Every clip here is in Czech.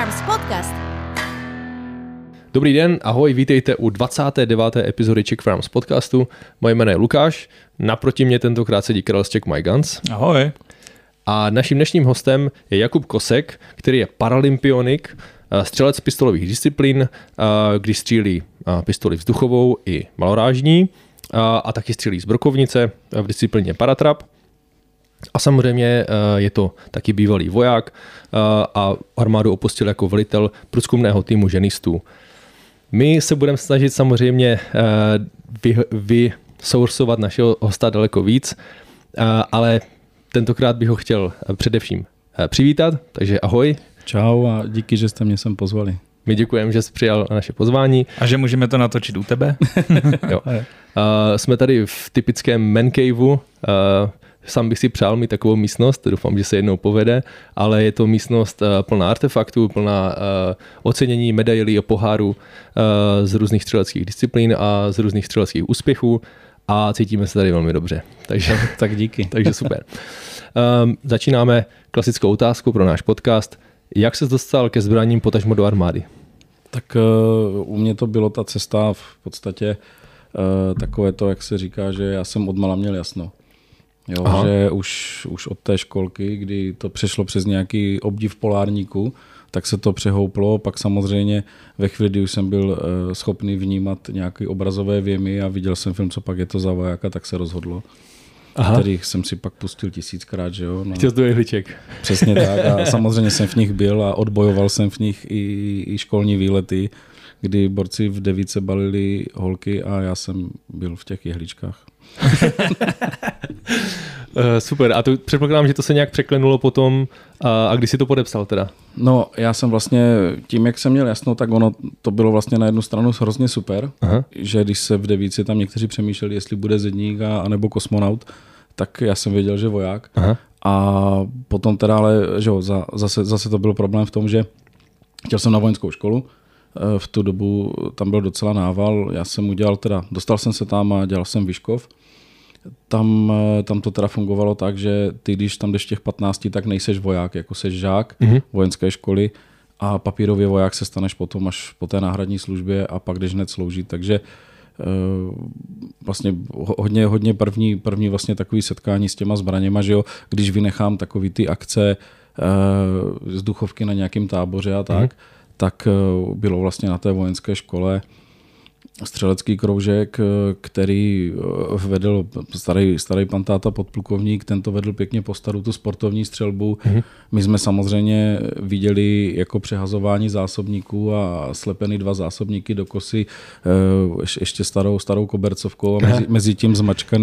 Farms Podcast. Dobrý den, ahoj, vítejte u 29. epizody Czech Farms Podcastu. Moje jméno je Lukáš, naproti mě tentokrát sedí Karel z Czech My Guns. Ahoj. A naším dnešním hostem je Jakub Kosek, který je paralympionik, střelec pistolových disciplín, když střílí pistoli vzduchovou i malorážní a taky střílí z brokovnice v disciplíně paratrap. A samozřejmě je to taky bývalý voják a armádu opustil jako velitel průzkumného týmu ženistů. My se budeme snažit samozřejmě vysoursovat našeho hosta daleko víc, ale tentokrát bych ho chtěl především přivítat, takže ahoj. Čau a díky, že jste mě sem pozvali. My děkujeme, že jsi přijal naše pozvání. A že můžeme to natočit u tebe? Jo. Jsme tady v typickém man caveu. Sám bych si přál mít takovou místnost, doufám, že se jednou povede, ale je to místnost plná artefaktů, plná ocenění medailí a pohárů z různých střeleckých disciplín a z různých střeleckých úspěchů a cítíme se tady velmi dobře. Takže, tak díky. Takže super. Začínáme klasickou otázkou pro náš podcast. Jak ses dostal ke zbraním potažmo do armády? Tak u mě to bylo ta cesta v podstatě takové to, jak se říká, že já jsem odmala měl jasno. Jo, že už od té školky, kdy to přešlo přes nějaký obdiv polárníku, tak se to přehouplo, pak samozřejmě ve chvíli, kdy už jsem byl schopný vnímat nějaké obrazové věmy a viděl jsem film, co pak je to za vojáka, tak se rozhodlo. Kterých jsem si pak pustil 1000krát, že jo. No. Chtěl do jehliček. Přesně tak a samozřejmě jsem v nich byl a odbojoval jsem v nich i školní výlety, kdy borci v devíce balili holky a já jsem byl v těch jehličkách. Super. A to předpokládám, že to se nějak překlenulo potom a kdy jsi to podepsal teda? No, já jsem vlastně tím, jak jsem měl jasno, tak ono to bylo vlastně na jednu stranu hrozně super, že když se v devíci tam někteří přemýšleli, jestli bude zedník a nebo kosmonaut, tak já jsem věděl, že voják. A potom teda ale, že jo, zase to byl problém v tom, že chtěl jsem na vojenskou školu. V tu dobu tam byl docela nával, já jsem udělal teda, dostal jsem se tam a dělal jsem Vyškov. Tam to teda fungovalo tak, že ty, když tam jdeš těch 15, tak nejseš voják, jako seš žák vojenské školy a papírově voják se staneš potom až po té náhradní službě a pak jdeš hned sloužit, takže vlastně hodně první vlastně takový setkání s těma zbraněma, že jo, když vynechám takový ty akce vzduchovky na nějakém táboře a tak bylo vlastně na té vojenské škole střelecký kroužek, který vedl starý pan táta podplukovník, ten to vedl pěkně po staru tu sportovní střelbu. My jsme samozřejmě viděli jako přehazování zásobníků a slepeny 2 zásobníky do kosy, ještě starou kobercovkou a mezi tím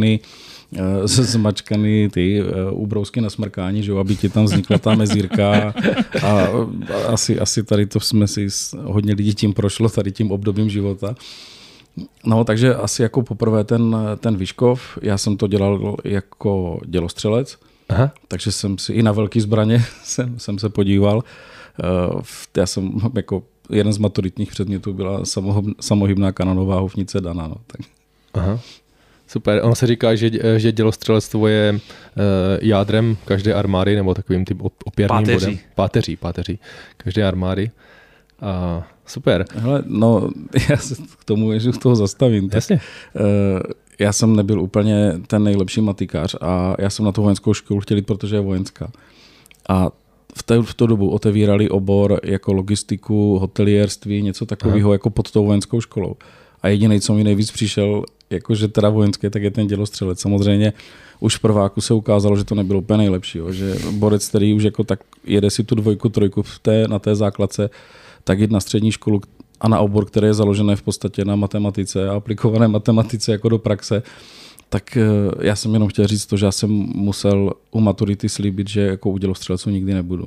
zmačkaný ty úbrousky na smrkání, že jo, aby ti tam vznikla ta mezírka a asi tady to jsme si hodně lidí tím prošlo, tady tím obdobím života. No, takže asi jako poprvé ten Vyškov, já jsem to dělal jako dělostřelec, takže jsem si i na velký zbraně jsem se podíval. Já jsem jako jeden z maturitních předmětů byla samohybná kanonová houfnice Dana. No, tak. Super. Ono se říká, že dělostřelectvo je jádrem každé armády, nebo takovým tím opěrným bodem. Páteří každé armády. Super. Hele, no, já se k tomu ještě toho zastavím. Jasně. Já jsem nebyl úplně ten nejlepší matikář a já jsem na tu vojenskou školu chtěl jít, protože je vojenská. A v tu dobu otevírali obor jako logistiku, hotelierství, něco takového jako pod tou vojenskou školou. A jediný, co mi nejvíc přišel, jakože teda vojenské, tak je ten dělostřelec. Samozřejmě už v prváku se ukázalo, že to nebylo úplně nejlepší, jo? Že borec, který už jako tak jede si tu 2, 3 na té základce, tak jít na střední školu a na obor, který je založený v podstatě na matematice a aplikované matematice jako do praxe, tak já jsem jenom chtěl říct to, že já jsem musel u maturity slíbit, že jako u dělostřelců nikdy nebudu.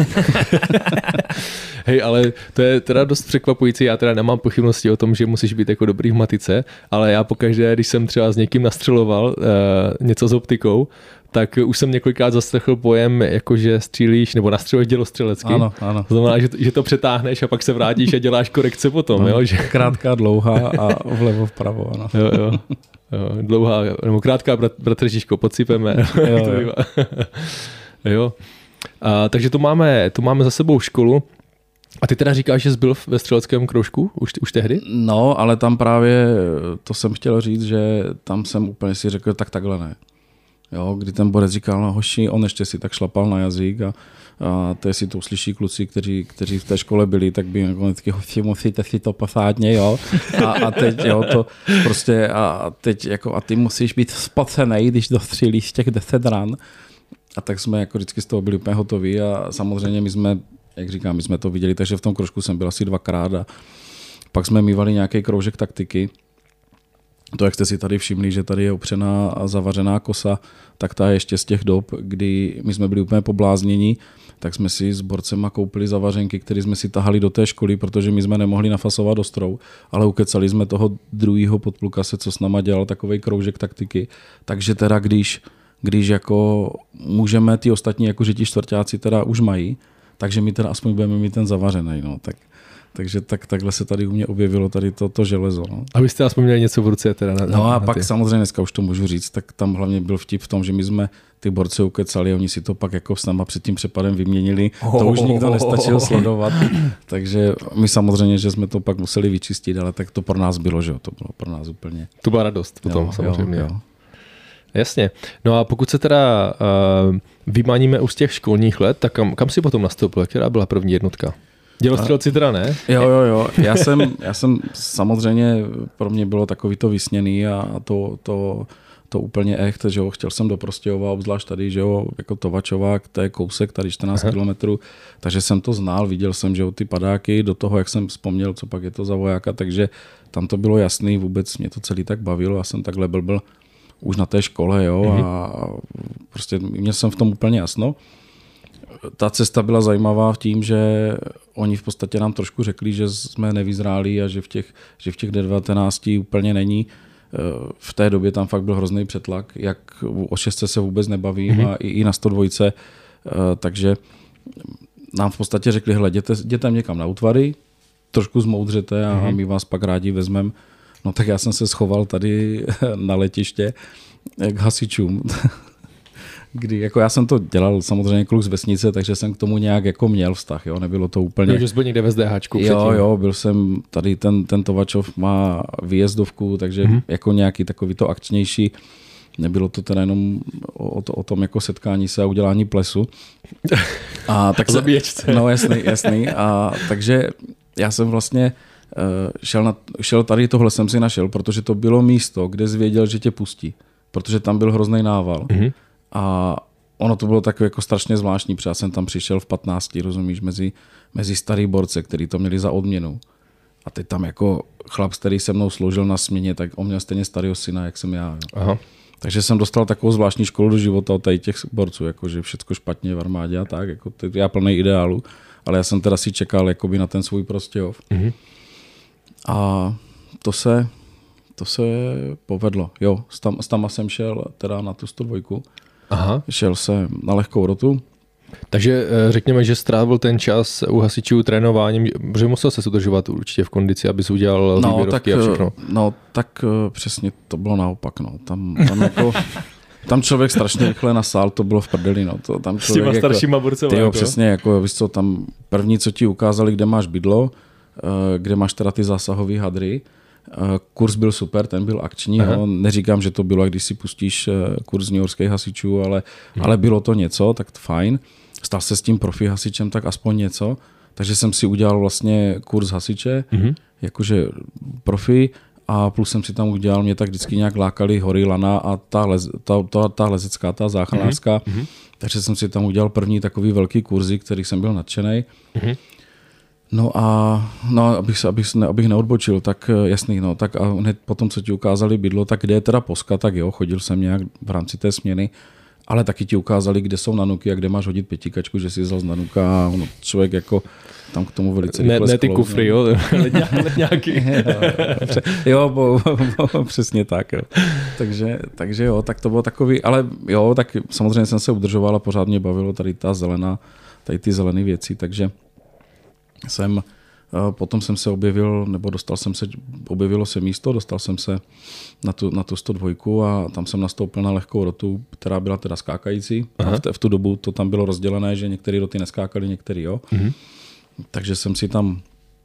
Hej, ale to je teda dost překvapující, já teda nemám pochybnosti o tom, že musíš být jako dobrý v matice, ale já pokaždé, když jsem třeba s někým nastřeloval něco s optikou, tak už jsem několikrát zaslechl pojem, jakože střílíš nebo nastřeluješ dělostřelecky. Ano. To znamená, že to přetáhneš a pak se vrátíš a děláš korekce potom. No, jo? Že... Krátká, dlouhá a vlevo, vpravo. Ano. Jo. Dlouhá, nebo krátká, bratře Žižko, podsypeme. Jo. Takže tu máme za sebou školu. A ty teda říkáš, že jsi byl ve střeleckém kroužku už tehdy? No, ale tam právě, to jsem chtěl říct, že tam jsem úplně si řekl, tak takhle ne. Jo, kdy ten borec říkal, no hoši, on ještě si tak šlapal na jazyk a to jestli to uslyší kluci, kteří v té škole byli, tak by jako taky hoši, musíte si to posádně, jo. A teď, jo, to prostě, a teď jako, a ty musíš být spocenej, když dostřílíš těch 10 ran. A tak jsme jako vždycky z toho byli úplně hotoví a samozřejmě my jsme, jak říkám, my jsme to viděli, takže v tom kroužku jsem byl asi 2krát a pak jsme mívali nějaký kroužek taktiky. To, jak jste si tady všimli, že tady je opřená a zavařená kosa, tak ta je ještě z těch dob, kdy my jsme byli úplně pobláznění, tak jsme si s borcema koupili zavařenky, které jsme si tahali do té školy, protože my jsme nemohli nafasovat ostrou, ale ukecali jsme toho druhýho podplukase, co s náma dělal takovej kroužek taktiky. Takže teda když jako můžeme, ty ostatní, jako že ti čtvrťáci teda už mají, takže my teda aspoň budeme mít ten zavařený. No. Takže takhle se tady u mě objevilo tady to železo. No. Abyste aspoň měli něco v ruce. Teda no a pak samozřejmě dneska už to můžu říct, tak tam hlavně byl vtip v tom, že my jsme ty borce ukecali, oni si to pak jako s náma před tím přepadem vyměnili. To už nikdo nestačil sledovat. Takže my samozřejmě, že jsme to pak museli vyčistit, ale tak to pro nás bylo, že jo, to bylo pro nás úplně. To byla radost potom jo, samozřejmě. Jo. Jasně. No a pokud se teda vymaníme už z těch školních let, tak kam si potom nastoupil? Která byla první jednotka? Dělostřelci teda ne? Jo. Já jsem samozřejmě, pro mě bylo takový to vysněný a to úplně echt, že jo, chtěl jsem do Prostějova, obzvlášť tady, že jo, jako Tovačovák, to je kousek, tady 14 kilometrů, takže jsem to znal, viděl jsem, že jo, ty padáky, do toho, jak jsem vzpomněl, co pak je to za vojáka, takže tam to bylo jasný, vůbec mě to celý tak bavilo, já jsem takhle byl už na té škole, jo, a prostě měl jsem v tom úplně jasno. Ta cesta byla zajímavá v tím, že oni v podstatě nám trošku řekli, že jsme nevyzráli a že v těch 19 úplně není. V té době tam fakt byl hrozný přetlak, jak o 6 se vůbec nebavím a i na 102, takže nám v podstatě řekli, hele, jděte někam na útvary, trošku zmoudřete a my vás pak rádi vezmeme. No tak já jsem se schoval tady na letiště k hasičům. Kdy jako já jsem to dělal samozřejmě kluk z vesnice, takže jsem k tomu nějak jako měl vztah, jo, nebylo to úplně. Takže jsi byl někde ve SDHčku předtím. Jo, byl jsem tady, ten Tovačov má výjezdovku, takže jako nějaký takový to akčnější. Nebylo to teda jenom o tom jako setkání se a udělání plesu. A tak zabíječce. No jasný. A takže já jsem vlastně šel tady, tohle jsem si našel, protože to bylo místo, kde jsi věděl, že tě pustí. Protože tam byl hrozný nával. A ono to bylo takové jako strašně zvláštní, protože já jsem tam přišel v 15, rozumíš, mezi starý borce, který to měli za odměnu. A teď tam jako chlap, který se mnou sloužil na směně, tak on měl stejně starého syna, jak jsem já. Aha. Takže jsem dostal takovou zvláštní školu do života od tady těch borců, jakože všecko špatně v armádě a tak, jako já plný ideálu, ale já jsem teda si čekal jakoby na ten svůj Prostějov. A to se povedlo. Jo, s tama jsem šel teda na tu 102. Aha. Šel jsem na lehkou rotu. Takže řekněme, že strávil ten čas u hasičů trénováním, protože musel se udržovat určitě v kondici, abys udělal výběrovky a všechno. No tak přesně to bylo naopak. No. Tam člověk strašně rychle nasál, to bylo v prdeli. No. Tam s těma staršíma burcema. Jo, přesně, jako, víš co, tam první, co ti ukázali, kde máš bydlo, kde máš teda ty zásahové hadry. Kurz byl super, ten byl akční. Jo. Neříkám, že to bylo, když si pustíš kurz newyorských hasičů, ale bylo to něco, tak fajn. Stal se s tím profi hasičem, tak aspoň něco. Takže jsem si udělal vlastně kurz hasiče, jakože profi, a plus jsem si tam udělal, mě tak vždycky nějak lákali hory, lana a ta lezecká, ta záchranářská. Takže jsem si tam udělal první takový velký kurzy, který jsem byl nadšenej. No a abych neodbočil, tak jasný, no, tak a hned potom, co ti ukázali bydlo, tak kde je teda poska, tak jo, chodil jsem nějak v rámci té směny, ale taky ti ukázali, kde jsou nanuky a kde máš hodit pětikačku, že si vzal z nanuka a člověk jako tam k tomu velice rychle ne ty kufry, jo, nějaký. Jo, přesně tak, jo. Takže jo, tak to bylo takový, ale jo, tak samozřejmě jsem se udržoval a pořád mě bavilo tady ty zelené věci, takže potom jsem se objevil, nebo objevilo se místo, dostal jsem se na tu 102 a tam jsem nastoupil na lehkou rotu, která byla teda skákající. A v tu dobu to tam bylo rozdělené, že některé roty neskákaly, některé jo. Takže jsem si tam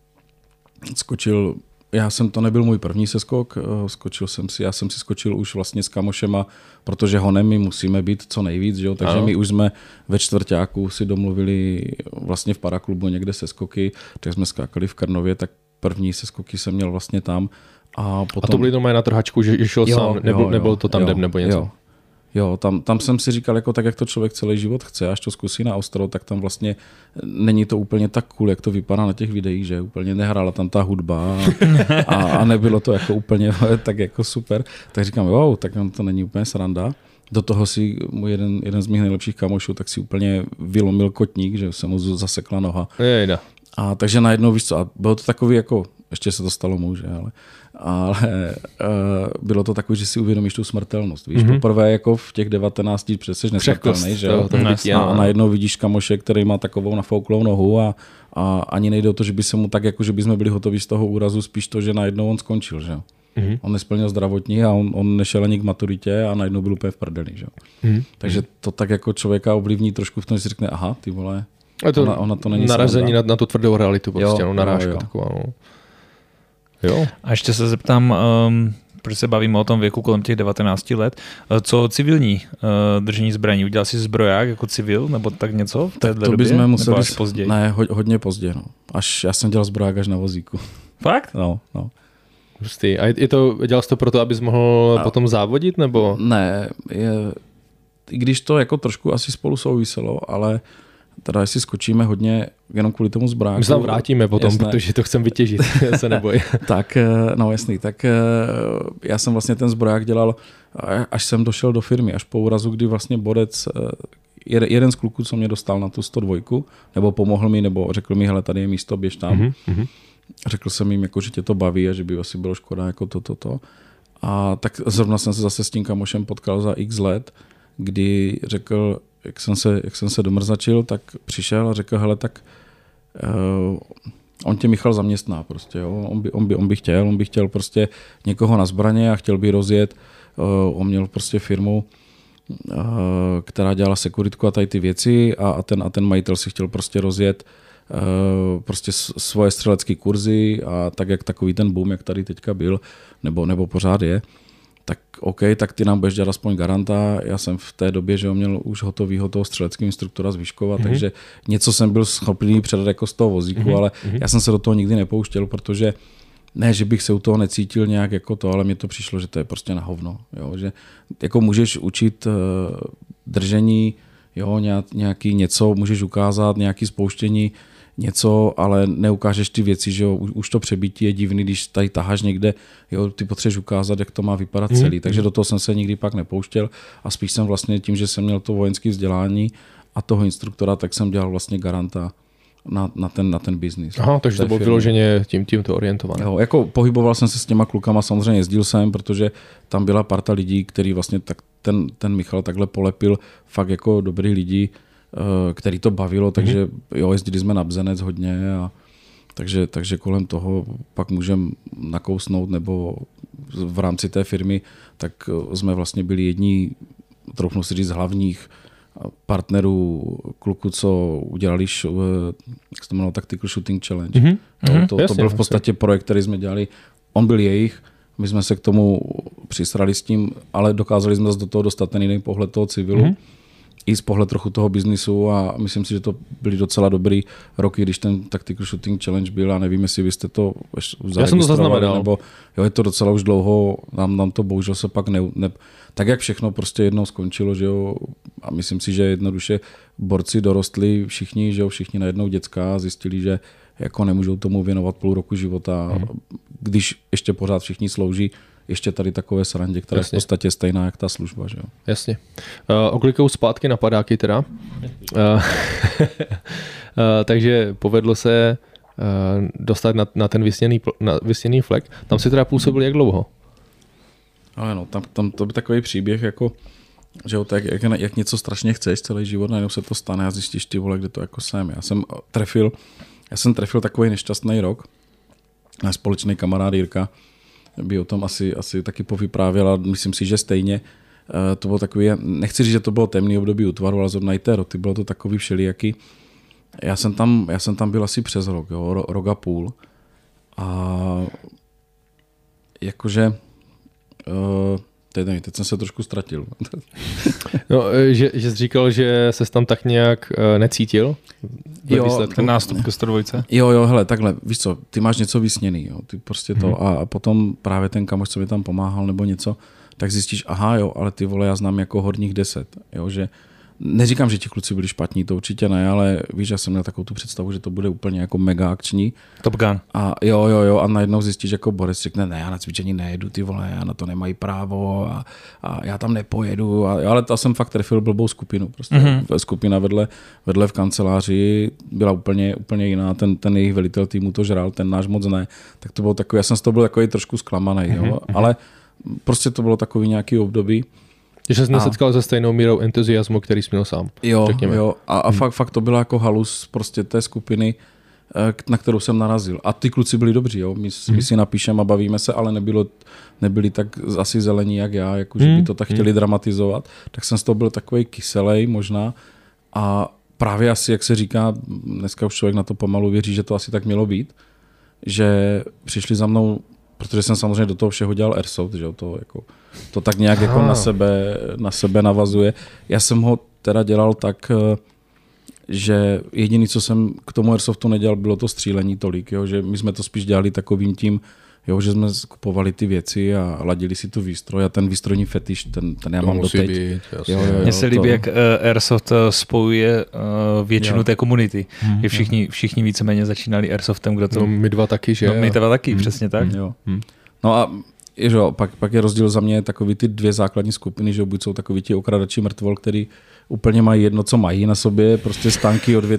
skočil, to nebyl můj první seskok, já jsem si skočil už vlastně s kamošema, protože honem my musíme být co nejvíc, že jo? Takže my už jsme ve čtvrťáku si domluvili vlastně v paraklubu někde seskoky, tak jsme skákali v Krnově, tak první seskoky jsem měl vlastně tam. A to byly normálně na trhačku, že šel sám, nebylo to tandem nebo něco? Jo, tam jsem si říkal, jako tak, jak to člověk celý život chce, až to zkusí na ostro, tak tam vlastně není to úplně tak cool, jak to vypadá na těch videích, že úplně nehrála tam ta hudba a nebylo to jako úplně tak jako super. Tak říkám, wow, tak to není úplně sranda. Do toho si můj jeden z mých nejlepších kamošů tak si úplně vylomil kotník, že se mu zasekla noha. Jejda. A takže najednou, víš co, a bylo to takový jako, ještě se to stalo muže, ale bylo to takový, že si uvědomíš tu smrtelnost. Víš, poprvé jako v těch 19 přece nesmrtelný, že jo? A najednou vidíš kamoše, který má takovou nafouklou nohu a ani nejde o to, že by se mu tak, jako že by jsme byli hotoví z toho úrazu, spíš to, že najednou on skončil, že jo? On nesplnil zdravotní a on nešel ani k maturitě a najednou byl úplně v prdeli, že jo? Takže to tak jako člověka ovlivní trošku v tom, že si řekne, aha, ty vole, ona to není narazení na tu tvrdou realitu, prostě, narážka taková. No. Jo. A ještě se zeptám, proč se bavíme o tom věku kolem těch 19 let, co civilní držení zbraní? Udělal jsi zbroják jako civil, nebo tak něco v téhle době? Bychom museli až později? Ne, hodně pozdě. No. Já jsem dělal zbroják až na vozíku. Fakt? No. Hustý. A dělal jsi to proto, abys mohl potom závodit, nebo? Ne, i když to jako trošku asi spolu souviselo, ale teda jestli skočíme hodně jenom kvůli tomu zbráku. My se tam vrátíme potom, jasné. Protože to chcem vytěžit, já se neboj. Tak, no jasný, tak já jsem vlastně ten zbroják dělal, až jsem došel do firmy, až po úrazu, kdy vlastně Borec, jeden z kluků, co mě dostal na tu 102, nebo pomohl mi, nebo řekl mi, hele, tady je místo, běž tam. Řekl jsem jim, jako, že tě to baví a že by asi bylo škoda jako to. A tak zrovna jsem se zase s tím kamošem potkal za x let, kdy řekl, jak jsem se domrzačil, tak přišel a řekl, hele, tak on tě Michal zaměstná prostě, jo? On by chtěl prostě někoho na zbraně a chtěl by rozjet, on měl prostě firmu, která dělala sekuritku a tady ty věci a ten majitel si chtěl prostě rozjet prostě svoje střelecké kurzy a tak, jak takový ten boom, jak tady teďka byl, nebo pořád je. Tak OK, tak ty nám budeš dělat aspoň garanta. Já jsem v té době, že měl už hotovýho toho střeleckého instruktora z Vyškova, takže něco jsem byl schopný předat jako z toho vozíku, ale já jsem se do toho nikdy nepouštěl, protože ne, že bych se u toho necítil nějak jako to, ale mně to přišlo, že to je prostě na hovno. Jo? Že jako můžeš učit držení, jo, nějaký něco, můžeš ukázat, nějaký spouštění, něco, ale neukážeš ty věci, že jo, už to přebití je divný, když tady taháš někde, jo, ty potřebuješ ukázat, jak to má vypadat celý, takže do toho jsem se nikdy pak nepouštěl a spíš jsem vlastně tím, že jsem měl to vojenské vzdělání a toho instruktora, tak jsem dělal vlastně garanta na ten biznis. Aha, takže to bylo vyloženě tímto orientované. Jo, jako pohyboval jsem se s těma klukama, samozřejmě jezdil jsem, protože tam byla parta lidí, který vlastně tak ten Michal takhle polepil fakt jako dobrý lidi, který to bavilo, takže jo, jezdili jsme na Bzenec hodně a takže kolem toho pak můžeme nakousnout, nebo v rámci té firmy, tak jsme vlastně byli jedni, troufnu si říct, hlavních partnerů kluků, co udělali, jak se to jmenovalo, Tactical Shooting Challenge. To byl v podstatě projekt, který jsme dělali, on byl jejich, my jsme se k tomu přisrali s tím, ale dokázali jsme do toho dostat ten jiný pohled toho civilu, i z pohled trochu toho biznisu a myslím si, že to byly docela dobrý roky, když ten Tactical Shooting Challenge byl a nevím, jestli vy jste to já jsem to zaznamenal. Nebo jo, je to docela už dlouho, nám to bohužel se pak tak jak všechno prostě jednou skončilo, že jo, a myslím si, že jednoduše borci dorostli všichni, že jo, všichni najednou děcka zjistili, že jako nemůžou tomu věnovat půl roku života, když ještě pořád všichni slouží ještě tady takové srandě, která je v podstatě stejná jak ta služba. Že jo? Jasně. Oklikou zpátky na padáky teda. Takže povedlo se dostat na ten vysněný flek. Tam si teda působil jak dlouho? Ale no, tam to by takový příběh, jako, že jo, tak jak něco strašně chceš celý život, najednou se to stane a zjistíš, ty vole, kde to jako jsem. Já jsem trefil takový nešťastný rok. Náš společný kamarád Jirka by o tom asi taky povyprávěla, myslím si, že stejně. To bylo takový, nechci říct, že to bylo temný období útvaru, ale zrovna i té roty, bylo to takový všelijaký. Já jsem tam byl asi přes rok, jo, rok a půl. A jakože teď jsem se trošku ztratil. No, že jsi říkal, že ses tam tak nějak necítil? Jo, ten nástup ke 102. Jo, hele, takhle, víš co, ty máš něco vysněný, jo, ty prostě to a potom právě ten kamoš, co mi tam pomáhal nebo něco, tak zjistíš, aha jo, ale ty vole, já znám jako horních 10, jo, že neříkám, že ti kluci byli špatní, to určitě ne, ale víš, já jsem měl takovou tu představu, že to bude úplně jako mega akční. Top Gun. A jo, a najednou zjistíš, jako Boris řekne, ne, já na cvičení nejedu, ty vole, já na to nemají právo a já tam nepojedu, ale to jsem fakt trefil blbou skupinu, prostě skupina vedle v kanceláři byla úplně jiná, ten jejich velitel týmu to žral, ten náš moc ne, tak to bylo takový, já jsem z toho byl takový trošku zklamaný, jo, ale prostě to bylo takový nějaký období. Že jsi nesetkal se stejnou mírou entuziasmu, který jsi měl sám. Jo. A fakt to byla jako halus prostě té skupiny, na kterou jsem narazil. A ty kluci byli dobří, jo. My si napíšeme a bavíme se, ale nebyli tak asi zelení jak já, jako že by to tak chtěli dramatizovat. Tak jsem z toho byl takovej kyselej možná. A právě asi, jak se říká, dneska už člověk na to pomalu věří, že to asi tak mělo být, že přišli za mnou, protože jsem samozřejmě do toho všeho dělal airsoft, že jo, to tak nějak jako na sebe navazuje. Já jsem ho teda dělal tak, že jediný, co jsem k tomu airsoftu nedělal, bylo to střílení tolik, jo, že my jsme to spíš dělali takovým tím, jo, že jsme kupovali ty věci a ladili si tu výstroj a ten výstrojní fetiš, ten já mám doteď. Mně se líbí, jak airsoft spojuje většinu té komunity. Všichni víceméně začínali airsoftem, kdo to... No my dva taky, že? No my dva taky, přesně tak. Jo. No a pak je rozdíl za mě takový ty dvě základní skupiny, že buď jsou takový ti okradači mrtvol, který úplně mají jedno, co mají na sobě, prostě stánky od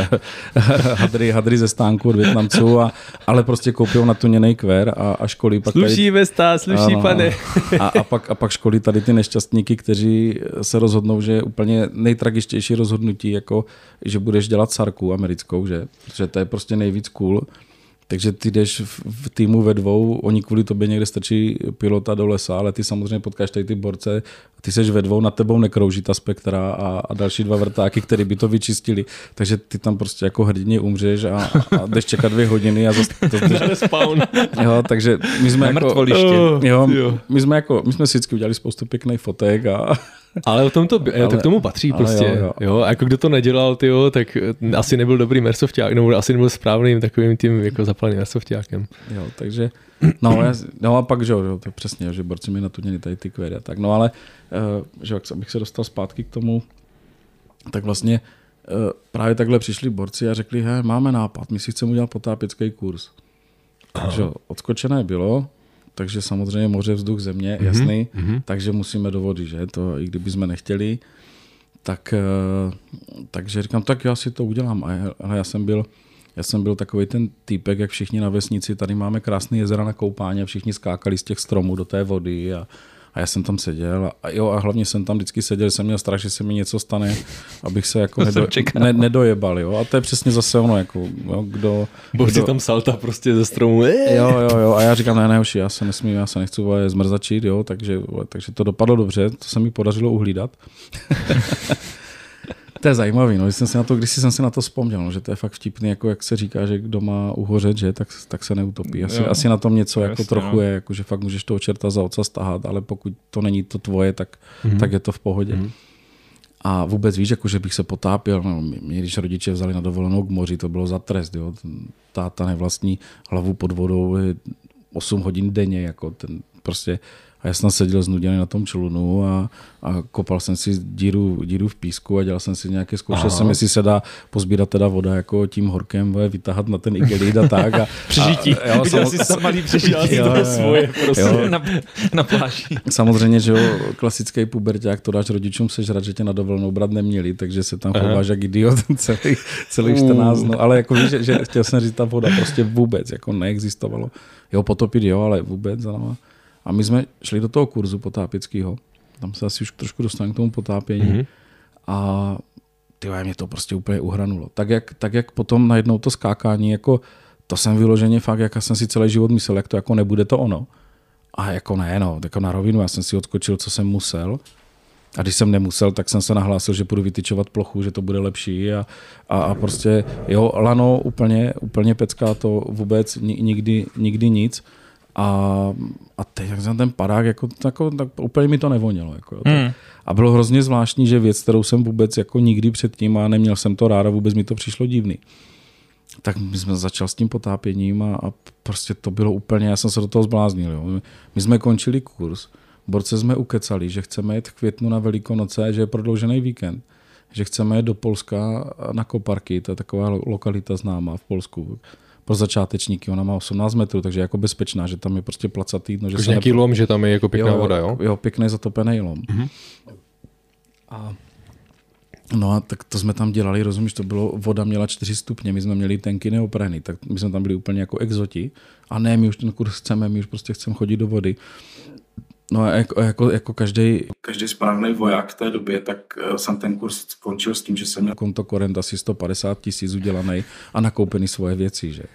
hadry ze stánku od Vietnamců, ale prostě koupí natuněnej kvér a školí pak sluší vesta, sluší pane. A pak školí tady ty nešťastníky, kteří se rozhodnou, že úplně nejtragičtější rozhodnutí, jako že budeš dělat sarku americkou, že? Protože to je prostě nejvíc cool. Takže ty jdeš v týmu ve dvou, oni kvůli tobě někde strčí pilota do lesa, ale ty samozřejmě potkáš tady ty borce, ty seš ve dvou, nad tebou nekrouží ta spektra a další dva vrtáky, který by to vyčistili. Takže ty tam prostě jako hrdině umřeš a jdeš čekat 2 hodiny a zase spawn. Jo, takže my jsme mrtvoliště. My jsme si vždycky udělali spoustu pěkných fotek ale o tom to k tomu patří prostě. Jo. A jako kdo to nedělal, tyjo, tak asi nebyl dobrý airsofták, nebo asi nebyl správným takovým tím jako zapaleným airsofttákem. Jo, takže no a pak, že jo, to je přesně, že borci mi natuněli tady ty kvéry a tak. No ale, že abych se dostal zpátky k tomu, tak vlastně právě takhle přišli borci a řekli, máme nápad, my si chceme udělat potápěcký kurz. Takže odskočené bylo, takže samozřejmě moře, vzduch, země, jasný, takže musíme do vody, že? To i kdyby jsme nechtěli, takže říkám, tak já si to udělám. A já jsem byl takový ten týpek, jak všichni na vesnici, tady máme krásné jezera na koupání a všichni skákali z těch stromů do té vody a já jsem tam seděl a hlavně jsem tam vždycky seděl, jsem měl strach, že se mi něco stane, abych se jako nedojebal, jo. A to je přesně zase ono, jako, jo, Borci tam salta prostě ze stromu. Jo, a já říkám, ne, hoši, já se nechci zmrzačit, jo, takže to dopadlo dobře, to se mi podařilo uhlídat. To je zajímavý, no, když jsem si na to vzpomněl, no, že to je fakt vtipný, jako jak se říká, že kdo má uhořet, že, tak se neutopí. Asi na tom něco jako trochu je, jako, že fakt můžeš toho čerta za oca stahat, ale pokud to není to tvoje, tak je to v pohodě. A vůbec víš, jako, že bych se potápěl, no, mě když rodiče vzali na dovolenou k moři, to bylo za trest, jo. Táta nevlastní hlavu pod vodou 8 hodin denně, jako ten prostě. A já jsem seděl znuděný na tom člunu a kopal jsem si díru v písku a dělal jsem si nějaké, zkoušel jsem, jestli se dá pozbírat teda voda jako tím horkem, vytáhat na ten igelít a tak. Přežití. Viděl jsi tam malý přežití. Svoje prostě. Na pláži. Samozřejmě, že jo, klasický puberťák, to dáš rodičům sežrat, že tě na dovolenou brát neměli, takže se tam chováš jak idiot celý 14 dnů. Ale jako víš, že chtěl jsem říct, ta voda prostě vůbec jako neexistovalo. Jo, potopit jo, ale vůbec za náma. A my jsme šli do toho kurzu potápěckého. Tam se asi už trošku dostaneme k tomu potápění. A mě to prostě úplně uhranulo. Tak jak potom najednou to skákání, jako to jsem vyloženě fakt, jak jsem si celý život myslel, jak to jako nebude to ono. A jako ne, no, jako na rovinu, já jsem si odskočil, co jsem musel. A když jsem nemusel, tak jsem se nahlásil, že půjdu vytyčovat plochu, že to bude lepší a prostě jo, lano úplně pecká, to vůbec nikdy nic. A teď ten padák, tak úplně mi to nevonilo. A bylo hrozně zvláštní, že věc, kterou jsem vůbec jako nikdy předtím a neměl jsem to rád a vůbec mi to přišlo divný. Tak my jsme začal s tím potápěním a prostě to bylo úplně, já jsem se do toho zbláznil. Jo. My jsme končili kurz, borce jsme ukecali, že chceme jet v květnu na Velikonoce, že je prodloužený víkend, že chceme jet do Polska na Koparky, to je taková lokalita známá v Polsku. Pro začátečníky, ona má 18 metrů, takže je jako bezpečná, že tam je prostě placatý. No, že nějaký lom, že tam je jako pěkná voda, jo? Jo, pěkný zatopený lom. Mm-hmm. No a tak to jsme tam dělali, rozumíš, to bylo, voda měla 4 stupně, my jsme měli tenky neopreny, tak my jsme tam byli úplně jako exoti a ne, my už ten kurz chceme, my už prostě chceme chodit do vody. No a jako každý správný voják v té době, tak jsem ten kurz skončil s tím, že jsem měl konto korent asi 150 000 udělaný a nakoupený svoje věci, že?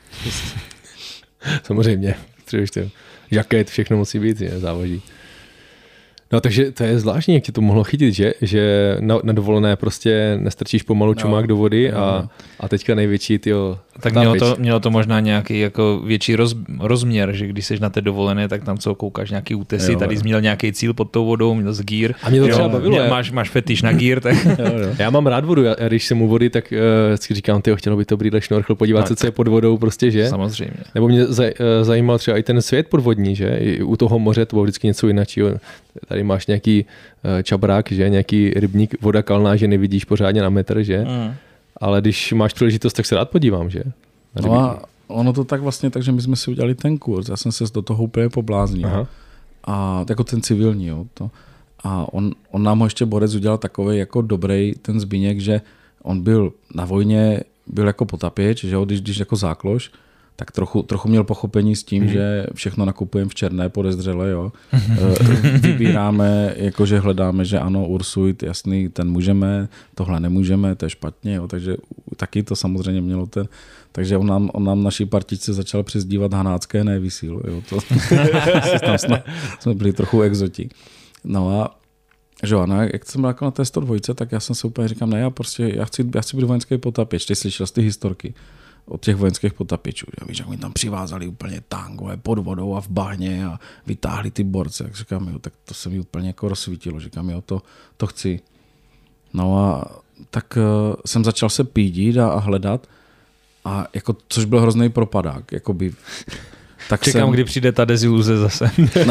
Samozřejmě, žaket, všechno musí být, je, závoží. No takže to je zvláštní, jak ti to mohlo chytit, že na dovolené prostě nestrčíš pomalu čumák do vody a teďka největší tyjo. Tak mělo to možná nějaký jako větší rozměr, že když jsi na té dovolené, tak tam co koukáš nějaký útesy, tady jsi měl nějaký cíl pod tou vodou, měl jsi gír. A mě to třeba bavilo. Máš fetiš na gír, tak. Já mám rád vodu, a když jsem u vody, tak si říkám, chtělo by to brýle šnorchl, podívat se, co je pod vodou, prostě, že? Samozřejmě. Nebo mě zajímal třeba i ten svět podvodní, že? I u toho moře to bylo vždycky něco jiného. Tady máš nějaký čabrák, že? Nějaký rybník, voda kalná, že nevidíš pořádně na metr, že? Ale když máš příležitost, tak se rád podívám, že? No a ono to tak vlastně, takže my jsme si udělali ten kurz, já jsem se do toho úplně pobláznil. Aha. A jako ten civilní, jo, to. A on nám ho ještě borec udělal takovej jako dobrý ten Zbyněk, že on byl na vojně, byl jako potapěč, že jo, když jako záklož, tak trochu měl pochopení s tím, že všechno nakupujeme v černé podezřele, jo. Vybíráme, jakože hledáme, že ano, Ursuit, jasný, ten můžeme, tohle nemůžeme, to je špatně, jo. Takže taky to samozřejmě mělo ten, takže on nám naší partičce začal přezdívat Hanácké nevysíl, jo. To, tam jsme byli trochu exoti. No a Joana, jak jsem byl jako na té 102, tak já jsem se úplně říkám, ne, já chci být vojenský potapěč, ty slyšel z ty historky od těch vojenských potapěčů. Víš, jak oni tam přivázali úplně tankové pod vodou a v bahně a vytáhli ty borce. Tak říkám, jo, tak to se mi úplně jako rozsvítilo. Říkám, jo, to chci. No a tak jsem začal se pídit a hledat, a jako, což byl hrozný propadák. Jakoby, tak čekám, kdy přijde ta deziluze zase.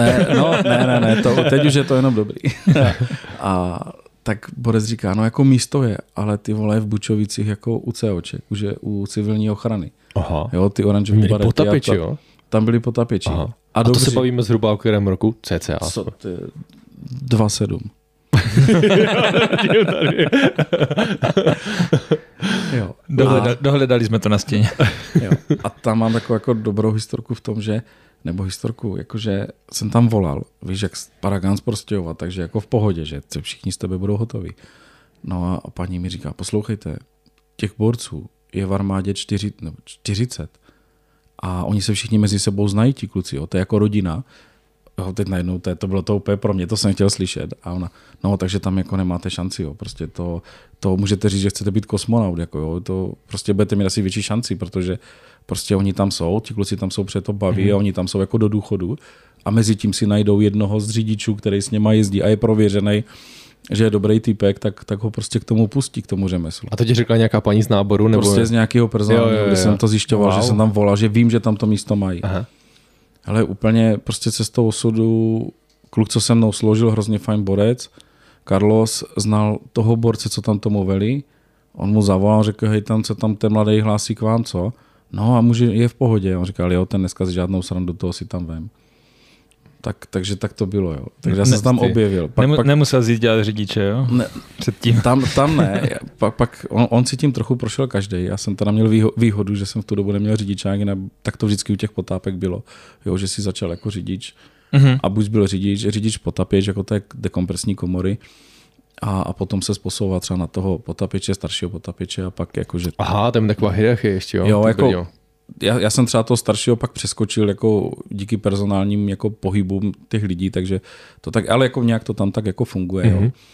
Ne, teď už je to jenom dobrý. A tak borec říká, no jako místo je, ale ty vole v Bučovicích jako u COček, už je u civilní ochrany. Aha. Jo, ty oranžový barety. Potapěči, jo? Tam byli potapěči. A to se bavíme zhruba o kterém roku? CCA. 2,7. Jo. Dohledali jsme to na stěně. Jo. A tam mám takovou jako dobrou historku v tom, že jakože jsem tam volal, víš, jak Paragán z Prostějova, takže jako v pohodě, že všichni z tebe budou hotoví. No a paní mi říká, poslouchejte, těch borců je v armádě 40 a oni se všichni mezi sebou znají, ti kluci, jo, to je jako rodina. Jo, teď najednou to bylo to úplně pro mě, to jsem chtěl slyšet. A ona, no takže tam jako nemáte šanci, jo, prostě to můžete říct, že chcete být kosmonaut, jako jo, to prostě budete mít asi větší šanci, protože prostě oni tam jsou, ti kluci tam jsou, protože to baví a oni tam jsou jako do důchodu a mezi tím si najdou jednoho z řidičů, který s něma jezdí a je prověřený, že je dobrý týpek, tak ho prostě k tomu pustí, k tomu řemeslu. A to ti řekla nějaká paní z náboru? Nebo... Prostě z nějakého personálu, kde jsem to zjišťoval, že jsem tam volal, že vím, že tam to místo mají. Aha. Ale úplně prostě cestou osudu, kluk, co se mnou složil, hrozně fajn borec, Carlos znal toho borce, co tam tomu veli, on mu zavolal, řekl, hej, tam se tam ten mladý hlásí k vám, co? No a je v pohodě. On říkal, jo, ten dneska si žádnou srandu, toho si tam vem. Takže tak to bylo, jo. Takže já jsem se tam objevil. Pak nemusel jít dělat řidiče, jo? Ne, předtím. Tam ne. Pak on si tím trochu prošel každý. Já jsem teda měl výhodu, že jsem v tu dobu neměl řidičák, tak to vždycky u těch potápek bylo, jo, že si začal jako řidič. A buď byl řidič potapěč, jako té dekompresní komory, a potom se posouval třeba na toho potapěče, staršího potapěče a pak jakože... Aha, tam je taková hierarchie ještě, jo? Jo, jako... Já jsem třeba toho staršího pak přeskočil jako díky personálním jako pohybům těch lidí, takže to tak, ale jako nějak to tam tak jako funguje, jo.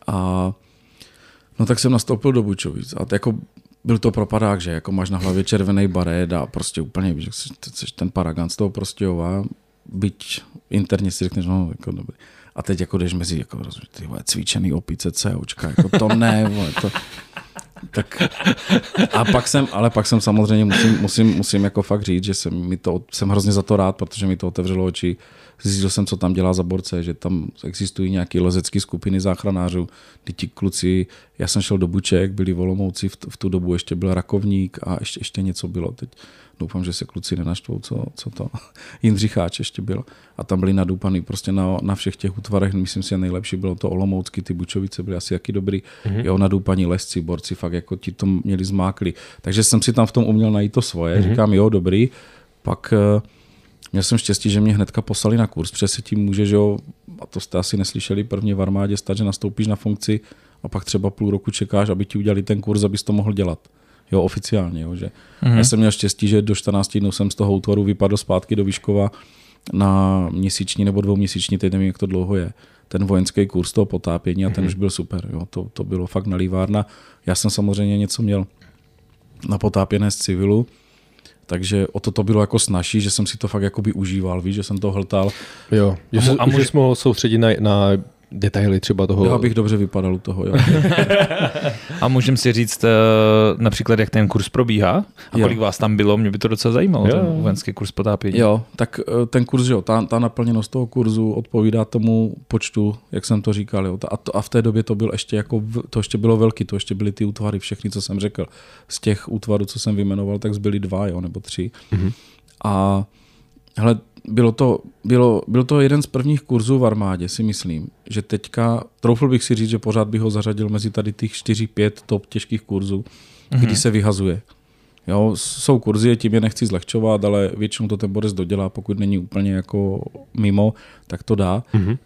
A no tak jsem nastoupil do Bučovic a jako byl to propadák, že jako máš na hlavě červený baret a prostě úplně, že jsi ten Paragan z toho Prostějova, byť interně si řekneš, no jako dobrý. A teď jako jdeš mezi jako, ty vole, cvičený opice, COčka, jako to ne, vole, to... Tak a pak jsem samozřejmě musím jako fakt říct, že jsem hrozně za to rád, protože mi to otevřelo oči. Zjistil jsem, co tam dělá za borce, že tam existují nějaké lezecké skupiny záchranářů, kdy ti kluci, já jsem šel do Buček, byli v Olomouci, v tu dobu ještě byl Rakovník a ještě něco bylo. Teď doufám, že se kluci nenaštvou, co to Jindřicháč ještě byl. A tam byli nadoupaný prostě na všech těch útvarech, myslím si, nejlepší bylo to Olomoucky, ty Bučovice byly asi jaký dobrý, jo, nadoupaní lesci, borci, fakt jako ti to měli zmákli. Takže jsem si tam v tom uměl najít to svoje, říkám, jo, dobrý, pak měl jsem štěstí, že mě hnedka poslali na kurz, protože se tím může, že jo, a to jste asi neslyšeli, prvně v armádě stát, že nastoupíš na funkci a pak třeba půl roku čekáš, aby ti udělali ten kurz, abys to mohl dělat. Jo, oficiálně, jo, že. Já jsem měl štěstí, že do 14 dnů jsem z toho útvaru vypadl zpátky do Vyškova na měsíční nebo dvouměsíční, teď nevím, jak to dlouho je, ten vojenský kurz toho potápění a ten už byl super, jo, to bylo fakt nalívárna. Já jsem samozřejmě něco měl na potápěné z civilu, takže o to bylo jako snazší, že jsem si to fakt jakoby užíval, víš, že jsem to hltal. Jo, a můžeš mohl soustředit na detaily třeba toho. Já bych dobře vypadal u toho, jo. A můžem si říct například, jak ten kurz probíhá a kolik vás tam bylo, mě by to docela zajímalo, ten vojenský kurz potápění. Jo, tak ten kurz, jo, ta naplněnost toho kurzu odpovídá tomu počtu, jak jsem to říkal, jo. A v té době to byl ještě jako, to ještě bylo velký, to ještě byly ty útvary, všechny, co jsem řekl. Z těch útvarů, co jsem vyjmenoval, tak zbyly 2, jo, nebo 3. A hele, byl to jeden z prvních kurzů v armádě, si myslím, že teďka, troufl bych si říct, že pořád bych ho zařadil mezi tady těch 4-5 top těžkých kurzů, kdy se vyhazuje. Jo, jsou kurzy, tím je nechci zlehčovat, ale většinou to ten borec dodělá, pokud není úplně jako mimo, tak to dá.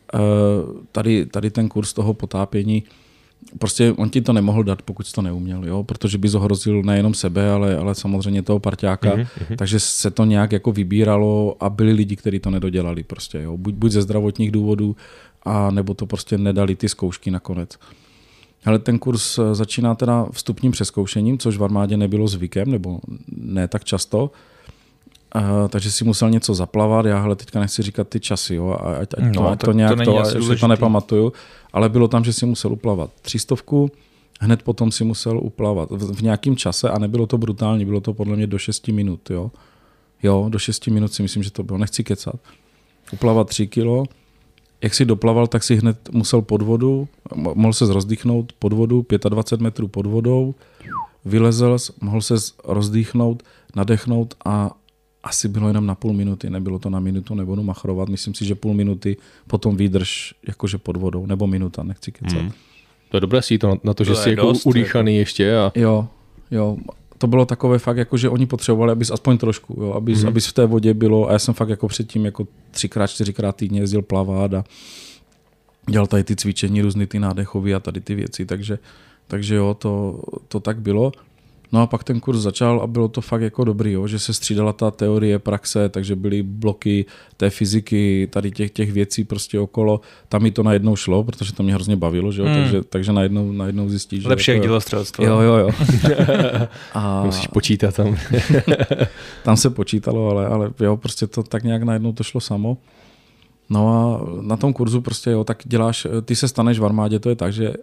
Tady ten kurz toho potápění, prostě on ti to nemohl dát, pokud jsi to neuměl, jo? Protože by zohrozil nejenom sebe, ale samozřejmě toho parťáka, takže se to nějak jako vybíralo a byli lidi, kteří to nedodělali prostě, jo? Buď ze zdravotních důvodů, a nebo to prostě nedali ty zkoušky nakonec. Ale ten kurz začíná teda vstupním přezkoušením, což v armádě nebylo zvykem, nebo ne tak často, takže si musel něco zaplavat, já teďka nechci říkat ty časy, jo, ať to nějak to nepamatuju, ale bylo tam, že si musel uplavat 300, hned potom si musel uplavat v nějakém čase a nebylo to brutální, bylo to podle mě do 6 minut, jo. Jo, do 6 minut si myslím, že to bylo, nechci kecat. Uplavat 3 kilo, jak si doplaval, tak si hned musel pod vodu, mohl se rozdýchnout pod vodu, 25 metrů pod vodou, vylezl, mohl se rozdýchnout, nadechnout a asi bylo jenom na půl minuty, nebylo to na minutu, nebudu machrovat, myslím si, že půl minuty potom výdrž jakože pod vodou, nebo minuta, nechci kecat. To je dobré si to na to, že jsi jako udýchaný ještě. A... Jo, to bylo takové fakt, jako, že oni potřebovali, abys aspoň trošku, jo, abys v té vodě bylo a já jsem fakt jako předtím jako 3x, 4x týdně jezdil plavat a dělal tady ty cvičení, různý ty nádechové a tady ty věci, takže jo, to tak bylo. No a pak ten kurz začal a bylo to fakt jako dobrý, jo, že se střídala ta teorie, praxe, takže byly bloky té fyziky, tady těch věcí prostě okolo. Tam mi to najednou šlo, protože to mě hrozně bavilo, že jo, takže najednou zjistíš, že... Lepší jak dělostřelectvo. Jo. A... Musíš počítat tam. Tam se počítalo, ale jo, prostě to tak nějak najednou to šlo samo. No a na tom kurzu prostě jo, tak děláš, ty se staneš v armádě, to je tak, že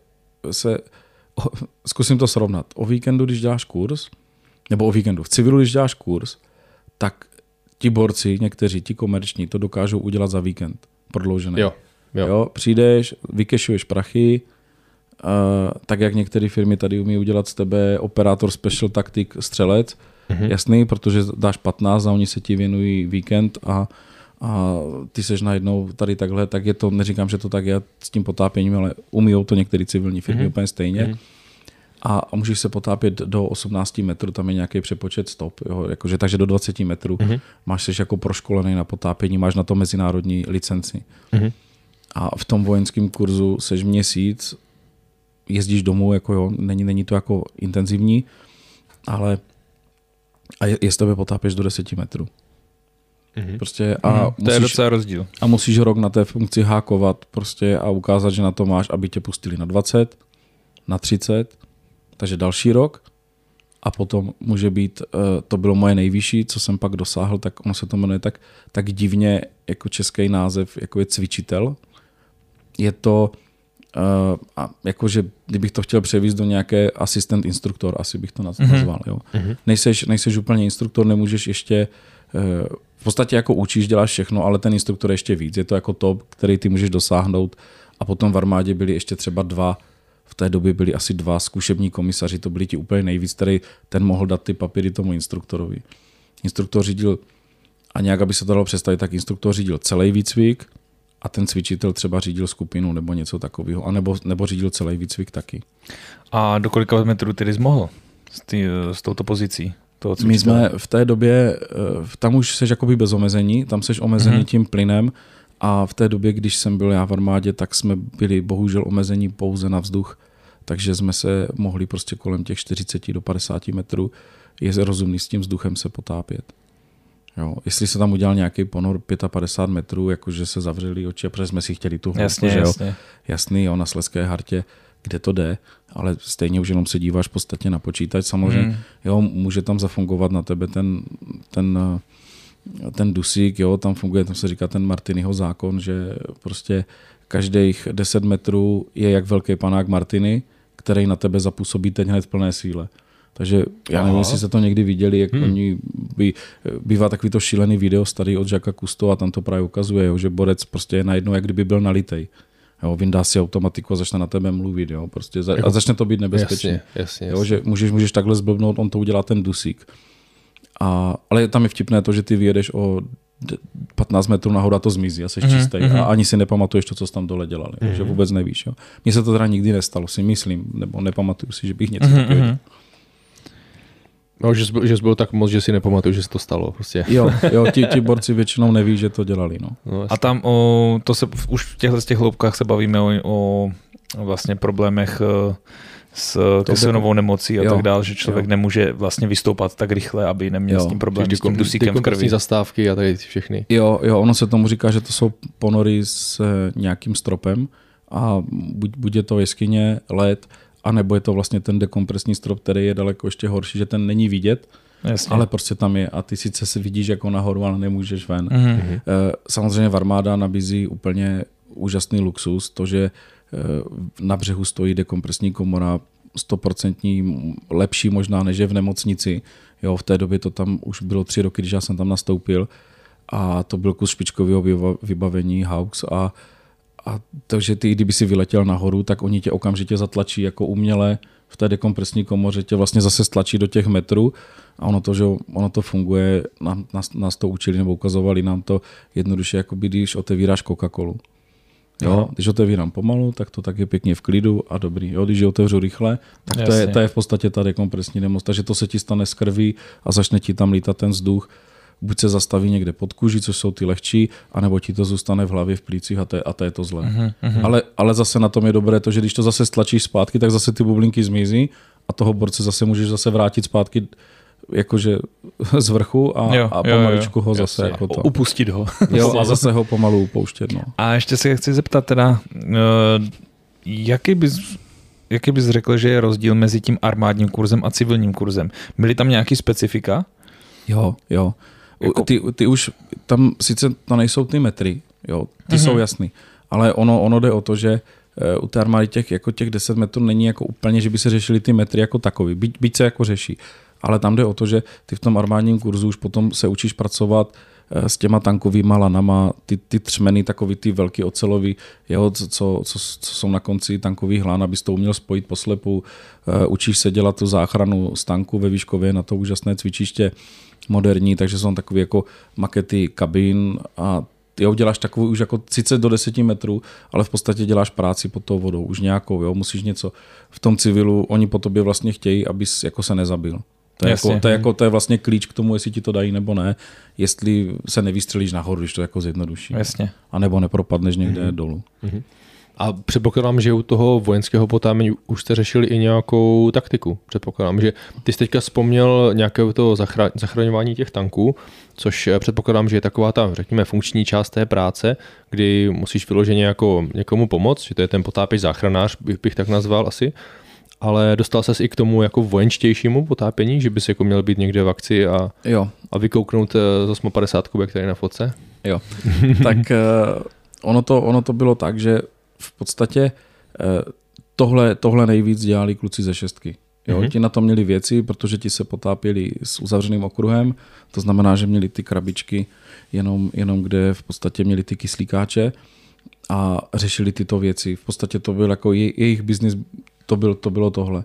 zkusím to srovnat. O víkendu, když děláš kurz, nebo o víkendu, v civilu, když děláš kurz, tak ti borci, někteří, ti komerční, to dokážou udělat za víkend prodloužený. Jo, přijdeš, vykešuješ prachy, tak jak některé firmy tady umí udělat z tebe operátor special taktik střelec, jasný, protože dáš 15 a oni se ti věnují víkend a ty seš najednou tady takhle, tak je to, neříkám, že to tak je s tím potápěním, ale umíjou to některé civilní firmy úplně stejně. A můžeš se potápět do 18 metrů, tam je nějaký přepočet stop, jo, jakože, takže do 20 metrů máš seš jako proškolený na potápění, máš na to mezinárodní licenci. A v tom vojenském kurzu seš měsíc, jezdíš domů, jako jo, není to jako intenzivní, ale a je z tebe potápěš do 10 metrů. Prostě a to je docela rozdíl. A musíš rok na té funkci hákovat prostě a ukázat, že na to máš, aby tě pustili na 20, na 30, takže další rok. A potom může být, to bylo moje nejvyšší, co jsem pak dosáhl, tak ono se to jmenuje tak divně jako český název, jako je cvičitel. Je to, jakože kdybych to chtěl převízt do nějaké asistent instruktor, asi bych to nazval. Jo. Nejseš úplně instruktor, nemůžeš ještě, v podstatě jako učíš, děláš všechno, ale ten instruktor ještě víc. Je to jako top, který ty můžeš dosáhnout. A potom v armádě byli ještě třeba 2, v té době byli asi 2 zkušební komisaři, to byli ti úplně nejvíc, který ten mohl dát ty papíry tomu instruktorovi. Instruktor řídil, a nějak, aby se to dalo představit, tak instruktor řídil celý výcvik a ten cvičitel třeba řídil skupinu nebo něco takového, nebo řídil celý výcvik taky. A do kolika metrů tedy jsi mohl s touto pozicí? My jsme v té době, tam už seš jakoby bez omezení, tam seš omezený tím plynem a v té době, když jsem byl já v armádě, tak jsme byli bohužel omezení pouze na vzduch, takže jsme se mohli prostě kolem těch 40 do 50 metrů je rozumný s tím vzduchem se potápět. Jo, jestli se tam udělal nějaký ponor 55 metrů, jakože se zavřeli oči, protože jsme si chtěli tu hloubku, že jo. Jasný, jo, na Slezské Hartě, kde to jde, ale stejně už jenom se díváš v podstatě na počítač. Samozřejmě, jo, může tam zafungovat na tebe ten dusík, jo, tam funguje, tam se říká ten Martinyho zákon, že prostě každých 10 metrů je jak velký panák Martiny, který na tebe zapůsobí teď hned v plné síle. Takže já nevím, jestli jste to někdy viděli, jak oni bývá takový to šílený video starý od Jacquesa Cousteau a tam to právě ukazuje, jo, že borec prostě je najednou, jak kdyby byl nalitej. Jo, vyndá si automatiku a začne na tebe mluvit, jo, prostě a začne to být nebezpečné. Jasně. Jo, že můžeš takhle zblbnout, on to udělá ten dusík. Ale tam je vtipné to, že ty vyjedeš o 15 metrů nahoru a to zmizí a jsi čistý a ani si nepamatuješ to, co jsi tam dole dělal, že vůbec nevíš. Jo. Mně se to teda nikdy nestalo, si myslím, nebo nepamatuju si, že bych něco takového. No, že jsi byl tak moc, že si nepamatuju, že se to stalo. Prostě. Jo, ti borci většinou neví, že to dělali. No. A tam to se už v těchto hloubkách se bavíme o vlastně problémech s kyselnovou nemocí a tak dále, že člověk nemůže vlastně vystoupat tak rychle, aby neměl s tím problém s tím dusíkem v krvi. Zastávky a tady všechny. Jo, ono se tomu říká, že to jsou ponory s nějakým stropem a buď je to jeskyně, led, anebo je to vlastně ten dekompresní strop, který je daleko ještě horší, že ten není vidět, ale prostě tam je a ty sice si vidíš jako nahoru, ale nemůžeš ven. Samozřejmě armáda nabízí úplně úžasný luxus, to, že na břehu stojí dekompresní komora 100% lepší možná, než je v nemocnici. Jo, v té době to tam už bylo 3 roky, když já jsem tam nastoupil a to byl kus špičkového vybavení Hawks a to, že ty, kdyby si vyletěl nahoru, tak oni tě okamžitě zatlačí jako uměle v té dekompresní komoře, tě vlastně zase stlačí do těch metrů a ono to funguje, nás to učili nebo ukazovali nám to jednoduše, jako když otevíráš Coca-Colu. Jo, když otevírám pomalu, tak to tak je pěkně v klidu a dobrý. Jo, když ji otevřu rychle, tak to je v podstatě ta dekompresní nemoc. Takže to se ti stane z krví a začne ti tam lítat ten vzduch. Buď se zastaví někde pod kůži, což jsou ty lehčí, anebo ti to zůstane v hlavě, v plících a to je to zlé. Ale zase na tom je dobré to, že když to zase stlačíš zpátky, tak zase ty bublinky zmizí a toho borce zase můžeš zase vrátit zpátky jakože z vrchu a pomaličku ho zase jako to. Upustit ho. Jo, a zase ho pomalu upouštět. No. A ještě se chci zeptat teda, jaký bys řekl, že je rozdíl mezi tím armádním kurzem a civilním kurzem? Byly tam nějaký specifika? Jo. Ty už, tam sice to nejsou ty metry, jo, ty jsou jasný, ale ono jde o to, že u té armády těch 10 metrů není jako úplně, že by se řešili ty metry jako takový, byť se jako řeší. Ale tam jde o to, že ty v tom armádním kurzu už potom se učíš pracovat s těma tankovýma lanama, ty třmeny, takový ty velký ocelový, jo, co jsou na konci tankových lan, abys to uměl spojit poslepu. Učíš se dělat tu záchranu z tanku ve Výškově na to úžasné cvičiště moderní, takže jsou takové jako makety kabin a jo, děláš takovou už jako sice do 10 metrů, ale v podstatě děláš práci pod tou vodou, už nějakou, jo, musíš něco. V tom civilu oni po tobě vlastně chtějí, abys jako se nezabil. To je vlastně klíč k tomu, jestli ti to dají nebo ne, jestli se nevystřelíš nahoru, když to jako zjednoduší. Jasně. A nebo nepropadneš někde dolů. A předpokládám, že u toho vojenského potápění už jste řešili i nějakou taktiku. Předpokládám, že ty jsi teďka vzpomněl nějakého toho zachraňování těch tanků, což předpokládám, že je taková ta, řekněme, funkční část té práce, kdy musíš vyloženě jako někomu pomoct, že to je ten potápěč záchranář, bych tak nazval asi. Ale dostal ses i k tomu jako vojenštějšímu potápění, že bys jako měl být někde v akci a vykouknout z 850, jak tady na fotce? Jo, tak ono to bylo tak, že v podstatě tohle nejvíc dělali kluci ze 6. Jo, ti na to měli věci, protože ti se potápěli s uzavřeným okruhem, to znamená, že měli ty krabičky jenom kde v podstatě měli ty kyslíkáče a řešili tyto věci. V podstatě to byl jako jejich biznis, to bylo tohle.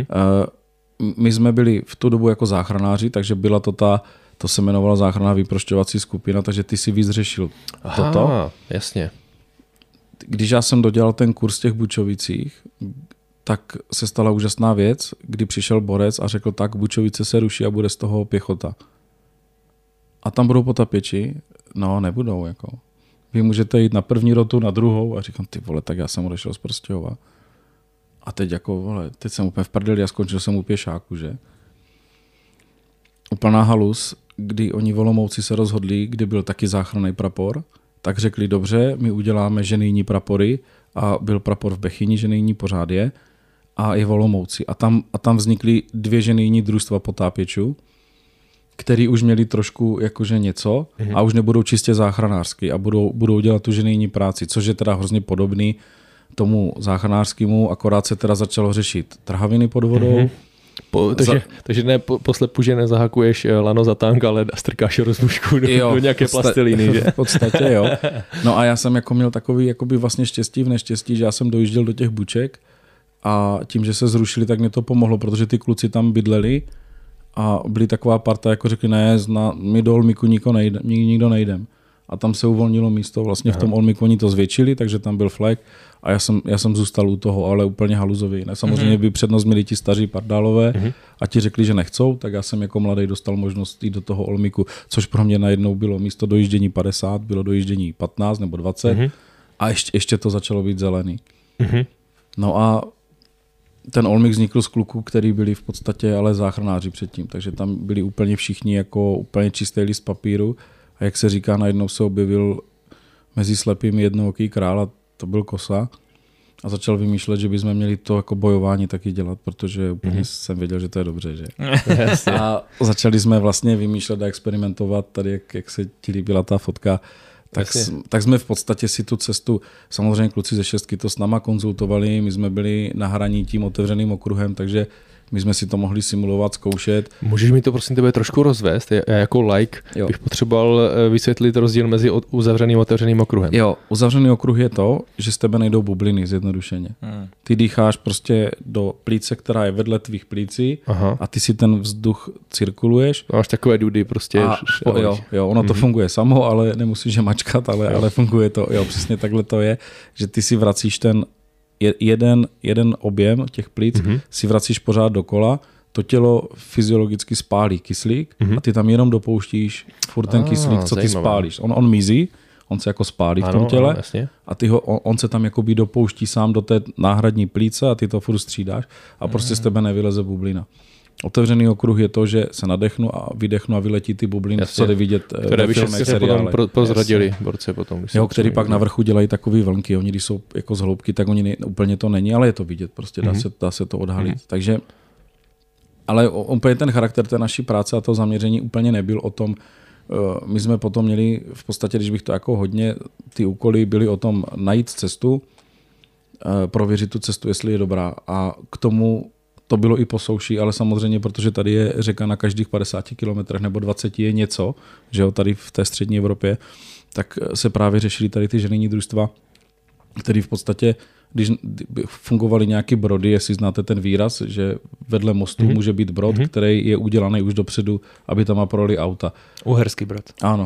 My jsme byli v tu dobu jako záchranáři, takže byla to se jmenovalo záchranná vyprošťovací skupina, takže ty si víc řešil toto. Jasně. Když já jsem dodělal ten kurz v těch Bučovicích, tak se stala úžasná věc, kdy přišel borec a řekl tak, Bučovice se ruší a bude z toho pěchota. A tam budou potapěči? No, nebudou. Jako. Vy můžete jít na první rotu, na druhou a říkám, ty vole, tak já jsem odešel z Prostějova. A teď jako, vole, teď jsem úplně v prdeli a skončil jsem u pěšáku, že? Úplná halus, kdy oni v Olomouci se rozhodli, kdy byl taky záchranný prapor, tak řekli, dobře, my uděláme ženijní prapory a byl prapor v Bechyni, ženijní pořád je a je v Olomouci. A tam vznikly 2 ženijní družstva potápěčů, který už měli trošku jakože něco a už nebudou čistě záchranářský a budou dělat tu ženijní práci, což je teda hrozně podobný tomu záchranářskému, akorát se teda začalo řešit trhaviny pod vodou. Takže ne po slepu, že nezahakuješ lano za tank, ale strkáš rozlušku do nějaké plastilíny, že? V podstatě jo. No a já jsem jako měl takový jakoby vlastně štěstí v neštěstí, že já jsem dojížděl do těch Buček a tím, že se zrušili, tak mě to pomohlo, protože ty kluci tam bydleli a byli taková parta, jako řekli, ne, my do Olmíku nikdo nejdem. A tam se uvolnilo místo, vlastně v tom Olmíku oni to zvětšili, takže tam byl flek a já jsem zůstal u toho, ale úplně haluzový. Ne? Samozřejmě by přednost měli ti staří pardálové a ti řekli, že nechcou, tak já jsem jako mladý dostal možnost jít do toho Olmíku, což pro mě najednou bylo místo dojíždění 50, bylo dojíždění 15 nebo 20 a ještě to začalo být zelený. No a ten Olmík vznikl z kluků, který byli v podstatě ale záchranáři předtím, takže tam byli úplně všichni jako úplně čistý list papíru a jak se říká, najednou se objevil mezi slepými jednooký král a to byl Kosa a začal vymýšlet, že bychom měli to jako bojování taky dělat, protože úplně jsem věděl, že to je dobře, že? A začali jsme vlastně vymýšlet a experimentovat tady, jak se ti líbila ta fotka, tak jsme v podstatě si tu cestu, samozřejmě kluci ze 6 to s náma konzultovali, my jsme byli na hraní tím otevřeným okruhem, takže my jsme si to mohli simulovat, zkoušet. Můžeš mi to prosím tebe trošku rozvést? Já jako like bych potřeboval vysvětlit rozdíl mezi uzavřeným a otevřeným okruhem. Jo, uzavřený okruh je to, že z tebe nejdou bubliny zjednodušeně. Ty dýcháš prostě do plíce, která je vedle tvých plící a ty si ten vzduch cirkuluješ. Máš takové dudy prostě. Jo, ono to funguje samo, ale nemusíš je mačkat, ale funguje to. Jo, přesně takhle to je, že ty si vracíš ten jeden objem těch plíc si vracíš pořád dokola, to tělo fyziologicky spálí kyslík a ty tam jenom dopouštíš furt ten kyslík, co ty spálíš. On mizí, on se jako spálí v tom těle a on se tam jakoby dopouští sám do té náhradní plíce a ty to furt střídáš a prostě z tebe nevyleze bublina. Otevřený okruh je to, že se nadechnu a vydechnu a vyletí ty bubliny, co jde vidět ve filmech, seriálech. Potom prozradili borci potom. Který pak na vrchu dělají takový vlnky. Oni, když jsou jako z hloubky, tak úplně to není, ale je to vidět. Prostě dá se to odhalit. Takže, ale úplně ten charakter té naší práce a to zaměření úplně nebyl o tom. My jsme potom měli v podstatě, když bych to jako hodně, ty úkoly byly o tom najít cestu, prověřit tu cestu, jestli je dobrá a k tomu to bylo i po souši, ale samozřejmě, protože tady je řeka na každých 50 kilometrech nebo 20 je něco, že jo, tady v té střední Evropě, tak se právě řešili tady ty ženijní družstva, které v podstatě, když fungovaly nějaký brody, jestli znáte ten výraz, že vedle mostu může být brod, který je udělaný už dopředu, aby tam projeli auta. Uherský brod. Ano.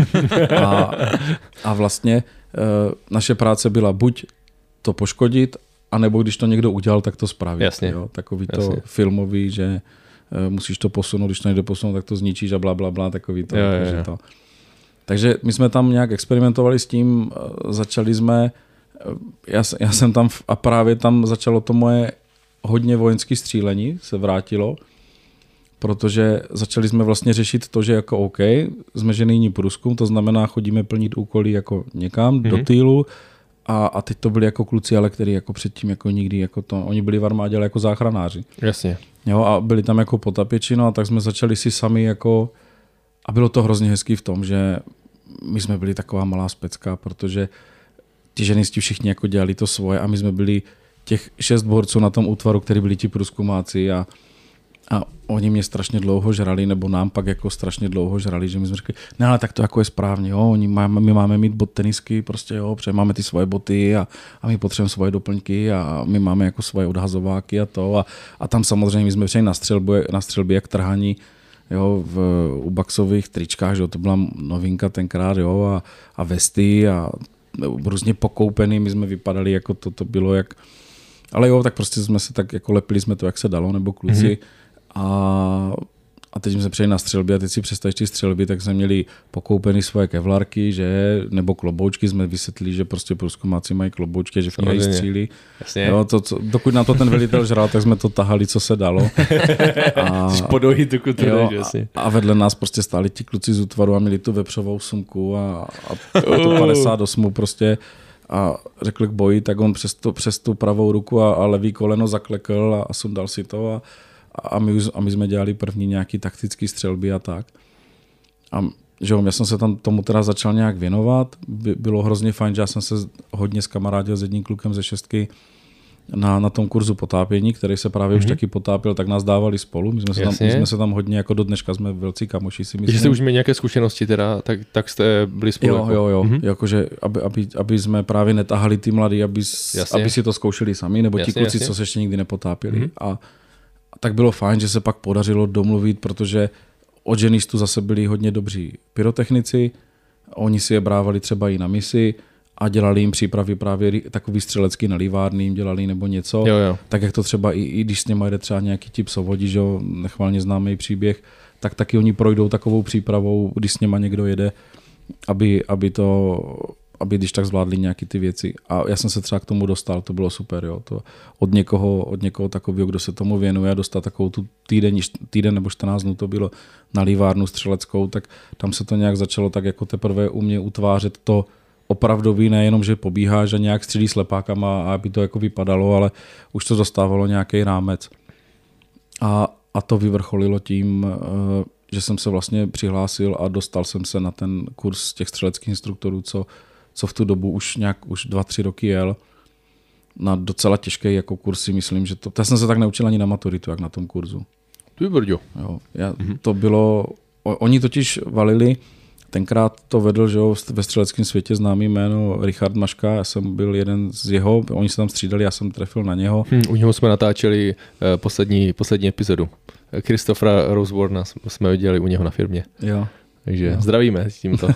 A vlastně naše práce byla buď to poškodit, a nebo když to někdo udělal, tak to spravit. Jasně. Jo? Takový to filmový, že musíš to posunout, když to nejde posunout, tak to zničíš a blablabla, takový to. Jo. Takže my jsme tam nějak experimentovali s tím, začali jsme Já jsem tam a právě tam začalo to moje hodně vojenské střílení, se vrátilo, protože začali jsme vlastně řešit to, že jako OK, jsme ženijní průzkum, to znamená chodíme plnit úkoly jako někam do týlu a teď to byli jako kluci, ale který jako předtím jako nikdy, jako to, oni byli v armádě ale jako záchranáři. Jasně. Jo, a byli tam jako potapěči, no a tak jsme začali si sami jako, a bylo to hrozně hezký v tom, že my jsme byli taková malá specka, protože ti ženisti všichni jako dělali to svoje a my jsme byli těch 6 borců na tom útvaru, který byli ti průzkumáci a oni mě strašně dlouho žrali, nebo nám pak jako strašně dlouho žrali, že my jsme řekli, ne, ale tak to jako je správně, jo, my máme mít bot tenisky, prostě jo, protože máme ty svoje boty a my potřebujeme svoje doplňky a my máme jako svoje odhazováky a to a tam samozřejmě my jsme přijeli na střelby jak trhaní, jo, u baxových tričkách, že jo, to byla novinka tenkrát, jo, a vesty a různě pokoupený, my jsme vypadali jako to bylo jak, ale jo, tak prostě jsme se tak jako lepili jsme to, jak se dalo, nebo kluci a teď jsme přijeli na střelby a teď si představíš ty střelby, tak jsme měli pokoupený svoje kevlarky, že, nebo kloboučky, jsme vysvětlili, že prostě průzkumáci mají kloboučky, že v nich střílí. Jo, dokud nám to ten velitel žral, tak jsme to tahali, co se dalo. A vedle nás prostě stáli ti kluci z útvaru a měli tu vepřovou sumku a tu 58 prostě a řekl k boji, tak on přes tu pravou ruku a levý koleno zaklekl a sundal si to a my jsme dělali první nějaký taktický střelby a tak. A že já jsem se tam tomu teda začal nějak věnovat. Bylo hrozně fajn, že já jsem se hodně skamarádil s jedním klukem ze 6 na tom kurzu potápění, který se právě už taky potápěl, tak nás dávali spolu. My jsme se tam hodně, jako do dneška jsme velcí kamoši, si myslím. Když jste už měli nějaké zkušenosti teda, tak jste byli spolu? Jo. Jakože, aby jsme právě netahali ty mladí, aby si to zkoušeli sami, nebo ti kluci, co se ještě nikdy nepotápěli. A tak bylo fajn, že se pak podařilo domluvit, protože od ženistů zase byli hodně dobří pyrotechnici, oni si je brávali třeba i na misi a dělali jim přípravy právě takový střelecký na livárny, jim dělali nebo něco. Jo. Tak jak to třeba i když s něma jde třeba nějaký tip sovodí, že jo, nechvalně známý příběh, tak taky oni projdou takovou přípravou, když s něma někdo jede, aby když tak zvládli nějaký ty věci. A já jsem se třeba k tomu dostal, to bylo super, jo. To od někoho takového, kdo se tomu věnuje a dostat takovou tu týden nebo 14 dnů to bylo na livárnu střeleckou, tak tam se to nějak začalo tak jako teprve u mě utvářet to opravdový, nejenom, že pobíháš a nějak střílí slepákama a aby to jako vypadalo, ale už to dostávalo nějaký rámec. A to vyvrcholilo tím, že jsem se vlastně přihlásil a dostal jsem se na ten kurz těch střeleckých instruktorů, co v tu dobu už 2-3 roky jel na docela těžký jako kursy, myslím, že to jsem se tak neučil ani na maturitu, jak na tom kurzu. Ty brďo. Jo, to bylo, oni totiž valili, tenkrát to vedl, že jo, ve střeleckém světě známý jméno Richard Maška, já jsem byl jeden z jeho, oni se tam střídali, já jsem trefil na něho. U něho jsme natáčeli poslední epizodu. Christophera Rosewarna jsme dělali u něho na firmě. Jo. Takže zdravíme tímto.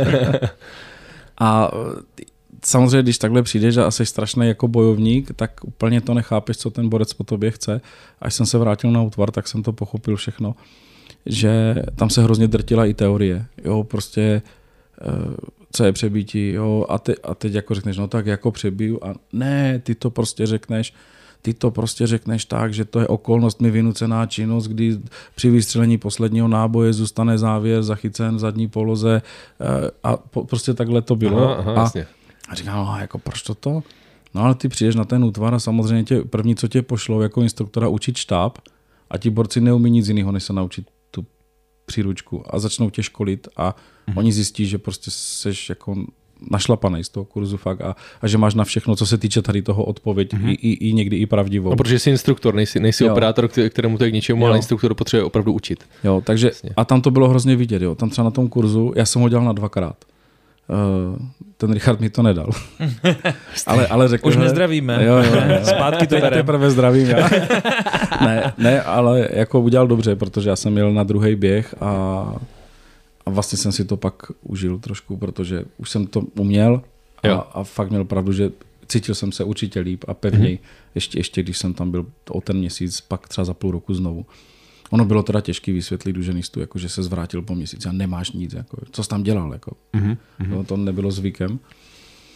A samozřejmě, když takhle přijdeš a jsi strašný jako bojovník, tak úplně to nechápeš, co ten borec po tobě chce. Až jsem se vrátil na útvar, tak jsem to pochopil všechno, že tam se hrozně drtila i teorie. Jo, prostě co je přebítí, jo, a teď jako řekneš, no tak jako přebiju a ne, ty to prostě řekneš tak, že to je okolnostmi vynucená činnost, kdy při vystřelení posledního náboje zůstane závěr zachycen v zadní poloze a prostě takhle to bylo. A říkám, no jako proč to? No ale ty přijdeš na ten útvar a samozřejmě první, co tě pošlou jako instruktora učit štáb a ti borci neumí nic jiného, než se naučit tu příručku a začnou tě školit a oni zjistí, že prostě seš jako našlapanej z toho kurzu fakt a že máš na všechno, co se týče tady toho odpověď i někdy i pravdivou. No, protože jsi instruktor, nejsi operátor, kterému to je k ničemu, ale instruktor potřebuje opravdu učit. Jo, takže a tam to bylo hrozně vidět, jo. Tam třeba na tom kurzu, já jsem ho dělal na 2krát. Ten Richard mi to nedal. ale řekl, už nezdravíme. Jo. Zpátky to bereme. Teprve zdravím. ne, ale jako udělal dobře, protože já jsem jel na druhý běh a vlastně jsem si to pak užil trošku, protože už jsem to uměl a fakt měl pravdu, že cítil jsem se určitě líp a pevněji, ještě když jsem tam byl o ten měsíc, pak třeba za půl roku znovu. Ono bylo teda těžké vysvětlit u ženistu, jako, že se zvrátil po měsíci a nemáš nic. Jako, co jsi tam dělal? Jako. To nebylo zvykem.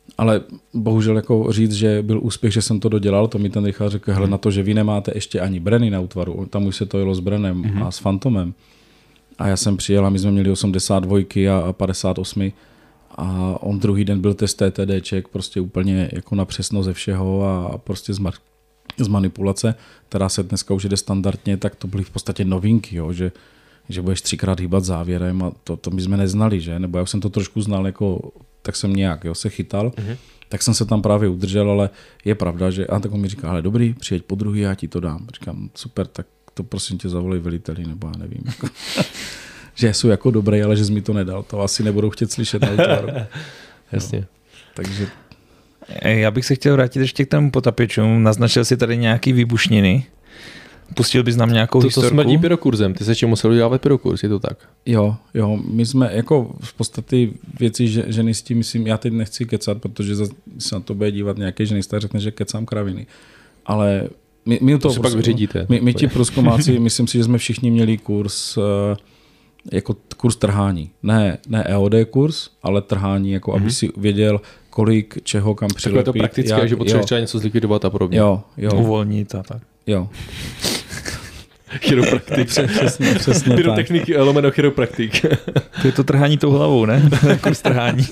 Ale bohužel jako říct, že byl úspěch, že jsem to dodělal, to mi ten Richard řekl, hele, na to, že vy nemáte ještě ani Brenny na útvaru, tam už se to jelo s Brennem a s Phantomem. A já jsem přijel a my jsme měli 82 a 58 a on druhý den byl test TTDček, prostě úplně jako na přesno ze všeho a prostě z manipulace, která se dneska už jde standardně, tak to byly v podstatě novinky, jo, že budeš 3krát hýbat závěrem a to my jsme neznali, že? Nebo já už jsem to trošku znal, jako, tak jsem nějak se chytal, tak jsem se tam právě udržel, ale je pravda, že a tak on mi říká, ale dobrý, přijeď po druhý, já ti to dám. Říkám, super, tak to prosím tě zavolej veliteli, nebo já nevím. Jako, že jsou jako dobrý, ale že jsi mi to nedal, to asi nebudou chtět slyšet na útvaru. Jasně. No, takže... Já bych se chtěl vrátit ještě k tomu potapičům. Naznačil si tady nějaký výbušniny. Pustil bys nám nějakou historku? To smrdí pyrokurzem. Ty se čemu musel udělat pyrokurs, je to tak? Jo, my jsme jako v podstatě věci ženistí, myslím, já teď nechci kecat, protože se na to bude dívat nějaký ženista, řekne, že kecám kraviny. Ale my to pak vyřídíte. My ti průzkumáci, myslím si, že jsme všichni měli kurz jako kurz trhání. Ne EOD kurz, ale trhání, jako aby si věděl, kolik čeho kam přilepit. Takhle to praktické, že potřebuješ třeba něco zlikvidovat a podobně. Jo. Uvolnit a tak. Jo. Chiropraktik. Přesně pyrotechnik lomeno chiropraktik. To je to trhání tou hlavou, ne? Kurz trhání.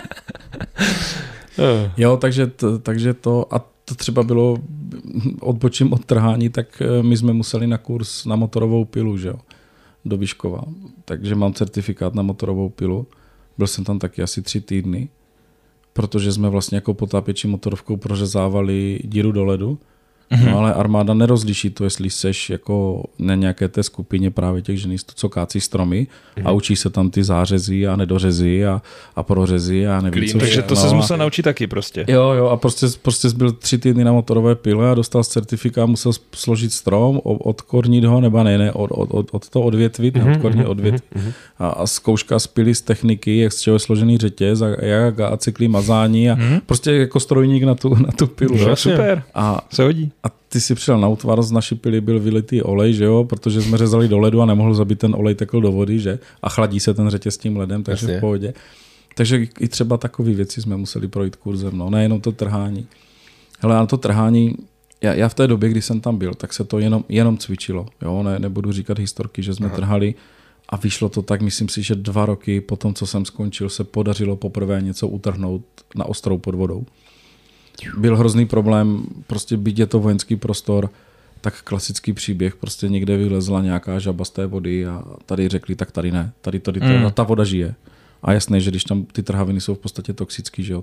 Jo, takže to a to třeba bylo, odbočím od trhání, tak my jsme museli na kurz na motorovou pilu, že jo, do Vyškova. Takže mám certifikát na motorovou pilu. Byl jsem tam taky asi 3 týdny, protože jsme vlastně jako potápěči motorovkou prořezávali díru do ledu. No ale armáda nerozliší to, jestli seš jako na nějaké té skupině právě těch ženistů, co kácí stromy a učí se tam ty zářezy a nedořezy a prořezy a nevím co. Takže to se musel naučit taky prostě. Jo a prostě byl 3 týdny na motorové pile a dostal certifikát, musel složit strom, odkornit ho, nebo ne, od toho odvětvit, odkornit odvětvit. A zkouška z pily z techniky, jak z čeho je složený řetěz a cyklí mazání a prostě jako strojník na tu pilu. Jo, super, se hodí. A ty si přijel na útvar, z naší pily byl vylitý olej, že jo, protože jsme řezali do ledu a nemohl zabít ten olej, tekl do vody, že? A chladí se ten řetěz s tím ledem, takže v pohodě. Takže i třeba takové věci jsme museli projít kurzem, no, nejenom to trhání. Hele, na to trhání, já v té době, kdy jsem tam byl, tak se to jenom cvičilo, jo, nebudu říkat historky, že jsme trhali a vyšlo to tak, myslím si, že 2 roky po tom, co jsem skončil, se podařilo poprvé něco utrhnout na ostrou pod vodou. Byl hrozný problém, prostě byť je to vojenský prostor, tak klasický příběh, prostě někde vylezla nějaká žaba z té vody a tady řekli, tak tady ne, tady ta voda žije. A jasné, že když tam ty trhaviny jsou v podstatě toxický, že jo,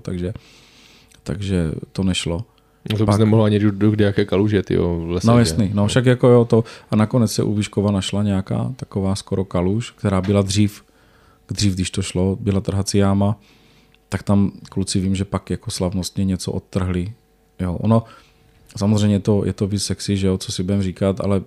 takže to nešlo. No to bys nemohl ani do nějaké kaluže, tyjo, v lese. No jasný, no však jako jo to. A nakonec se u Vyškova našla nějaká taková skoro kaluž, která byla dřív, když to šlo, byla trhací jáma, tak tam kluci vím, že pak jako slavnostně něco odtrhli. Jo, ono, samozřejmě je to víc sexy, že jo, co si budeme říkat, ale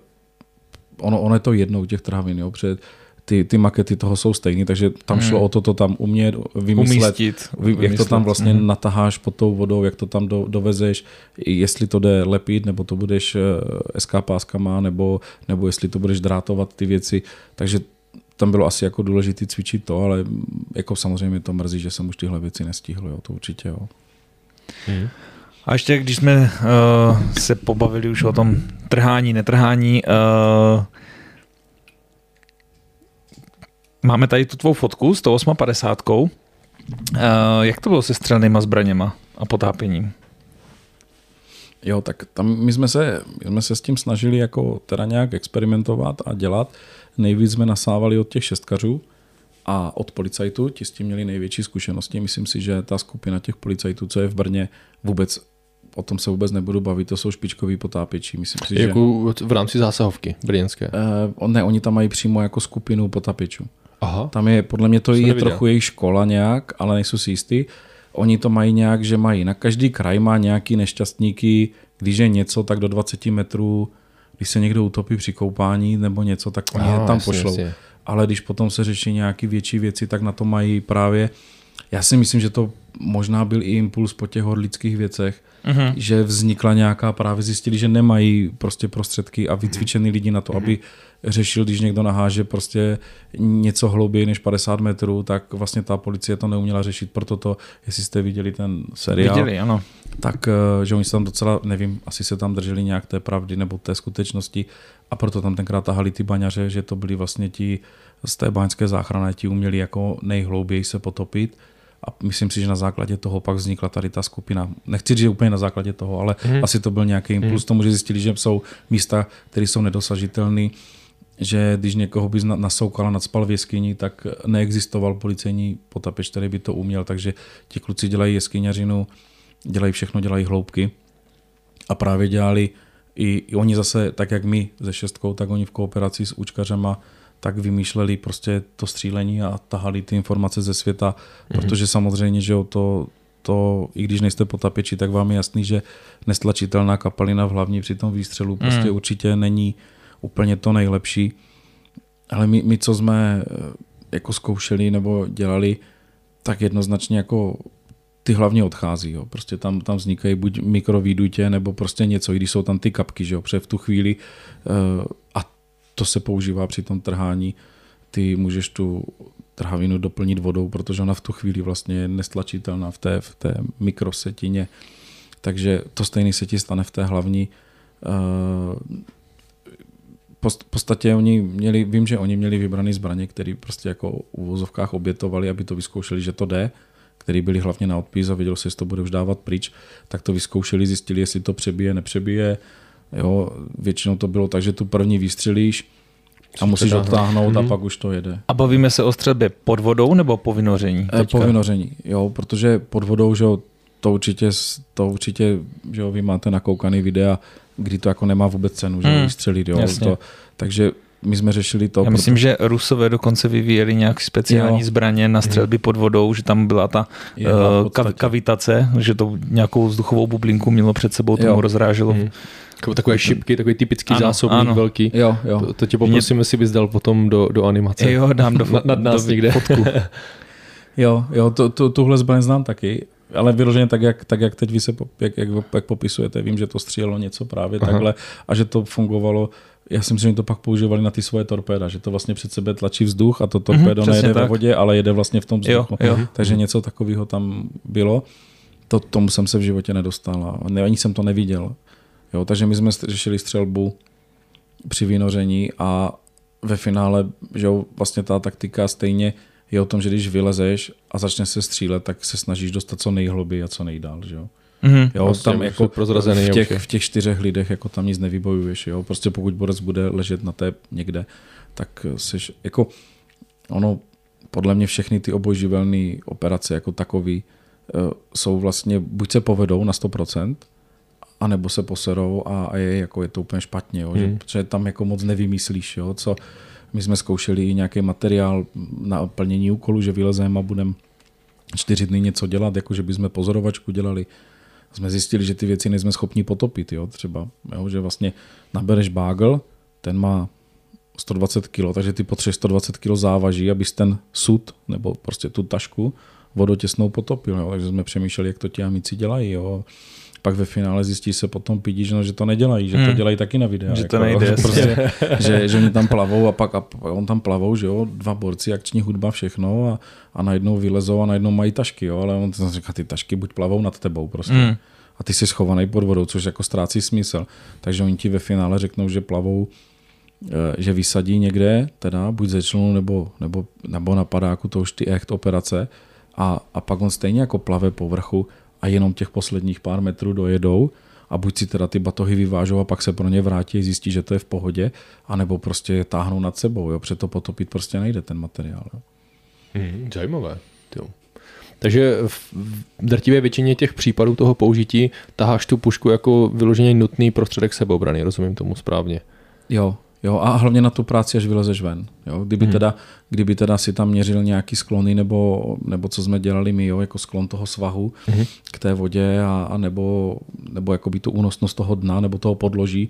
ono je to jednou těch trhavin, jo, protože ty makety toho jsou stejný, takže tam šlo o to tam umět, vymyslet, jak to tam vlastně nataháš pod tou vodou, jak to tam dovezeš, jestli to jde lepit, nebo to budeš SK páskama, nebo jestli to budeš drátovat ty věci, takže tam bylo asi jako důležité cvičit to, ale jako samozřejmě mě to mrzí, že jsem už tyhle věci nestihl, jo, to určitě, jo. A ještě, když jsme se pobavili už o tom trhání, netrhání, máme tady tu tvou fotku s tou 850. Jak to bylo se střelnýma zbraněma a potápěním? Jo, tak tam my jsme se s tím snažili jako teda nějak experimentovat a dělat. Nejvíc jsme nasávali od těch šestkařů a od policajtů, ti s tím měli největší zkušenosti. Myslím si, že ta skupina těch policajtů, co je v Brně, vůbec o tom se vůbec nebudu bavit, to jsou špičkoví potápěči. Myslím si, jako v rámci zásahovky brněnské? Ne, oni tam mají přímo jako skupinu potápěčů. Aha. Tam je, podle mě to je trochu jejich škola nějak, ale nejsou si jistý. Oni to mají nějak, že mají, na každý kraj má nějaký nešťastníky, když je něco, tak do 20 metrů, když se někdo utopí při koupání nebo něco, tak oni je tam pošlou. Ale když potom se řeší nějaké větší věci, tak na to mají právě, já si myslím, že to možná byl i impuls po těch horlických věcech, že vznikla nějaká, právě zjistili, že nemají prostě prostředky a vycvičený lidi na to, aby řešil, když někdo naháže prostě něco hlouběji než 50 metrů, tak vlastně ta policie to neuměla řešit, proto to, jestli jste viděli ten seriál, viděli, ano. tak, že oni se tam docela, nevím, asi se tam drželi nějak té pravdy nebo té skutečnosti a proto tam tenkrát tahali ty baňaře, že to byli vlastně ti z té báňské záchrany, ti uměli jako nejhlouběji se potopit. A myslím si, že na základě toho pak vznikla tady ta skupina. Nechci říct, že úplně na základě toho, ale asi to byl nějaký impuls tomu, že zjistili, že jsou místa, které jsou nedosažitelné, že když někoho by nasoukal a nacpal v jeskyni, tak neexistoval policejní potapeč, který by to uměl, takže ti kluci dělají jeskyňařinu, dělají všechno, dělají hloubky a právě dělali i oni zase, tak jak my se šestkou, tak oni v kooperaci s účkařema tak vymýšleli prostě to střílení a tahali ty informace ze světa, protože samozřejmě, že to, i když nejste potapeči, tak vám je jasný, že nestlačitelná kapalina v hlavní při tom výstřelu prostě určitě není úplně to nejlepší. Ale my co jsme jako zkoušeli nebo dělali, tak jednoznačně jako ty hlavně odchází. Jo. Prostě tam vznikají buď mikrovýdutě, nebo prostě něco, i když jsou tam ty kapky, že jo, protože v tu chvíli a to se používá při tom trhání. Ty můžeš tu trhavinu doplnit vodou, protože ona v tu chvíli vlastně je nestlačitelná v té mikrosetině. Takže to stejné se ti stane v té hlavní. V podstatě vím, že oni měli vybrané zbraně, které prostě jako v uvozovkách obětovali, aby to vyzkoušeli, že to jde, který byli hlavně na odpis a vědělo se, jestli to bude už dávat pryč, tak to vyzkoušeli, zjistili, jestli to přebije, nepřebije. Jo, většinou to bylo tak, že tu první vystřelíš a musíš odtáhnout a pak už to jede. A bavíme se o střelbě pod vodou nebo po vynoření? Po vynoření, jo, protože pod vodou, že jo, to určitě, že jo, vy máte nakoukaný videa, kdy to jako nemá vůbec cenu, že vystřelit, jo. Takže my jsme řešili to. Já myslím, že Rusové dokonce vyvíjeli nějak speciální zbraně na střelby pod vodou, že tam byla ta kavitace, že to nějakou vzduchovou bublinku mělo před sebou, tomu rozráželo. Takové šipky, takový typický zásobník velký. Jo. To tě poprosím, jestli bys dal potom do animace. Jo, dám nad nás někde. Fotku. jo, tuhle zbraň znám taky, ale vyloženě tak, jak teď vy se jak popisujete, vím, že to střílelo něco právě takhle a že to fungovalo. Já si myslím, že to pak používali na ty svoje torpéda, že to vlastně před sebe tlačí vzduch a to torpédo nejede ve vodě, ale jede vlastně v tom vzduchu. Jo. Takže něco takového tam bylo. Tomu jsem se v životě nedostal a ani jsem to neviděl. Jo, takže my jsme řešili střelbu při vynoření a ve finále, že jo, vlastně ta taktika stejně je o tom, že když vylezeš a začneš se střílet, tak se snažíš dostat co nejhluběji a co nejdál, že jo. Jo, vlastně tam jako v těch 4 lidech jako tam nic nevybojuješ, jo. Prostě pokud borec bude ležet na té někde, tak seš jako ono, podle mě všechny ty obojživelné operace jako takový jsou vlastně, buď se povedou na 100%, anebo se poserou a je to úplně špatně, jo, že tam jako moc nevymyslíš, jo, co my jsme zkoušeli i nějaký materiál na plnění úkolu, že vylezeme a budeme 4 dny něco dělat, jako že bychom pozorovačku dělali. Jsme zjistili, že ty věci nejsme schopni potopit, jo, třeba, jo, že vlastně nabereš bágl, ten má 120 kg, takže ty potřebuješ 120 kg závaží, abys ten sud nebo prostě tu tašku vodotěsnou potopil, jo, takže jsme přemýšleli, jak to ti amici dělají, jo. Pak ve finále zjistí se potom pídí, že to nedělají, že to dělají taky na videa. Že to nejde. Prostě, že oni tam plavou a pak on tam plavou, že jo, 2 borci, akční hudba, všechno a najednou vylezou a najednou mají tašky, jo, ale on říká, ty tašky buď plavou nad tebou prostě. A ty jsi schovaný pod vodou, což jako ztrácí smysl. Takže oni ti ve finále řeknou, že plavou, že vysadí někde, teda buď ze člunu nebo na padáku, to už ty echt operace a pak on stejně jako plave po vrchu a jenom těch posledních pár metrů dojedou a buď si teda ty batohy vyvážou a pak se pro ně vrátí a zjistí, že to je v pohodě, anebo prostě je táhnou nad sebou, jo, protože to potopit prostě nejde ten materiál. Jo. Zajímavé. Jo. Takže v drtivé většině těch případů toho použití taháš tu pušku jako vyloženě nutný prostředek sebeobrany, rozumím tomu správně. Jo, a hlavně na tu práci, až vylezeš ven. Jo. Kdyby teda si tam měřil nějaký sklony nebo co jsme dělali my, jo, jako sklon toho svahu k té vodě a nebo jakoby tu únosnost toho dna nebo toho podloží.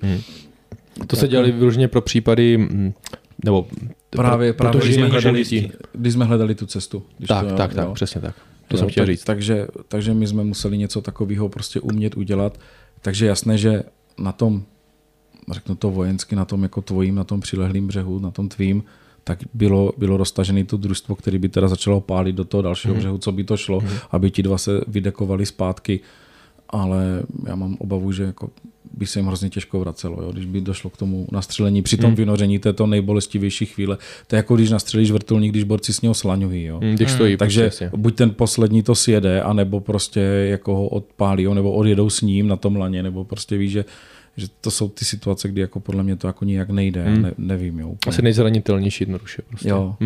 To se dělali vyloženě pro případy, nebo právě když jsme hledali tu cestu. Tak, přesně tak. To jsem chtěl říct. Takže my jsme museli něco takového prostě umět udělat. Takže jasné, že na tom, řeknu to vojensky, na tom jako tvojím, na tom přilehlým břehu, na tom tvým, tak bylo roztažené to družstvo, které by teda začalo pálit do toho dalšího břehu, co by to šlo, aby ti dva se vydekovali zpátky. Ale já mám obavu, že jako by se jim hrozně těžko vracelo, jo? Když by došlo k tomu nastřelení při tom vynoření této nejbolestivější chvíle. To je jako když nastřelíš vrtulník, když borci s něho slaňují. Jo? Takže buď ten poslední to sjede, anebo prostě jako ho odpálí, nebo odjedou s ním na tom laně, nebo prostě víš, že to jsou ty situace, kdy jako podle mě to jako nijak nejde. Nevím. Jo, asi nejzranitelnější jednoduše. Prostě.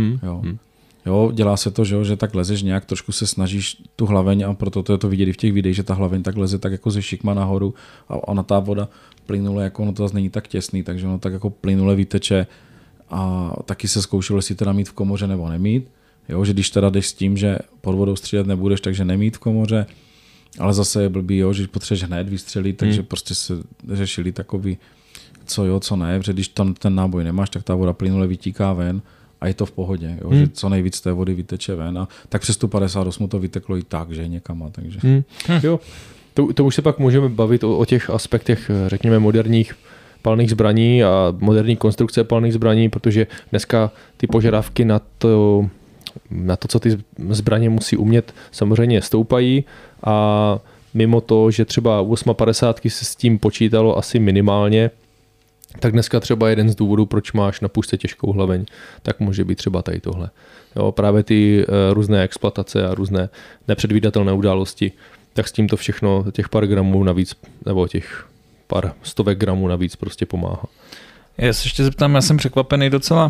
Jo, dělá se to, že tak lezeš nějak, trošku se snažíš tu hlaveň a proto to je to vidět i v těch videích, že ta hlaveň tak leze tak jako ze šikma nahoru a ona ta voda plynule, jako ono to zase není tak těsný, takže ono tak jako plynule vyteče a taky se zkoušelo, jestli teda mít v komoře nebo nemít. Jo, že když teda jdeš s tím, že pod vodou střílet nebudeš, takže nemít v komoře, ale zase je blbý, jo, že potřebuješ hned vystřelit, takže prostě se řešili takový co jo, co ne, protože když tam ten náboj nemáš, tak ta voda plynule vytíká ven a je to v pohodě, jo, že co nejvíc té vody vyteče ven a tak přes tu 58 to vyteklo i tak, že někam. Takže. Jo, to už se pak můžeme bavit o těch aspektech, řekněme, moderních palných zbraní a moderní konstrukce palných zbraní, protože dneska ty požadavky na to, co ty zbraně musí umět, samozřejmě stoupají a mimo to, že třeba u 58 se s tím počítalo asi minimálně, tak dneska třeba jeden z důvodů, proč máš na pušce těžkou hlaveň, tak může být třeba tady tohle. Jo, právě ty různé exploatace a různé nepředvídatelné události, tak s tímto všechno těch pár gramů navíc, nebo těch pár stovek gramů navíc prostě pomáhá. Já se ještě zeptám, já jsem překvapený docela,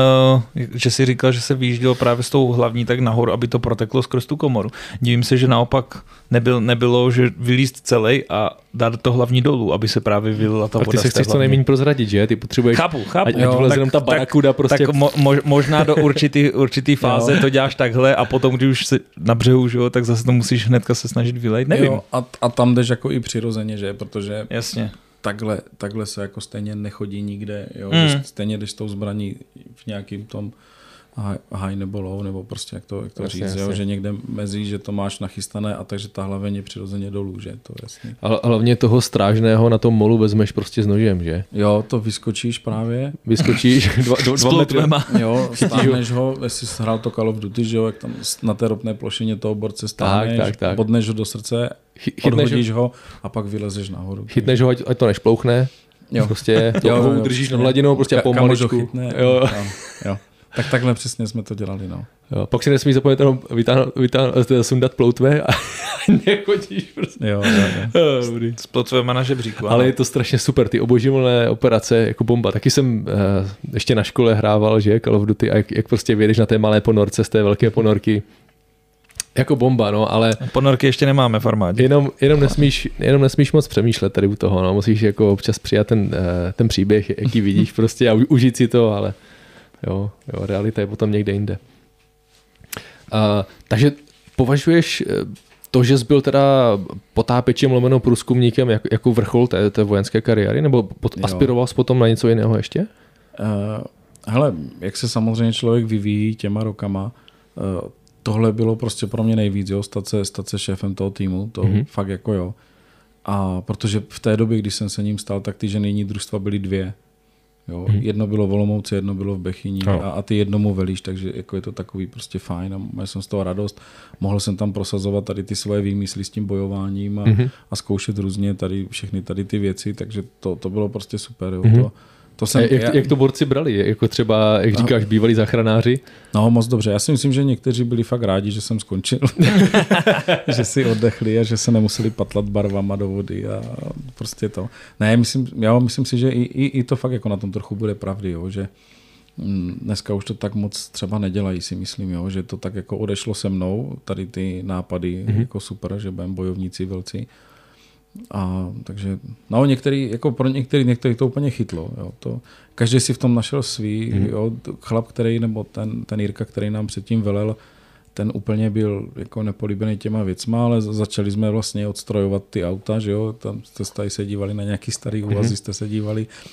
že si říkal, že se vyjíždělo právě s tou hlavní tak nahoru, aby to proteklo skrz tu komoru. Divím se, že naopak nebylo, že vylízt celý a dát to hlavní dolů, aby se právě vylila ta voda. Ty se chceš co nejméně prozradit, že? Ty potřebuješ, chápu. ať vleze jenom ta barakuda prostě. Tak možná do určitý fáze to děláš takhle a potom, když už se na břehu, že jo, tak zase to musíš hnedka se snažit vylejt, nevím. Jo, a tam jdeš jako i přirozeně, že? Protože jasně. Takhle se jako stejně nechodí nikde, jo? Stejně jdeš s tou zbraní v nějakým tom high nebo low, nebo prostě jak to jasně, říct, jo? Že někde mezi, že to máš nachystané a takže ta hlaveň je přirozeně dolů, že to jasný. Ale hlavně toho strážného na tom molu vezmeš prostě s nožem, že? Jo, to vyskočíš právě. Vyskočíš 2 metry. Jo, stáhneš ho, jestli jsi hrál to Call of Duty, že jo, jak tam na té ropné plošině toho borce stáhneš, tak. Bodneš ho do srdce, odhodíš ho a pak vylezeš nahoru. Chytneš ho, ať to nešplouchne. Jo. Prostě ho udržíš nad hladinou, prostě pomaličku. Jo. Tak takhle přesně jsme to dělali, no. Jo, pak si nesmíš zapomenout sundat ploutve a nechodíš prostě. Jo. S ploutvema na žebříku. Ale je to strašně super, ty obojživelné operace jako bomba. Taky jsem ještě na škole hrával, že Call of Duty a jak prostě vyjedeš na té malé ponorce z té velké ponorky. Jako bomba, no, ale... Ponorky ještě nemáme v armádě. Jenom nesmíš moc přemýšlet tady u toho, no. Musíš jako občas přijat ten příběh, jaký vidíš prostě a užít si to, ale jo, realita je potom někde jinde. Takže považuješ to, že jsi byl teda potápěčem lomeno průzkumníkem jako vrchol té vojenské kariéry, nebo aspiroval jsi potom na něco jiného ještě? Hele, jak se samozřejmě člověk vyvíjí těma rokama, tohle bylo prostě pro mě nejvíc, jo, stát se šéfem toho týmu, to fakt jako jo. A protože v té době, když jsem se ním stal, tak ty ženijní družstva byly 2. Jo. Jedno bylo v Olomouci, jedno bylo v Bechyni a ty jednomu velíš, takže jako je to takový prostě fajn a měl jsem z toho radost. Mohl jsem tam prosazovat tady ty svoje výmysly s tím bojováním a zkoušet různě všechny tady ty věci, takže to bylo prostě super. Jo. Jak to borci brali? Jako třeba, jak říkáš, bývalí záchranáři? No moc dobře. Já si myslím, že někteří byli fakt rádi, že jsem skončil. Že si oddechli a že se nemuseli patlat barvama do vody a prostě to. Ne, myslím si, že i to fakt jako na tom trochu bude pravdy, jo, že dneska už to tak moc třeba nedělají, si myslím, jo, že to tak jako odešlo se mnou, tady ty nápady jako super, že budeme bojovníci velcí. A takže, no jako pro některý to úplně chytlo. Jo, každý si v tom našel svý, jo, chlap, který, nebo ten Jirka, který nám předtím velel, ten úplně byl jako nepolíbený těma věcma, ale začali jsme vlastně odstrojovat ty auta, že jo, tam jste se dívali na nějaký starý úvazy, jste se dívali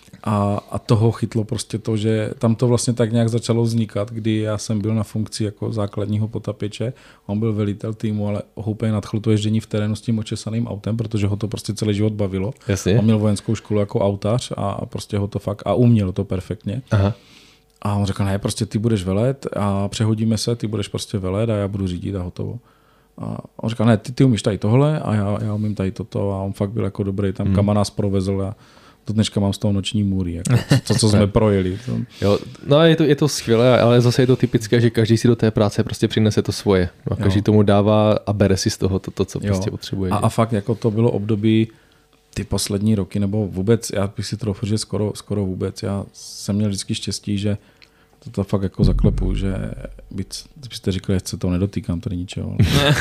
A toho chytlo prostě to, že tam to vlastně tak nějak začalo vznikat, kdy já jsem byl na funkci jako základního potapěče, on byl velitel týmu, ale hloupě nadchl to ježdění v terénu s tím očesaným autem, protože ho to prostě celý život bavilo. Jasně. On měl vojenskou školu jako autář a prostě ho to fakt a uměl to perfektně. Aha. A on řekl, ne, prostě ty budeš velet a přehodíme se, ty budeš prostě velet a já budu řídit a hotovo. A on říkal, ne, ty umíš tady tohle a já umím tady toto a on fakt byl jako dobrý, tam kam nás provezl a do dneška mám z toho noční můry, jako to, co jsme projeli. Jo, no je to skvělé, ale zase je to typické, že každý si do té práce prostě přinese to svoje. A každý tomu dává a bere si z toho to co prostě potřebuje. A fakt jako to bylo období ty poslední roky, nebo vůbec, já bych si trochu, že skoro vůbec. Já jsem měl vždycky štěstí, že to fakt jako zaklepu, že byste říkali, že se to nedotýkám, tady ničeho.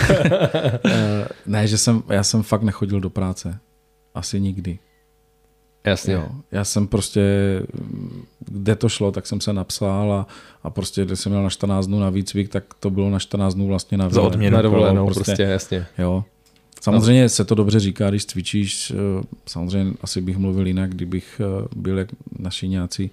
Ne, že já jsem fakt nechodil do práce. Asi nikdy. Jasně. Jo. Já jsem prostě, kde to šlo, tak jsem se napsal a prostě, když jsem měl na 14 dnů na výcvik, tak to bylo na 14 dnů vlastně na dovolenou, prostě jasně. Jo. Samozřejmě se to dobře říká, když cvičíš, samozřejmě asi bych mluvil jinak, kdybych byl jak naši nějací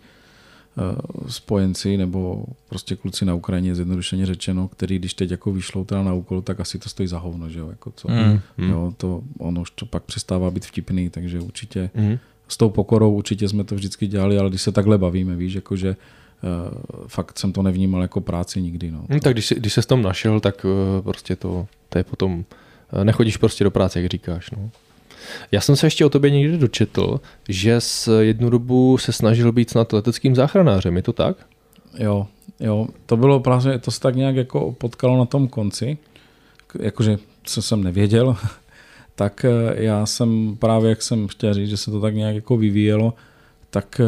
spojenci nebo prostě kluci na Ukrajině, zjednodušeně řečeno, který když teď jako vyšlou teda na úkol, tak asi to stojí za hovno, že jo, jako co. Jo, to ono už to pak přestává být vtipný, takže určitě s tou pokorou určitě jsme to vždycky dělali, ale když se takhle bavíme, víš, jakože fakt jsem to nevnímal jako práci nikdy. No. Tak když se s tom našel, tak prostě to je potom, nechodíš prostě do práce, jak říkáš. No. Já jsem se ještě o tobě někdy dočetl, že jednu dobu se snažil být snad leteckým záchranářem, je to tak? Jo, to bylo právě, to se tak nějak jako potkalo na tom konci, jakože co jsem nevěděl, tak já jsem právě, jak jsem chtěl říct, že se to tak nějak jako vyvíjelo, tak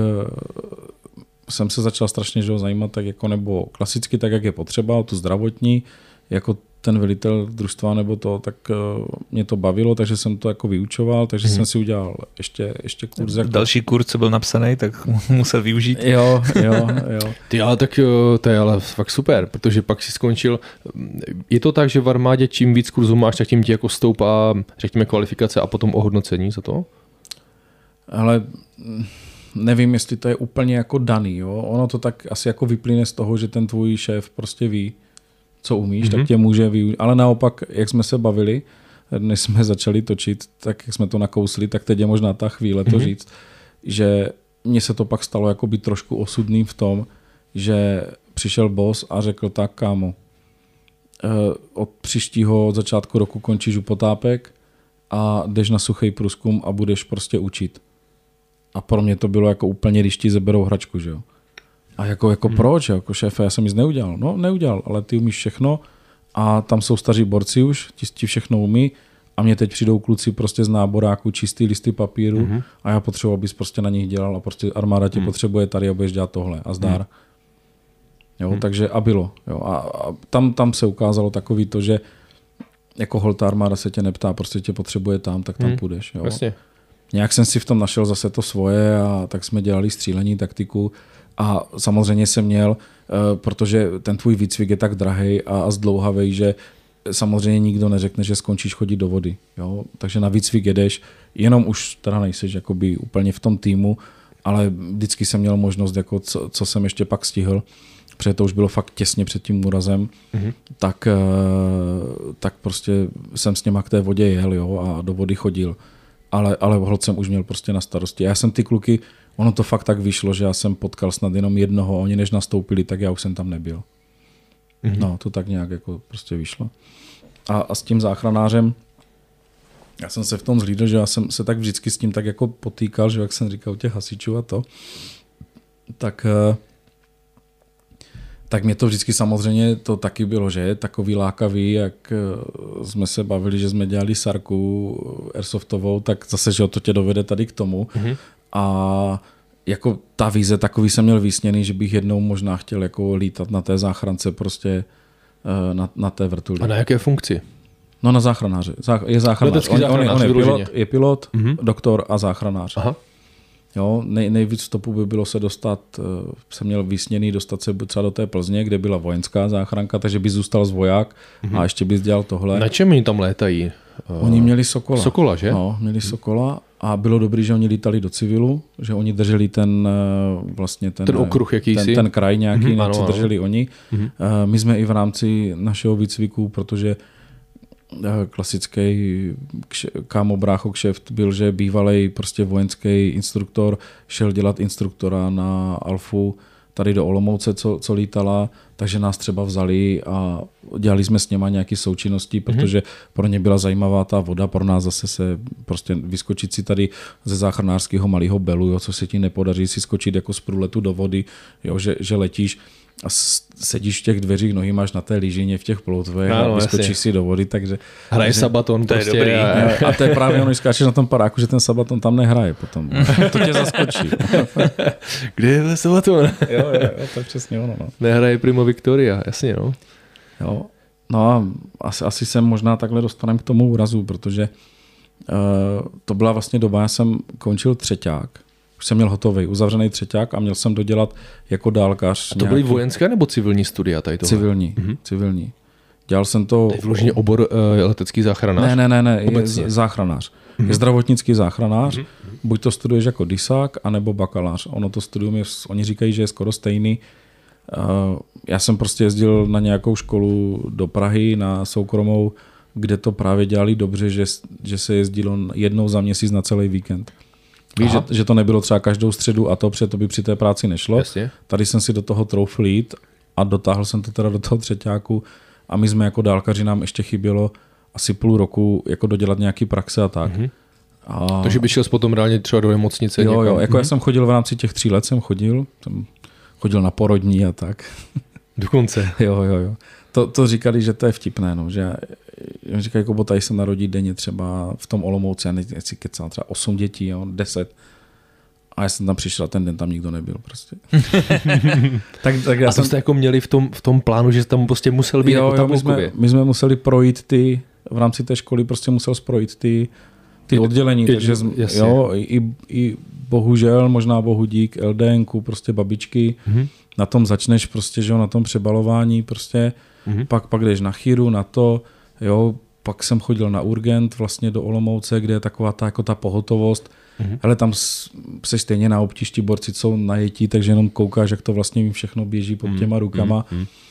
jsem se začal strašně zajímat tak jako, nebo klasicky tak, jak je potřeba, o tu zdravotní, jako ten velitel družstva nebo to, tak mě to bavilo, takže jsem to jako vyučoval, takže jsem si udělal ještě kurz. Jako... Další kurz, co byl napsaný, tak musel využít. Jo. Ty, ale tak to je ale fakt super, protože pak si skončil. Je to tak, že v armádě čím víc kurzů máš, tak tím ti jako stoupá, řekněme, kvalifikace a potom ohodnocení za to? Ale nevím, jestli to je úplně jako daný. Jo? Ono to tak asi jako vyplyne z toho, že ten tvůj šéf prostě ví, co umíš, tak tě může využít. Ale naopak, jak jsme se bavili, než jsme začali točit, tak jak jsme to nakousli, tak teď je možná ta chvíle to říct, že mně se to pak stalo jako být trošku osudným v tom, že přišel boss a řekl tak, kámo, od příštího začátku roku končíš u potápek a jdeš na suchý průzkum a budeš prostě učit. A pro mě to bylo jako úplně, když ti zeberou hračku, že jo. A jako proč? Jako šéfe, já jsem nic neudělal. No, neudělal, ale ty umíš všechno a tam jsou staří borci už, ti všechno umí a mě teď přijdou kluci prostě z náboráku, čistý listy papíru a já potřebuji, abys prostě na nich dělal a prostě armáda tě potřebuje tady a budeš dělat tohle a zdár. Jo, takže a bylo. Jo, a tam se ukázalo takový to, že jako holta armáda se tě neptá, prostě tě potřebuje tam, tak tam půjdeš. Jo. Vlastně. Nějak jsem si v tom našel zase to svoje a tak jsme dělali střílení, taktiku. A samozřejmě jsem měl, protože ten tvůj výcvik je tak drahej a zdlouhavej, že samozřejmě nikdo neřekne, že skončíš chodit do vody. Jo? Takže na výcvik jedeš, jenom už teda nejseš jakoby úplně v tom týmu, ale vždycky jsem měl možnost, jako co jsem ještě pak stihl, protože to už bylo fakt těsně před tím úrazem, tak prostě jsem s něma k té vodě jel, jo? A do vody chodil. Ale hlod jsem už měl prostě na starosti. Já jsem ty kluky, ono to fakt tak vyšlo, že já jsem potkal snad jenom jednoho, oni než nastoupili, tak já už jsem tam nebyl. No, to tak nějak jako prostě vyšlo. A s tím záchranářem, já jsem se v tom zhlídl, že já jsem se tak vždycky s tím tak jako potýkal, že jak jsem říkal těch hasičů a to, tak mě to vždycky samozřejmě to taky bylo, že je takový lákavý, jak jsme se bavili, že jsme dělali sarku airsoftovou, tak zase, že to tě dovede tady k tomu. A jako ta vize, takový jsem měl vysněný, že bych jednou možná chtěl jako lítat na té záchrance prostě na té vrtuli. A na jaké funkci? No na záchranáře. Je záchranář. On je pilot, doktor a záchranář. Aha. Jo, nejvíc stopu by bylo se dostat, jsem měl vysněný dostat se třeba do té Plzně, kde byla vojenská záchranka, takže bys zůstal z voják a ještě bys dělal tohle. Na čem oni tam létají? Oni měli Sokola. Sokola, že? No, měli Sokola A bylo dobré, že oni lítali do civilu, že oni drželi ten okruh jakýsi. Ten kraj nějaký, co drželi oni. My jsme i v rámci našeho výcviku, protože klasický kámo brácho kšeft byl, že bývalý prostě vojenský instruktor šel dělat instruktora na Alfu tady do Olomouce, co lítala, takže nás třeba vzali a dělali jsme s něma nějaké součinnosti, protože pro ně byla zajímavá ta voda, pro nás zase se prostě vyskočit si tady ze záchranářského malého belu, jo, co se ti nepodaří si skočit jako z průletu do vody, jo, že letíš a sedíš v těch dveřích, nohy máš na té lyžině v těch ploutvech a vyskočíš si do vody, takže... Hraje sabaton to prostě. Je dobrý. A to je právě ono, když skáčeš na tom padáku, že ten sabaton tam nehraje potom. To tě zaskočí. Kde je sabaton? jo, to je přesně ono. No. Nehraje Primo Victoria, jasně, no. Jo. No a asi se možná takhle dostaneme k tomu úrazu, protože to byla vlastně doba, já jsem končil třeťák. Už jsem měl hotový, uzavřený třeťák a měl jsem dodělat jako dálkař. A to byly vojenské nebo civilní studia tady toho? Civilní. Dělal jsem to... Je vloženě obor letecký záchranář? Ne, je záchranář. Je zdravotnický záchranář. Buď to studuješ jako disák, anebo bakalář. Ono to studium oni říkají, že je skoro stejný. Já jsem prostě jezdil na nějakou školu do Prahy, na soukromou, kde to právě dělali dobře, že se jezdilo jednou za měsíc na celý víkend. Víš, že to nebylo třeba každou středu a to by při té práci nešlo. Jasně. Tady jsem si do toho troufl jít a dotáhl jsem to teda do toho třeťáku a my jsme jako dálkaři, nám ještě chybělo asi půl roku jako dodělat nějaký praxe a tak. Takže by šel potom reálně třeba do nemocnice? Jo, jako já jsem chodil v rámci těch 3 let, jsem chodil na porodní a tak. Dokonce? Jo. To říkali, že to je vtipné, no, že říkají, jako tady se narodí denně třeba v tom Olomouci, já nechci kecám, třeba 8 dětí, jo, 10. A já jsem tam přišel a ten den tam nikdo nebyl prostě. tak já a to jste jako měli v tom plánu, že tam prostě musel být jako tabulkově? My jsme museli projít v rámci té školy prostě musel projít ty oddělení, takže jo, i bohužel, možná bohu dík, LDNku, prostě babičky, na tom začneš prostě, že jo, na tom přebalování prostě, pak jdeš na chýru, na to, jo, pak jsem chodil na urgent vlastně do Olomouce, kde je taková ta pohotovost, ale tam se stejně na obtišti, borci jsou najetí, takže jenom koukáš, jak to vlastně jim všechno běží pod těma rukama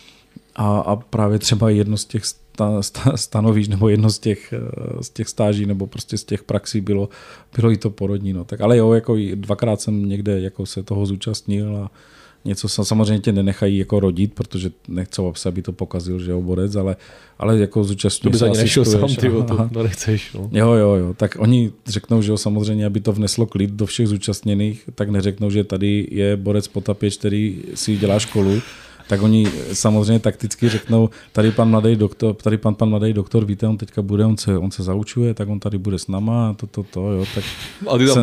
a právě třeba jedno z těch stanovíš, nebo jedno z těch stáží, nebo prostě z těch praxí bylo i to porodní. No. Tak, ale jo, jako 2krát jsem někde jako se toho zúčastnil a něco samozřejmě tě nenechají jako rodit, protože nechcou, aby to pokazil, že jo, borec, ale jako zúčastňuji se. To by za nešel sám, to nechceš. No. Jo, tak oni řeknou, že jo, samozřejmě, aby to vneslo klid do všech zúčastněných, tak neřeknou, že tady je borec potapěč, který si dělá školu, tak oni samozřejmě takticky řeknou, tady pan mladý doktor, víte, on teďka bude, on se zaučuje, tak on tady bude s náma, jo, tak... A ty tam,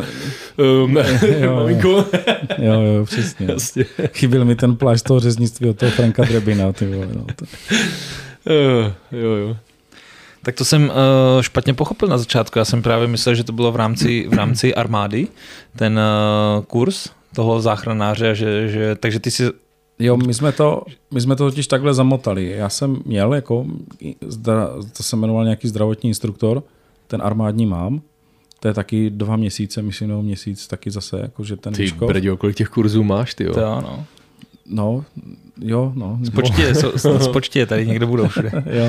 maminko. Jo, přesně. Jasně. Chyběl mi ten plášť toho řeznictví od toho Franka Drebina, ty vole, no. Jo. Tak to jsem špatně pochopil na začátku, já jsem právě myslel, že to bylo v rámci armády, ten kurz toho záchranáře, takže ty si... Jo, my jsme to totiž takhle zamotali. Já jsem měl to se jmenoval nějaký zdravotní instruktor, ten armádní mám, to je taky 2 měsíce, myslím, nebo měsíc, taky zase, jakože ten Ty brďo, kolik těch kurzů máš, ty jo? To ano. No. Spočti je, tady někdo budou všude. Jo.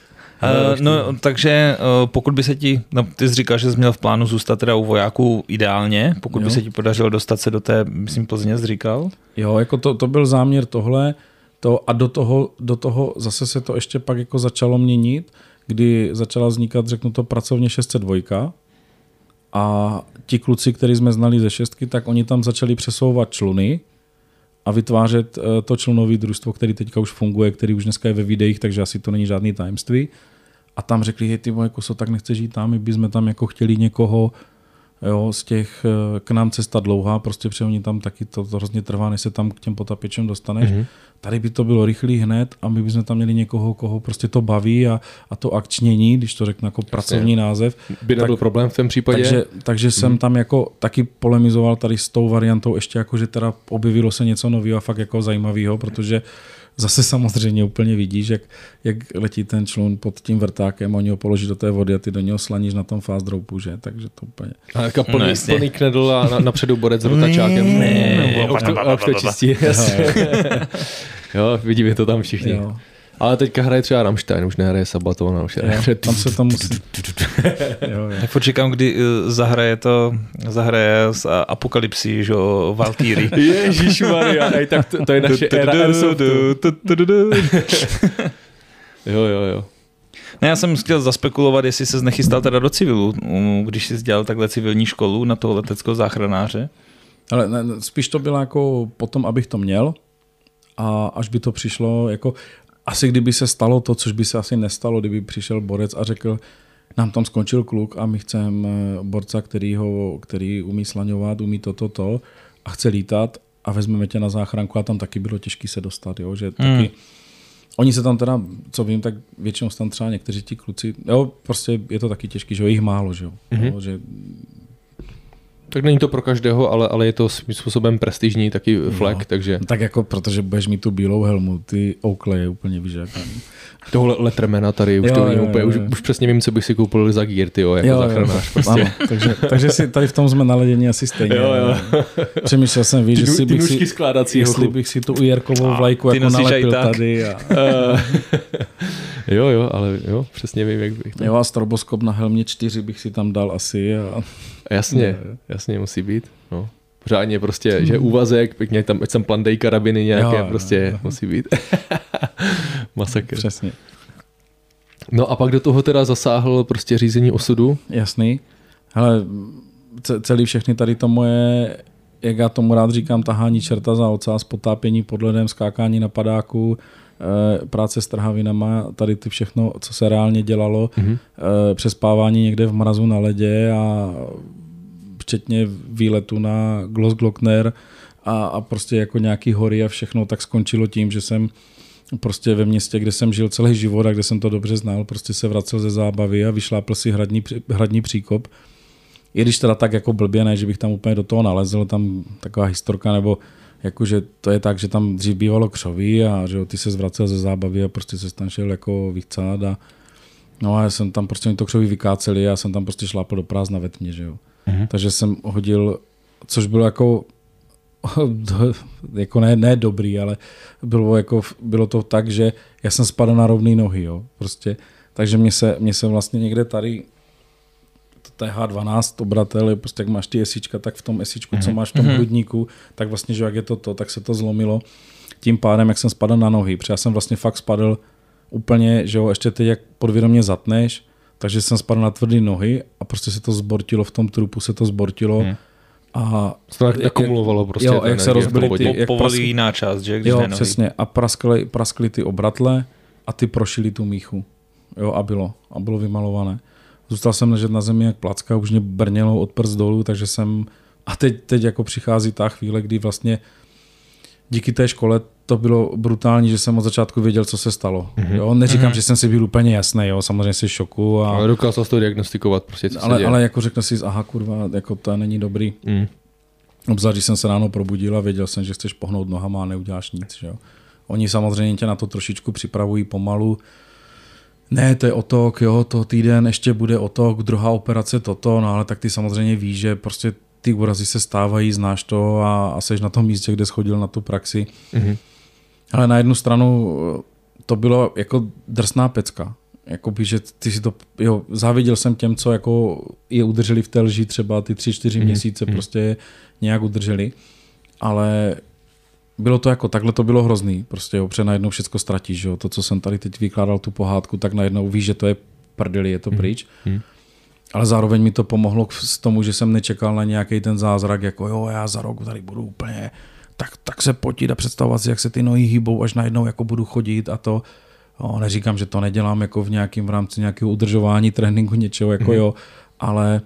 Takže pokud by se ti, ty jsi říkal, že jsi měl v plánu zůstat teda u vojáků ideálně, pokud by se ti podařilo dostat se do té, myslím, Plzně jsi říkal? Jo, jako to byl záměr tohle, a do toho zase se to ještě pak jako začalo měnit, kdy začala vznikat, řeknu to, pracovně 602 a ti kluci, který jsme znali ze 6, tak oni tam začali přesouvat čluny a vytvářet to člunové družstvo, který teďka už funguje, který už dneska je ve videích, takže asi to není žádný tajemství. A tam řekli, hej ty moje koso, tak nechceš jít tam, my bychom tam jako chtěli někoho, jo, z těch, k nám cesta dlouhá, prostě protože oni tam taky to hrozně trvá, než se tam k těm potapěčem dostaneš. Tady by to bylo rychlý hned a my bychom tam měli někoho, koho prostě to baví a to akčnění, když to řeknu jako pracovní název. By nebyl problém v tom případě? Takže jsem tam jako taky polemizoval tady s tou variantou ještě jako, že teda objevilo se něco nového a fakt jako zajímavého, protože zase samozřejmě úplně vidíš, jak letí ten člun pod tím vrtákem, oni ho položí do té vody a ty do něho slaníš na tom fast dropeu, že? Takže to úplně... A jako plný knedl a napředu borec s rotačákem. A už to čistí. Jo, vidíme to tam všichni. Jo. Ale teďka hraje třeba Rammstein, už nehraje Sabaton. Už tam se to musí... Tak počítám, kdy zahraje z Apokalypsy, že jo, Valkyrie. Ježišmarja, tak to je naše éra Airsoftu. Jo. Ne, já jsem chtěl zaspekulovat, jestli se nechystal teda do civilu, když jsi dělal takhle civilní školu na toho leteckého záchranáře. Ale ne, spíš to bylo jako potom, abych to měl a až by to přišlo, jako asi kdyby se stalo to, což by se asi nestalo, kdyby přišel borec a řekl, nám tam skončil kluk a my chceme borca, který umí slaňovat, umí to a chce lítat a vezmeme tě na záchranku a tam taky bylo těžké se dostat, jo, že taky oni se tam teda, co vím, tak většinou tam třeba někteří ti kluci, jo, prostě je to taky těžký, že jo, jich málo, že jo, že... Tak není to pro každého, ale je to svým způsobem prestižní taky flag, takže... Tak jako, protože budeš mít tu bílou helmu, ty Oakley je úplně vyžákaný. Tohle Lettermana tady, už přesně vím, co bych si koupil za gear, tyjo, jako záchranář. Prostě. Ano, takže si tady v tom jsme naladěni asi stejně. Jo. Přemýšlel jsem, víš, jestli bych si tu ujerkovou vlajku jako nalepil tady. Jo, ale jo, přesně vím, jak bych to... Jo, a stroboskop na helmě 4 bych si tam dal asi. Jasně, musí být. No. Pořádně prostě, že úvazek, pěkně tam, ať jsem plandej karabiny nějaké, prostě musí být. Masakr. Přesně. No a pak do toho teda zasáhl prostě řízení osudu? Jasný. Hele, celý všechny tady to moje, jak já tomu rád říkám, tahání čerta za ocas, potápění pod ledem, skákání na padáku, práce s trhavinama, tady ty všechno, co se reálně dělalo, přespávání někde v mrazu na ledě a včetně výletu na Glossglockner a prostě jako nějaký hory a všechno, tak skončilo tím, že jsem prostě ve městě, kde jsem žil celý život a kde jsem to dobře znal, prostě se vracel ze zábavy a vyšlápl si hradní příkop. I když teda tak jako blbě, ne, že bych tam úplně do toho nalezl, tam taková historka, nebo jakože to je tak, že tam dřív bývalo křoví a že ty se zvracel ze zábavy a prostě se tam šel jako vychcát a no a já jsem tam prostě to křoví vykáceli a já jsem tam prostě šlápl do prázdna ve tmě, že jo. Takže jsem hodil, což bylo jako ne dobrý, ale bylo to tak, že já jsem spadl na rovné nohy, jo, prostě. Takže mě se vlastně někde tady to je H12 obratel, prostě jak máš ty esíčka, tak v tom esíčku, co máš v tom hrudníku, tak vlastně, že jak je to, tak se to zlomilo. Tím pádem, jak jsem spadl na nohy, protože já jsem vlastně fakt spadl úplně, že jo, ještě teď jak podvědomě zatneš, takže jsem spadl na tvrdé nohy a prostě se to zbortilo, v tom trupu se to zbortilo. A to akumulovalo prostě. Jo, jak se rozbily ty... Povolí jiná část, že? Když jo, přesně. A praskly ty obratle a ty prošily tu míchu. Jo, a bylo vymalované. Zůstal jsem ležet na zemi jak placka, už mě brnělo od prst dolů, takže jsem... A teď jako přichází ta chvíle, kdy vlastně díky té škole to bylo brutální, že jsem od začátku věděl, co se stalo. Jo, neříkám, že jsem si byl úplně jasný, jo, samozřejmě si šoku. Ale dokázal to diagnostikovat, prostě, co se děje. Ale jako řekne si, aha, kurva, jako to není dobrý. Obzvlášť, když jsem se ráno probudil a věděl jsem, že chceš pohnout nohama a neuděláš nic. Že jo. Oni samozřejmě tě na to trošičku připravují pomalu. Ne, to je otok, jo, to týden ještě bude otok, druhá operace toto, no ale tak ty samozřejmě víš, že prostě ty úrazy se stávají, znáš to a seš na tom místě, kde schodil na tu praxi. Ale na jednu stranu to bylo jako drsná pecka. Jakoby, že ty si to, jo, záviděl jsem těm, co jako je udrželi v té lži třeba ty 3-4 měsíce prostě nějak udrželi, ale bylo to jako, takhle to bylo hrozný, prostě jo, protože najednou všechno ztratíš, jo, to, co jsem tady teď vykládal tu pohádku, tak najednou víš, že to je prdeli, je to pryč. Ale zároveň mi to pomohlo k tomu, že jsem nečekal na nějaký ten zázrak, jako jo, já za rok tady budu úplně tak se potit a představovat si, jak se ty nohy hýbou, až najednou jako budu chodit a to. Jo, neříkám, že to nedělám jako v rámci nějakého udržování, tréninku, něčeho, jako jo, ale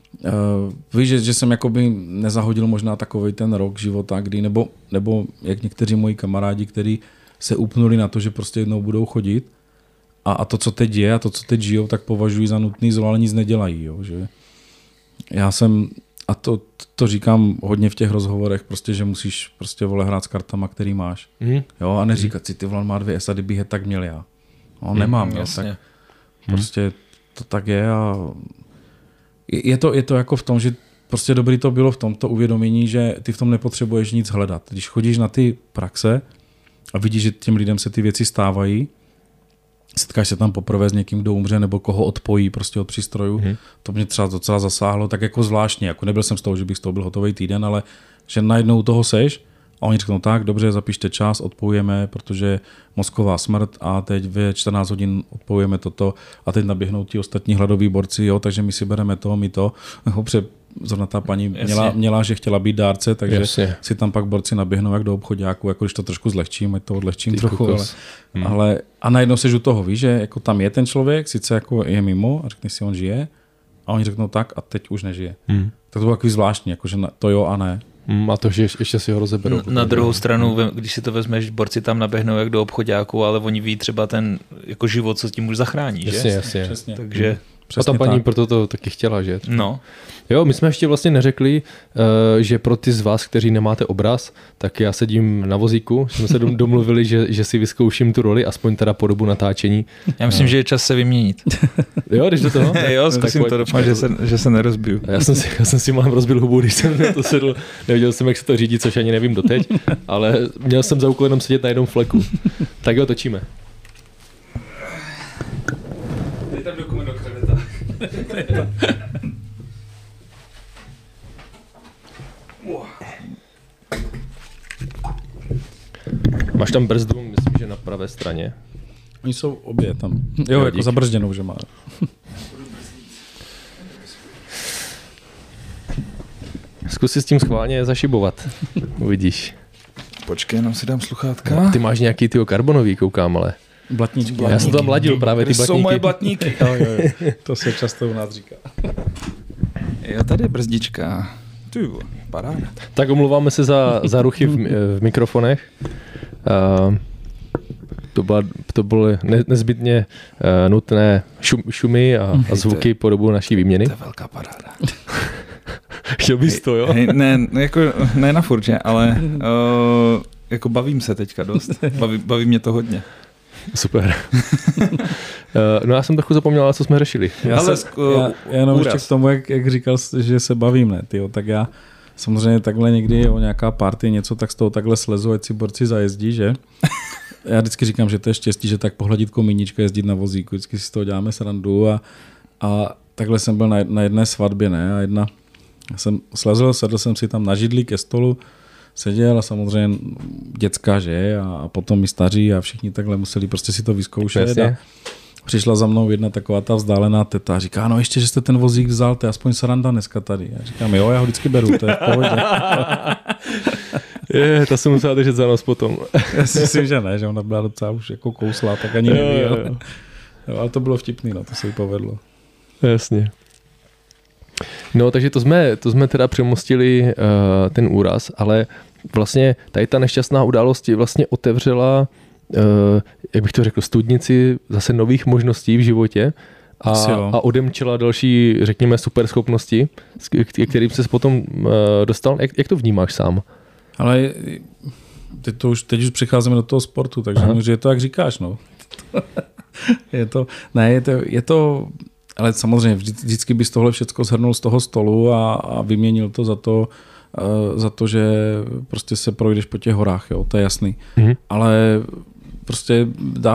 víš, že jsem jakoby nezahodil možná takovej ten rok života, kdy, nebo jak někteří moji kamarádi, kteří se upnuli na to, že prostě jednou budou chodit a to, co teď je a to, co teď žijou, tak považují za nutný zlo, ale nic nedělají. Jo, že já jsem A to říkám hodně v těch rozhovorech, prostě, že musíš prostě hrát s kartama, který máš. Jo, a neříkat si, ty vole, má 2 S a kdybych je tak měl já. No, nemám, jo, tak prostě to tak je a je to jako v tom, že prostě dobrý to bylo v tomto uvědomění, že ty v tom nepotřebuješ nic hledat. Když chodíš na ty praxe a vidíš, že těm lidem se ty věci stávají, setkáš se tam poprvé s někým, kdo umře nebo koho odpojí prostě od přístrojů, to mě třeba docela zasáhlo, tak jako zvláštně, jako nebyl jsem z toho, že bych z toho byl hotový týden, ale že najednou toho seš a oni řeknou tak, dobře, zapište čas, odpojujeme, protože mozková smrt a teď ve 14 hodin odpojujeme toto a teď naběhnou ti ostatní hladoví borci, jo, takže my si bereme to, my to. Zrovna ta paní měla, že chtěla být dárce, takže si tam pak borci naběhnou jak do obchoďáku, jako když to trošku zlehčím, ať to odlehčím trochu, ale a najednou seš u toho, víš, že jako tam je ten člověk, sice jako je mimo a řekneš si, on žije a oni řeknou tak a teď už nežije. Tak to bylo takový zvláštní, jakože to jo a ne. A to, že ještě si ho rozeberou. Na druhou stranu, když si to vezmeš, borci tam naběhnou jak do obchoďáku, ale oni ví třeba ten jako život, co tím už zachrání, že? Jasně. Takže... A ta paní proto to taky chtěla, že? No. Jo, my jsme ještě vlastně neřekli, že pro ty z vás, kteří nemáte obraz, tak já sedím na vozíku, jsme se domluvili, že si vyzkouším tu roli, aspoň teda po dobu natáčení. Já myslím, že je čas se vyměnit. Jo, když do toho? Jo, zkusím to doufám, že se nerozbiju. Já jsem si málem rozbil hubu, když jsem na to sedl. Nevěděl jsem, jak se to řídí, což ani nevím doteď, ale měl jsem za úkol jenom sedět na jednom fleku. Tak jo, točíme. Dej tam dokument do křeveta. Máš tam brzdu, myslím, že na pravé straně. Oni jsou obě tam. Jo, jako zabržděnou, že má. Zkus si s tím schválně zašibovat. Uvidíš. Počkej, jenom si dám sluchátka. Ty máš nějaký karbonový, koukám, ale... Blatníčky. Já jsem tam ladil právě ty blatníky. Jsou moje blatníky. Jo. To se často u nás říká. Jo, tady je brzdička. Paráda. Tak omluváme se za ruchy v mikrofonech. To byly nezbytně nutné šumy a zvuky po dobu naší výměny. To je velká paráda. Chtěl bys to, jo? Ne na furt, že? Ale jako bavím se teďka dost. Baví mě to hodně. Super. No já jsem trochu zapomněl, co jsme řešili. Já jenom ještě k tomu, jak říkal, že se bavím, ne, tyjo, tak já samozřejmě takhle někdy o nějaká party něco, tak z toho takhle slezu, ať si borci zajezdí, že? Já vždycky říkám, že to je štěstí, že tak pohladit komínička, jezdit na vozíku, vždycky si z toho děláme srandu a takhle jsem byl na jedné svatbě, ne? A já jsem slezl, sedl jsem si tam na židli ke stolu, seděl a samozřejmě děcka, že? A potom i staří a všichni takhle museli prostě si to vyzkoušet. A přišla za mnou jedna taková ta vzdálená teta a říká, no ještě, že jste ten vozík vzal, to je aspoň sranda dneska tady. Já říkám, jo, já ho vždycky beru, to je v pohodě. Ta se musela držet za nos potom. Já si myslím, že ne, že ona byla docela už jako kouslá, tak ani neví. Jo, ale to bylo vtipný, no, to se jí povedlo. Jasně. No, takže to jsme teda přemostili ten úraz, ale vlastně tady ta nešťastná událost vlastně otevřela, jak bych to řekl, studnici zase nových možností v životě a odemčela další, řekněme, superschopnosti, kterým se potom dostal. Jak to vnímáš sám? Ale teď už přicházíme do toho sportu, takže je to, jak říkáš, no. je to ale samozřejmě vždycky bys tohle všecko shrnul z toho stolu a vyměnil to za to, že prostě se projdeš po těch horách, jo, to je jasný. Ale prostě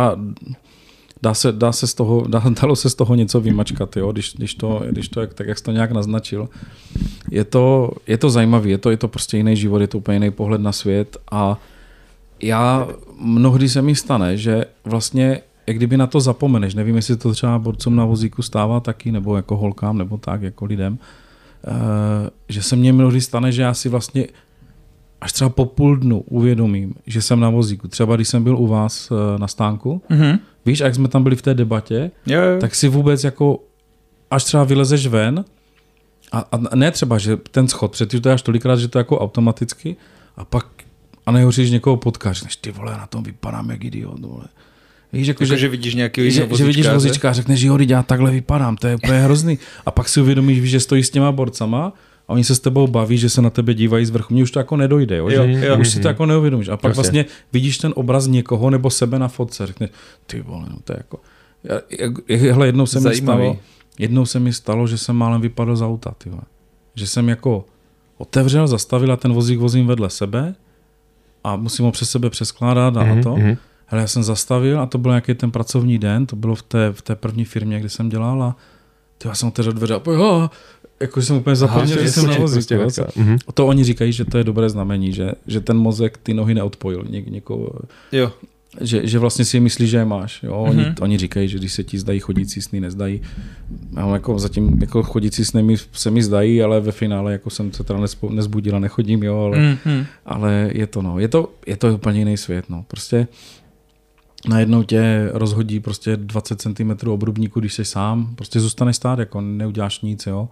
dalo se z toho něco vymačkat, jo, když to tak, jak jsi to nějak naznačil. Je to zajímavý, je to prostě jiný život, je to úplně jiný pohled na svět a mnohdy se mi stane, že vlastně jak kdyby na to zapomeneš, nevím, jestli to třeba borcům na vozíku stává taky, nebo jako holkám, nebo tak, jako lidem, že se mně mnohdy stane, že já si vlastně až třeba po půl dnu uvědomím, že jsem na vozíku. Třeba když jsem byl u vás na stánku, víš, a jak jsme tam byli v té debatě, tak si vůbec jako, až třeba vylezeš ven, a ne třeba, že ten schod, protože to je až tolikrát, že to jako automaticky, a pak, a nejhorší, že někoho potkáš, než ty vole, na tom vypadám jak idiot, vole. Víš, že vidíš nějakého jiného že vidíš vozíčka a řekneš, jo, já takhle vypadám, to je úplně hrozný. A pak si uvědomíš, že stojí s těma borcama a oni se s tebou baví, že se na tebe dívají z vrchu. Mně už to jako nedojde, jo? Že už si to jako neuvědomíš. A pak vlastně vidíš ten obraz někoho nebo sebe na fotce, řekneš, ty vole, no to je jako... Hele, jednou se mi stalo, že jsem málem vypadl z auta, ty vole. Že jsem jako otevřel, zastavil a ten vozík vozím vedle sebe a musím ho přes sebe přeskládat a to. Hele, já jsem zastavil a to byl nějaký ten pracovní den, to bylo v té první firmě, kde jsem dělal a já jsem otevřel dveře a jako jsem úplně zapomněl, že jsem na vozíku. To oni říkají, že to je dobré znamení, že ten mozek ty nohy neodpojil někoho. Jo. Že vlastně si myslí, že je máš. Jo? Oni říkají, že když se ti zdají chodící sny, nezdají. Jako zatím jako chodící sny se mi zdají, ale ve finále jako jsem se teda nezbudil a nechodím, jo, ale je to, no. Je to úplně jiný svět, no. Prostě najednou tě rozhodí prostě 20 cm obrubníku, když jsi sám, prostě zůstaneš stát, jako neuděláš nic, jo.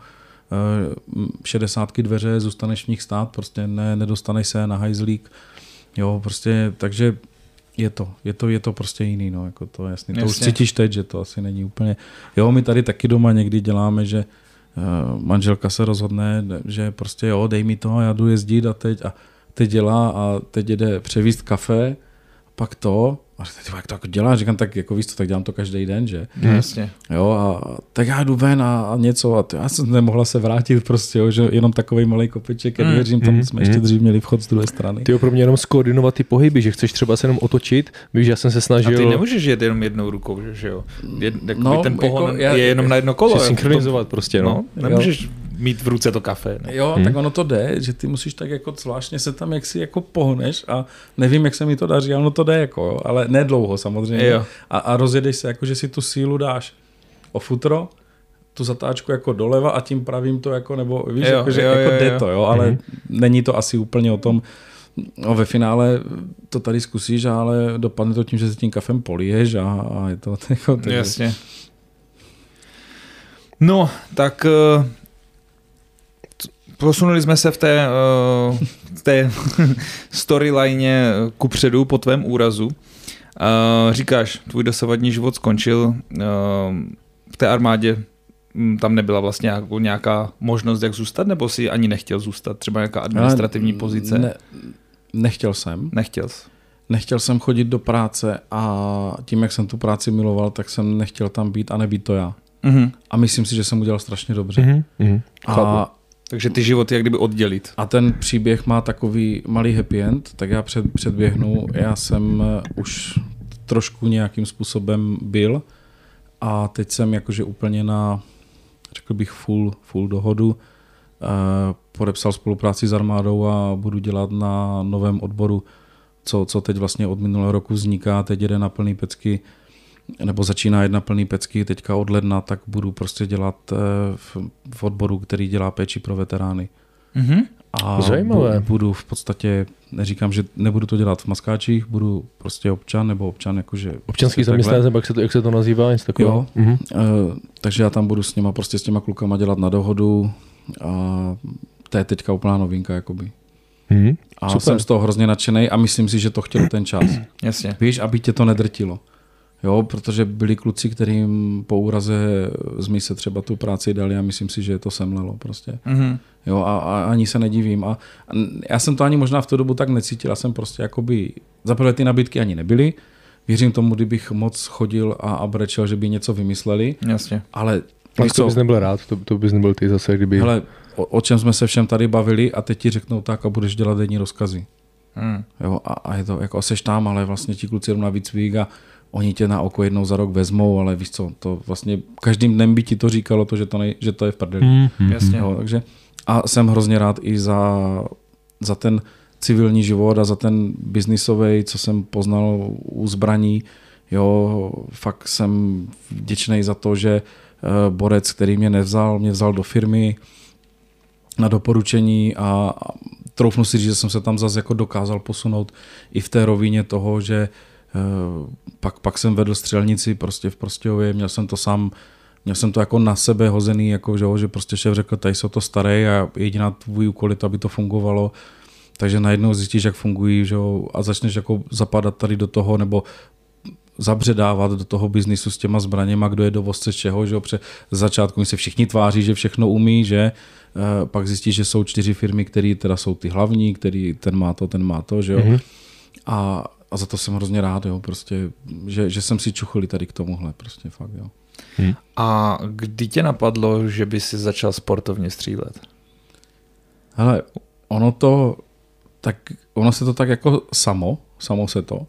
60 dveře, zůstaneš v nich stát, prostě nedostaneš se na hajzlík, jo, prostě, takže je to prostě jiný, no, jako to jasný. To už cítíš teď, že to asi není úplně, jo, my tady taky doma někdy děláme, že manželka se rozhodne, že prostě jo, dej mi to, já jdu jezdit a teď dělá a teď jede převízt kafe, pak to, a jak to jako dělá, říkám, tak jako víš co, tak dělám to každý den, že? Jasně. Jo, a tak já jdu ven a něco a já jsem nemohla se vrátit prostě, jo, že jenom takovej malej kopeček ke dveřím, tam jsme ještě dřív měli vchod z druhé strany. Ty pro mě jenom skoordinovat ty pohyby, že chceš třeba se jenom otočit, víš, já jsem se snažil... A ty nemůžeš jet jenom jednou rukou, že jo? Ten pohon jako je jenom na jedno kolo. Synchronizovat prostě, no. Nemůžeš mít v ruce to kafe. Ne? Jo, tak ono to jde, že ty musíš tak jako zvláštně se tam jaksi jako pohneš a nevím, jak se mi to daří, ale ono to jde jako, jo, ale nedlouho samozřejmě. Jo. A rozjedeš se, jako že si tu sílu dáš o futro, tu zatáčku jako doleva a tím pravým to jako, nebo víš, jako jde to, jo, ale není to asi úplně o tom, no, ve finále to tady zkusíš, ale dopadne to tím, že se tím kafem poliješ a je to jako... Jasně. No, tak... Posunuli jsme se v té storyline kupředu po tvém úrazu. Říkáš, tvůj dosavadní život skončil v té armádě. Tam nebyla vlastně nějaká možnost, jak zůstat, nebo si ani nechtěl zůstat? Třeba nějaká administrativní pozice? Nechtěl jsem. Nechtěl jsem chodit do práce a tím, jak jsem tu práci miloval, tak jsem nechtěl tam být a nebýt to já. A myslím si, že jsem udělal strašně dobře. Takže ty životy jak kdyby oddělit. A ten příběh má takový malý happy end, tak já předběhnu. Já jsem už trošku nějakým způsobem byl a teď jsem jakože úplně na, řekl bych, full dohodu. Podepsal spolupráci s armádou a budu dělat na novém odboru, co teď vlastně od minulého roku vzniká. Teď jede na plný pecky, nebo začíná jedna plný pecky teďka od ledna, tak budu prostě dělat v odboru, který dělá péči pro veterány. A zajímavé. Budu v podstatě, neříkám, že nebudu to dělat v Maskáčích, budu prostě občan jakože... Občanský zaměstnanec, jak se to nazývá, něco takového? Jo, takže já tam budu s těma klukama dělat na dohodu a to je teďka úplná novinka, jakoby. A super. Jsem z toho hrozně nadšenej a myslím si, že to chtělo ten čas. Jasně. Víš, aby tě to nedrtilo. Jo, protože byli kluci, kterým po úraze z mise třeba tu práci dali a myslím si, že to semlelo prostě. Jo, a ani se nedivím. A já jsem to ani možná v tu dobu tak necítil. Já jsem prostě jakoby, zaprvé ty nabídky ani nebyly. Věřím tomu, kdybych moc chodil a brečel, že by něco vymysleli. Jasně. Ale to bys nebyl rád, to bys nebyl ty zase, kdyby... Hele, o čem jsme se všem tady bavili a teď ti řeknou tak a budeš dělat denní rozkazy. Jo, a je to jako seš tam, ale vlastně ti kluci jdou na výcvik a oni tě na oko jednou za rok vezmou, ale víš co, to vlastně každým dnem by ti to říkalo to, že to je v prdeli. Jasně. Jo, takže a jsem hrozně rád i za ten civilní život a za ten biznisový, co jsem poznal u zbraní. Jo, fakt jsem vděčný za to, že borec, který mě vzal do firmy na doporučení a troufnu si říct, že jsem se tam zase jako dokázal posunout i v té rovině toho, že pak jsem vedl střelnici prostě v Prostějově, měl jsem to jako na sebe hozený, jako, že prostě šéf řekl, tady jsou to staré a jediná tvůj úkol je to, aby to fungovalo. Takže najednou zjistíš, jak fungují, že, a začneš jako zapadat tady do toho, nebo zabředávat do toho biznisu s těma zbraněma, kdo je dovozce čeho, že jo, z začátku se všichni tváří, že všechno umí, že pak zjistí, že jsou 4 firmy, které teda jsou ty hlavní, který ten má to, že jo. Mm-hmm. A za to jsem hrozně rád, jo, prostě, že jsem si čuchl tady k tomuhle, prostě fakt, jo. A kdy tě napadlo, že by si začal sportovně střílet? Hele, ono se to tak jako samo se to.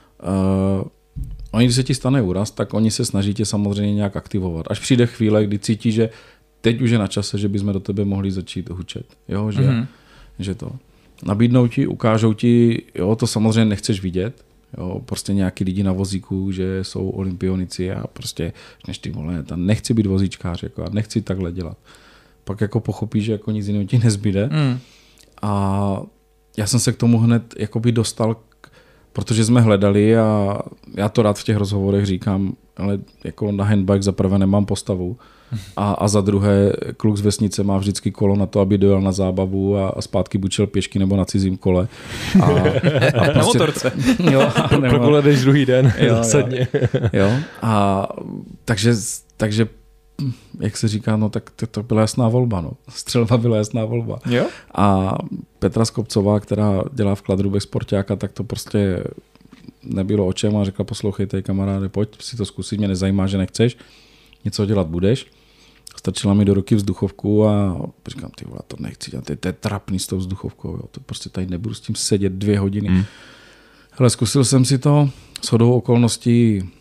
Když se ti stane úraz, tak oni se snaží tě samozřejmě nějak aktivovat. Až přijde chvíle, kdy cítí, že teď už je na čase, že bychom do tebe mohli začít hučet. Jo, že to. Nabídnou ti, ukážou ti, jo, to samozřejmě nechceš vidět. Jo, prostě nějaký lidi na vozíku, že jsou olympionici a prostě než ty vole, tam nechci být vozíčkář, jako, a nechci takhle dělat. Pak jako pochopíš, že jako nic jiného ti nezbyde. A já jsem se k tomu hned jakoby dostal, protože jsme hledali a já to rád v těch rozhovorech říkám, ale jako na handbike za prvé nemám postavu a za druhé kluk z vesnice má vždycky kolo na to, aby dojel na zábavu a zpátky bučel pěšky nebo na cizím kole. A prostě, na motorce. Jo, pro jdeš druhý den, zásadně. Jo, a takže jak se říká, no tak to byla jasná volba, no. Střelba byla jasná volba. Jo? A Petra Skopcová, která dělá v Kladrubech sportáka, tak to prostě nebylo o čem a řekla, poslouchejte, kamaráde, pojď si to zkusit, mě nezajímá, že nechceš, něco dělat budeš. Stačila mi do ruky vzduchovku a říkám, ty vole, to nechci dělat, to je trapný s tou vzduchovkou, jo. To prostě tady nebudu s tím sedět 2 hodiny. Hele, zkusil jsem si to, shodou okolností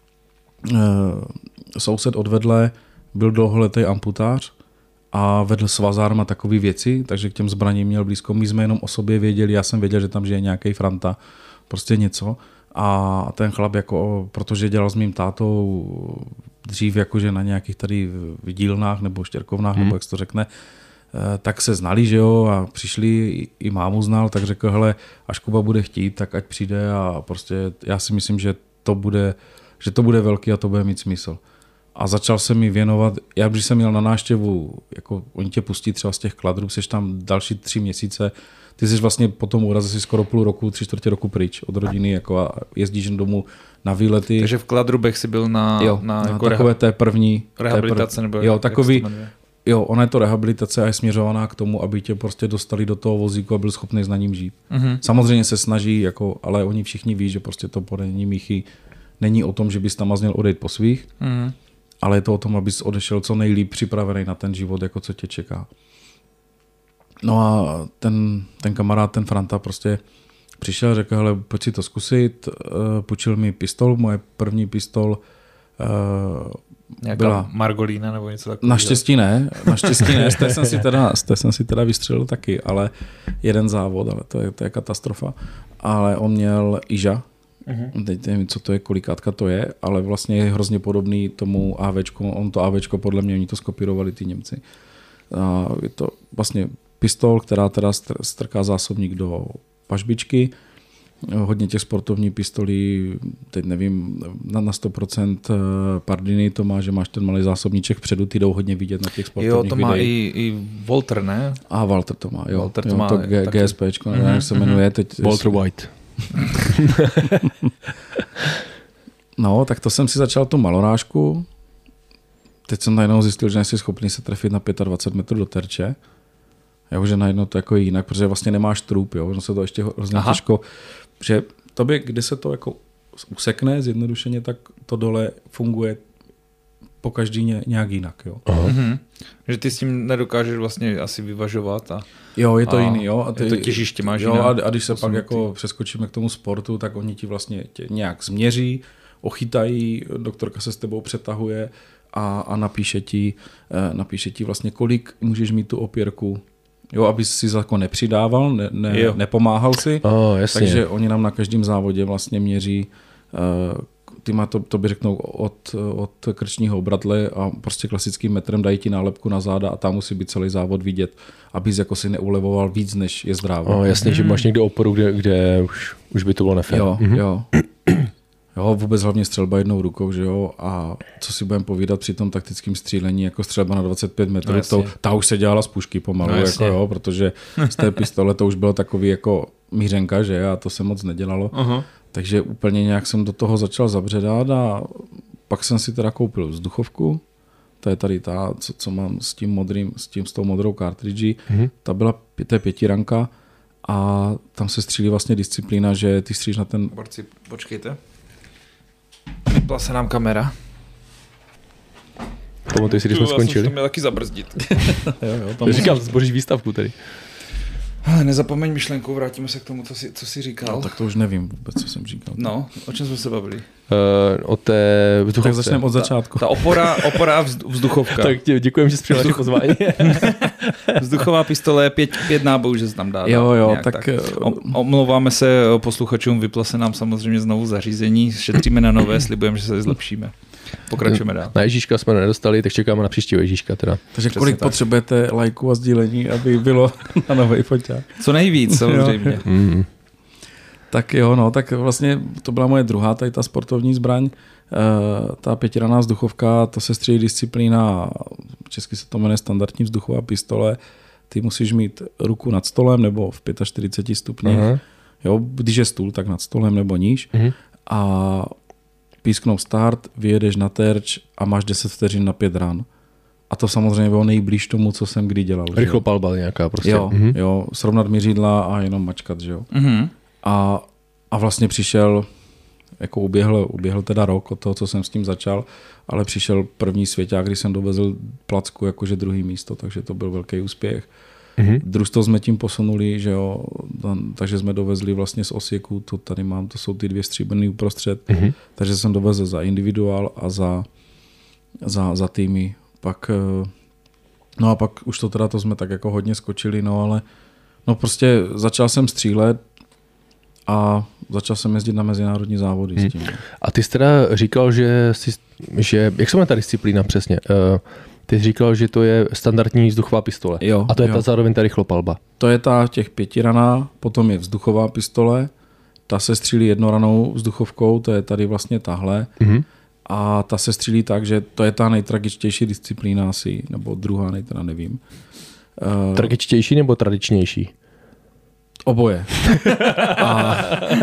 soused odvedle byl dlouholetý amputář a vedl svazárma takové věci, takže k těm zbraním měl blízko. My jsme jenom o sobě věděli, já jsem věděl, že tam žije nějaký Franta, prostě něco. A ten chlap, jako, protože dělal s mým tátou dřív jakože na nějakých tady dílnách nebo štěrkovnách, nebo jak se to řekne, tak se znali, že jo, a přišli, i mámu znal, tak řekl, hele, až Kuba bude chtít, tak ať přijde a prostě já si myslím, že to bude velký a to bude mít smysl. A začal se mi věnovat, já když jsem měl na návštěvu, jako oni tě pustí třeba z těch Kladrů, jsi tam další 3 měsíce, ty jsi vlastně po tom úraze si skoro půl roku, 3/4 roku pryč od rodiny, jako a jezdíš domů na výlety. Takže v Kladrubech si byl na jako takové té první rehabilitace, nebo jo, takový, jo, ona je to rehabilitace a je směřovaná k tomu, aby tě prostě dostali do toho vozíku a byl schopný na ním žít. Samozřejmě se snaží, jako, ale oni všichni ví, že prostě to podení Michy není o tom, že bys tam měl odejít po svých, ale je to o tom, abys odešel co nejlíp připravený na ten život, jako co tě čeká. No a ten kamarád, ten Franta prostě přišel, řekl, hele, pojď si to zkusit, půjčil mi pistol, moje první pistol nějaká byla Margolína nebo něco takového. Naštěstí ne, z té jsem si teda vystřelil taky, ale jeden závod, ale to je katastrofa. Ale on měl Iža, teď nevím, co to je, kolikátka to je, ale vlastně je hrozně podobný tomu AVčku, on to AVčko podle mě, oni to skopírovali ty Němci. A je to vlastně pistol, která teda strká zásobník do pažbičky. Hodně těch sportovních pistolí, teď nevím, na 100% Pardiny to má, že máš ten malý zásobníček předu, ty jdou hodně vidět na těch sportovních videích. Jo, to má i Walter, ne? A Walter to má, jo. Walter to má to GSPčko, nevím, jak se jmenuje. Teď Walter White. No, tak to jsem si začal tu malorážku. Teď jsem najednou zjistil, že nejsi schopný se trefit na 25 metrů do terče. Jo, že najednou to jako je jinak, protože vlastně nemáš trup, jo, ono se to ještě hrozně těžko, že tobě, kde se to jako usekne zjednodušeně, tak to dole funguje po každý nějak jinak, jo. Že ty s tím nedokážeš vlastně asi vyvažovat. Jo, je to jiný, jo. A ty, to těžiště máš jo, a když se pak jako přeskočíme k tomu sportu, tak oni ti vlastně tě nějak změří, ochytají, doktorka se s tebou přetahuje a napíše ti vlastně, kolik můžeš mít tu opěrku, jo, aby si jako nepřidával, nepomáhal si. Takže oni nám na každém závodě vlastně měří, ty má to by řeknou od krčního obratle a prostě klasickým metrem dají ti nálepku na záda a tam musí být celý závod vidět, abys jako si neulevoval víc, než je zdrávo. Jasně, že máš někde oporu, kde už by to bylo nefér. Jo, vůbec hlavně střelba jednou rukou, že jo, a co si budeme povídat při tom taktickém střílení, jako střelba na 25 metrů, ta už se dělala z pušky pomalu, jako jo, protože z té pistole to už bylo takový jako mířenka, že? A to se moc nedělalo. Takže úplně nějak jsem do toho začal zabředát a pak jsem si teda koupil vzduchovku. To je tady ta, co mám s tou modrou cartridge. Ta byla, to je 5 ranka a tam se střílí vlastně disciplína, že ty střílíš na ten... Borci, počkejte. Vypla se nám kamera. Pamatuji si, když jsme skončili. To měl taky zabrzdit. Říkám, zboříš výstavku tady. Nezapomeň myšlenku, vrátíme se k tomu, co jsi říkal. No, tak to už nevím vůbec, co jsem říkal. No, o čem jsme se bavili? O té vzduchovce. Tak začneme od začátku. Ta opora vzduchovka. Tak děkujem, že jsi přijal naše pozvání. Vzduchová pistole je 5 nábojů, že se tam dá. Jo, tak. Omlouváme se posluchačům, vypla se nám samozřejmě znovu zařízení, šetříme na nové, slibujeme, že se zlepšíme. Pokračujeme dál. Na Ježíška jsme nedostali, tak čekáme na příštího Ježíška teda. Takže přesně kolik tak potřebujete lajků a sdílení, aby bylo na nový foťák? Co nejvíc, samozřejmě. Tak jo, no, tak vlastně to byla moje druhá, tady ta sportovní zbraň. Ta 5raná vzduchovka, to se střílí disciplína, česky se to jmenuje standardní vzduchová pistole. Ty musíš mít ruku nad stolem nebo v 45 stupních. Jo, když je stůl, tak nad stolem nebo níž. A písknou start, vyjedeš na terč a máš 10 vteřin na 5 ran. A to samozřejmě bylo nejblíž tomu, co jsem kdy dělal. Rychlopalba nějaká prostě. Jo, srovnat měřidla a jenom mačkat, že jo. A vlastně přišel, jako uběhl teda rok od toho, co jsem s tím začal, ale přišel první svěťák, kdy jsem dovezl placku jakože druhý místo, takže to byl velký úspěch. Družstvo jsme tím posunuli, že jo, takže jsme dovezli vlastně z Osieku, to tady mám, to jsou ty 2 stříbrný uprostřed, takže jsem dovezl za individuál a za týmy. No a pak už to jsme tak jako hodně skočili, no ale no prostě začal jsem střílet a začal jsem jezdit na mezinárodní závody s tím. A ty jsi teda říkal, že jak se jmenuje ta disciplína přesně? Ty jsi říkal, že to je standardní vzduchová pistole. Jo, a to je ta zároveň ta rychlopalba. To je ta těch 5raná, potom je vzduchová pistole, ta se střílí jednoranou vzduchovkou, to je tady vlastně tahle. A ta se střílí tak, že to je ta nejtragičtější disciplína asi, nebo druhá, teda nevím. Tragičtější nebo tradičnější? Oboje. A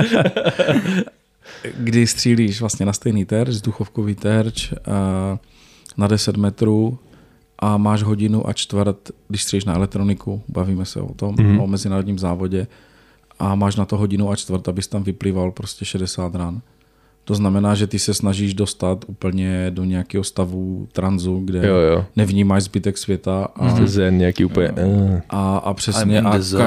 kdy střílíš vlastně na stejný terč, vzduchovkový terč, na 10 metrů a máš 1 hodinu a čtvrt, když střílíš na elektroniku, bavíme se o tom, o mezinárodním závodě, a máš na to 1 hodinu a čtvrt, abys tam vyplýval prostě 60 ran. To znamená, že ty se snažíš dostat úplně do nějakého stavu tranzu, kde nevnímáš zbytek světa. A zen nějaký úplně. A přesně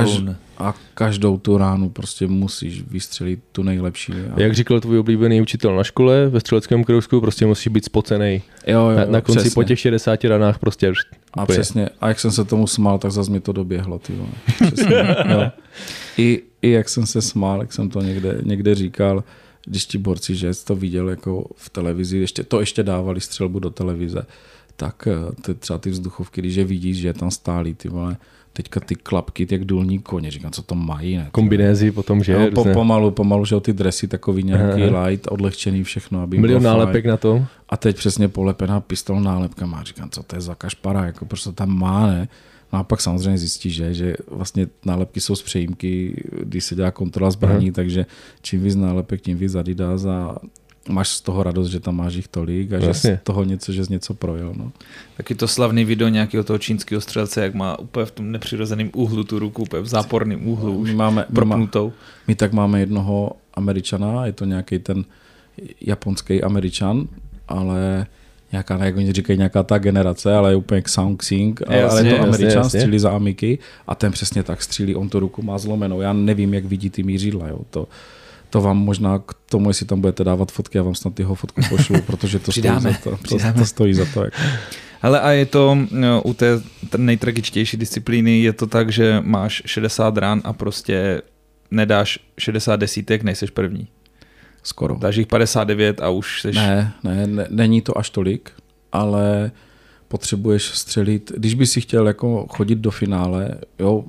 a každou tu ránu prostě musíš vystřelit tu nejlepší. Jak říkal tvůj oblíbený učitel na škole ve střeleckém kroužku, prostě musíš být spocenej. Na konci přesně. Po těch 60 ranách prostě. A přesně. A jak jsem se tomu smál, tak zase mi to doběhlo. Ty vole. Přesně. Jo. I jak jsem se smál, jak jsem to někde říkal, když ti borci, že jsi to viděl jako v televizi, ještě dávali střelbu do televize, tak třeba ty vzduchovky, když je vidíš, že je tam stálý, ty vole, teďka ty klapky, jak důlní koně, říkám, co to mají, ne? Kombinézy potom, že? No, pomalu, že ty dresy takový nějaký light, odlehčený všechno, aby milion nálepek na to. A teď přesně polepená pistol nálepka má, říkám, co to je za kašpara, jako prostě tam má, ne? No a pak samozřejmě zjistíš, že vlastně nálepky jsou z přejímky, když se dělá kontrola zbraní, takže čím víc nálepek, tím víc Adidas a máš z toho radost, že tam máš jich tolik a že z toho že jsi něco projel. No. Taky to slavný video nějakého toho čínského střelce, jak má úplně v tom nepřirozeném úhlu tu ruku, úplně v záporném úhlu už propnutou. My tak máme jednoho Američana, je to nějaký ten japonský Američan, ale nějaká, jak oni říkají, nějaká ta generace, ale je úplně Sang Sing, ale je to Američan, střílí za Amiky a ten přesně tak střílí, on tu ruku má zlomenou. Já nevím, jak vidí ty mířidla, jo. To vám možná k tomu, jestli tam budete dávat fotky, já vám snad jeho fotku pošlu, protože to stojí za to. Jako. Hele, a je to u té nejtragičtější disciplíny, je to tak, že máš 60 ran a prostě nedáš 60 desítek, nejseš první. Skoro. Dáš jich 59 a už seš... Ne, není to až tolik, ale potřebuješ střelit, když by si chtěl jako chodit do finále, jo,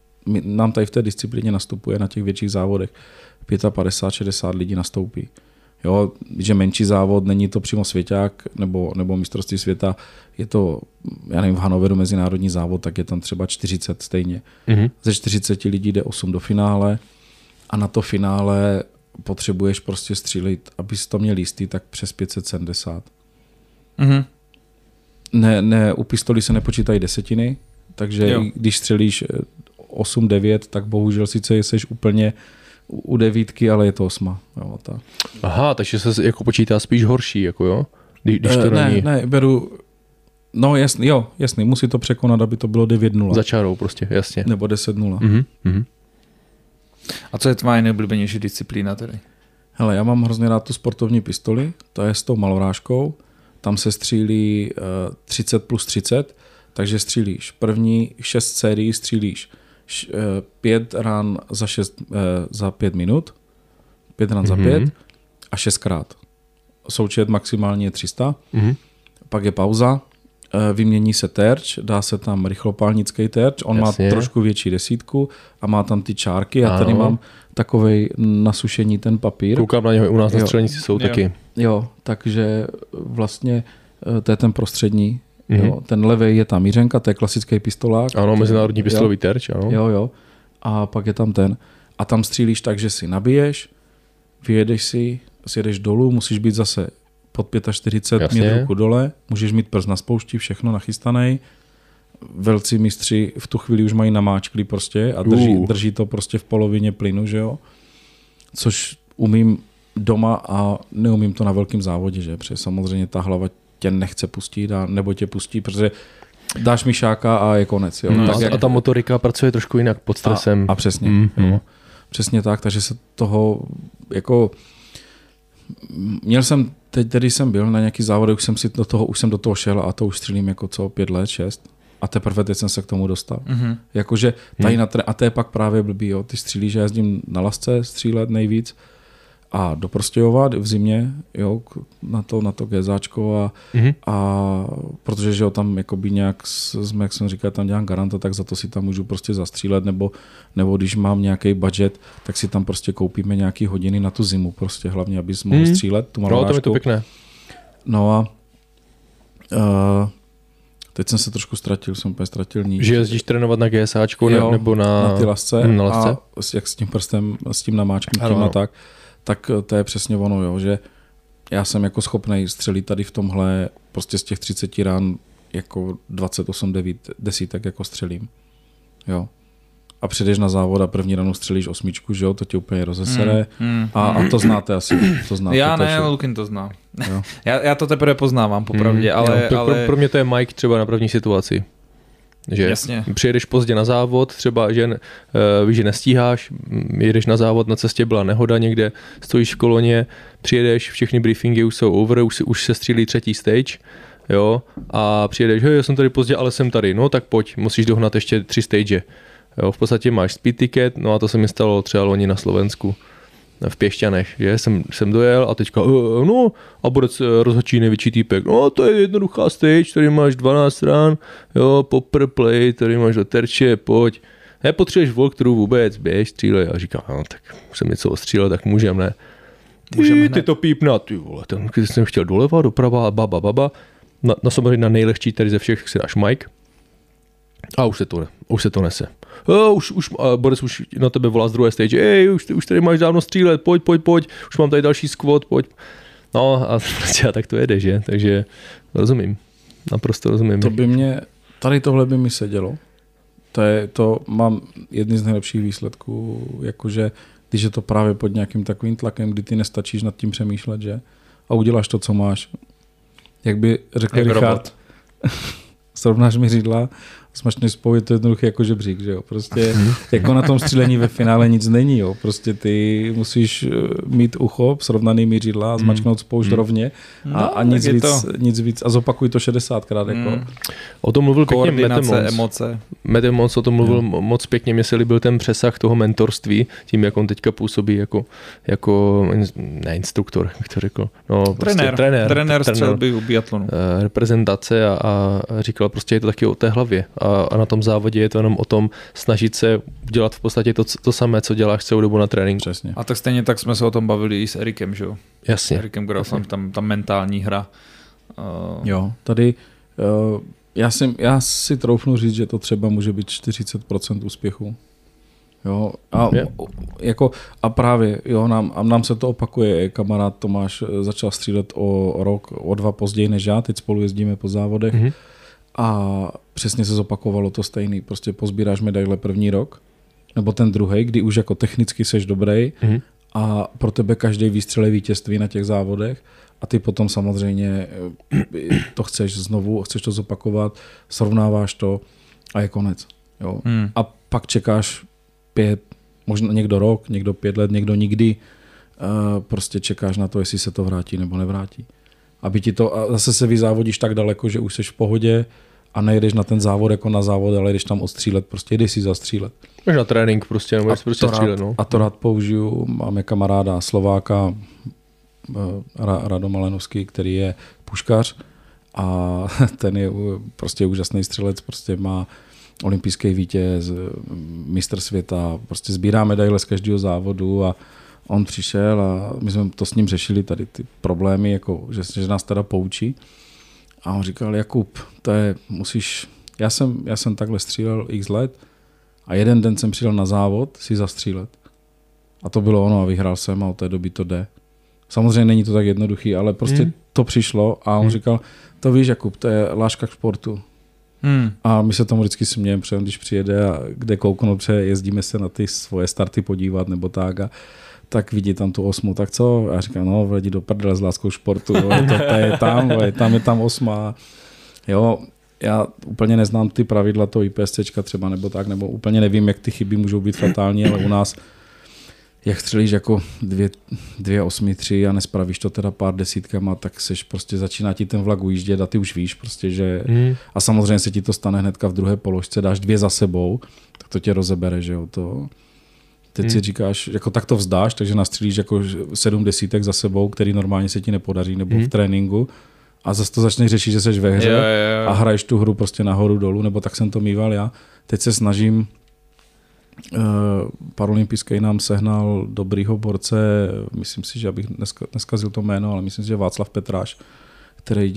nám tady v té disciplíně nastupuje na těch větších závodech 55-60 lidí nastoupí. Jo, že menší závod, není to přímo svěťák nebo mistrovství světa, je to, já nevím, v Hanoveru mezinárodní závod, tak je tam třeba 40 stejně. Ze 40 lidí jde 8 do finále a na to finále potřebuješ prostě střílit, abys to měl jistý, tak přes 570. Ne, u pistolí se nepočítají desetiny, takže když střelíš 8-9, tak bohužel sice jsi úplně u 9, ale je to 8. Jo, tak. Aha, takže se jako počítá spíš horší, jako jo? Když to není... Ne, beru... No jasný, musí to překonat, aby to bylo 9-0. Za čárou prostě, jasně. Nebo 10-0. A co je tvoje nejoblíbenější disciplína tedy? Hele, já mám hrozně rád tu sportovní pistoli, to je s tou malorážkou, tam se střílí 30+30, takže střílíš první 6 sérií, střílíš 5 ran za 5 minut, 5 ran za 5 a 6krát. Součet maximálně je 300, pak je pauza, vymění se terč, dá se tam rychlopálnický terč, on má trošku větší desítku a má tam ty čárky, já tady mám takovej na sušení ten papír. Koukám na něho, u nás na střelnici jsou taky. Jo, takže vlastně to je ten prostřední, jo, ten levej je ta mířenka, to je klasický pistolák. Ano, mezinárodní pistolový terč, ano. Jo, a pak je tam ten. A tam střílíš tak, že si nabiješ, vyjedeš si, sjedeš dolů, musíš být zase pod 45, mít ruku dole, můžeš mít prst na spoušti, všechno nachystaný. Velcí mistři v tu chvíli už mají namáčklý prostě a drží to prostě v polovině plynu, že jo. Což umím doma a neumím to na velkém závodě, že? Protože samozřejmě ta hlava tě nechce pustit a nebo tě pustí, protože dáš mišáka a je konec. Jo. A ta motorika pracuje trošku jinak pod stresem. A přesně. Jo. Přesně tak, takže se toho jako měl jsem, teď když jsem byl na nějaký závod, už jsem do toho šel a to už střílím jako 5 let, 6 a teprve teď jsem se k tomu dostal. Jakože tady a to je pak právě blbý, jo. Ty střílíš, že jezdím na lasce střílet nejvíc a do Prostějova v zimě, jo, na to gézáčko a protože že jo, tam jakoby nějak, jak jsem říkal, tam dělám garanta, tak za to si tam můžu prostě zastřílet, nebo když mám nějaký budget, tak si tam prostě koupíme nějaký hodiny na tu zimu, prostě hlavně, abys mohl střílet tu malovážku. No, to je to pěkné. No a teď jsem se trošku ztratil níž. Že jezdíš trénovat na GSAčku nebo na ty lasce a jak s tím prstem, s tím namáčknutím a tak to je přesně ono, jo, že já jsem jako schopnej střelit tady v tomhle prostě z těch 30 rán jako 28-9 desítek jako střelím. Jo. A přijdeš na závod a první ranu střelíš 8, že jo, to tě úplně rozesere. A to znáte asi. To znáte, já ne, Lukin to zná. já to teprve poznávám popravdě, ale... Pro mě to je Mike třeba na první situaci. Že jasně. Přijedeš pozdě na závod, třeba že víš, že nestíháš, jedeš na závod, na cestě byla nehoda někde, stojíš v koloně, přijedeš, všechny briefingy už jsou over, už se střílí 3. stage, jo, a přijedeš, hej, já jsem tady pozdě, ale jsem tady, no tak pojď, musíš dohnat ještě 3 stage. Jo, v podstatě máš speed ticket, no a to se mi stalo třeba loni na Slovensku, v Pěšťanech, že jsem dojel a teďka, no a Borec rozhodčí největší týpek, no to je jednoduchá stage, tady máš 12 rán, jo, popper play, tady máš do terče, pojď, nepotřebuješ walkthrough vůbec, běž, střílej, a říkám, no tak jsem něco ostřílel, tak můžem, ne. Ty to pípna, ty vole, když jsem chtěl doleva, doprava a baba, na samozřejmě na nejlehčí tady ze všech si dáš Mike a už se to nese. Borec už na tebe volá z druhé stage, už tady máš dávno střílet, pojď, už mám tady další squad, pojď. No a prostě tak to jede, že? Takže rozumím, naprosto rozumím. Tady tohle by mi sedělo. To mám jedny z nejlepších výsledků, jakože když je to právě pod nějakým takovým tlakem, kdy ty nestačíš nad tím přemýšlet, že? A uděláš to, co máš. Jak by řekl Richard, srovnáš mi řídla, smačný spou, je to jednoduché jako žebřík, že jo. Prostě jako na tom střílení ve finále nic není, jo. Prostě ty musíš mít ucho, srovnaný mířidla, zmačknout spoušť rovně a nic víc a zopakuj to 60krát. Jako. O tom mluvil pěkně Mete Mons, o tom mluvil moc pěkně, mně se líbil ten přesah toho mentorství, tím, jak on teďka působí jako ne instruktor, jak to řekl. No, trenér střelby u biatlonu. Reprezentace a říkal prostě, je to taky o té hlavě. a na tom závodě je to jenom o tom snažit se dělat v podstatě to samé, co děláš celou dobu na tréninku. Přesně. A tak stejně tak jsme se o tom bavili i s Erikem, že jo? Jasně. Erikem Grofem, tam mentální hra. Jo, tady já si troufnu říct, že to třeba může být 40% úspěchu. Jo, a právě, jo, nám se to opakuje. Kamarád Tomáš začal střílet o rok, o 2 později než já, teď spolu jezdíme po závodech a přesně se zopakovalo to stejný. Prostě pozbíráš medaile první rok, nebo ten druhý, kdy už jako technicky seš dobrý a pro tebe každý výstřel je vítězství na těch závodech a ty potom samozřejmě to chceš znovu, chceš to zopakovat, srovnáváš to a je konec. Jo. A pak čekáš 5, možná někdo rok, někdo 5 let, někdo nikdy. Prostě čekáš na to, jestli se to vrátí nebo nevrátí. Aby ti to, a zase se vyzávodíš tak daleko, že už seš v pohodě a nejdeš na ten závod jako na závod, ale jdeš tam odstřílet, prostě jdeš si zastřílet. Máš na trénink prostě, nebo prostě střílet. No. A to rád použiju, máme kamaráda Slováka, Rado Malenovský, který je puškař a ten je prostě úžasný střelec, prostě má olympijský vítěz, mistr světa, prostě sbírá medaile z každého závodu a on přišel a my jsme to s ním řešili, tady ty problémy, jako, že nás teda poučí. A on říkal, Jakub, to je, musíš, já jsem takhle střílel x let a jeden den jsem přijel na závod si zastřílet. A to bylo ono a vyhrál jsem a od té doby to jde. Samozřejmě není to tak jednoduchý, ale prostě to přišlo a on říkal, to víš, Jakub, to je láska k sportu. A my se tomu vždycky smějeme, protože když přijede a kde kouknout, protože jezdíme se na ty svoje starty podívat nebo tak a tak vidí tam tu 8, tak co? A já říkám, no, vledí do prdele s láskou športu, to je tam 8. Jo, já úplně neznám ty pravidla toho IPSCčka třeba nebo tak, nebo úplně nevím, jak ty chyby můžou být fatální, ale u nás jak střelíš jako 2 8 3 a nespravíš to teda pár desítkama, tak seš prostě začíná ti ten vlak ujíždět a ty už víš prostě, že a samozřejmě se ti to stane hnedka v druhé položce, dáš 2 za sebou, tak to tě rozebere, že jo, to teď si říkáš, jako tak to vzdáš, takže nastřílíš jako 7 desítek za sebou, který normálně se ti nepodaří nebo v tréninku a zase to začneš řešit, že seš ve hře a hraješ tu hru prostě nahoru dolů, nebo tak jsem to mýval já. Teď se snažím paralympijský nám sehnal dobrýho borce, myslím si, že abych neskazil to jméno, ale myslím si, že Václav Petráš, který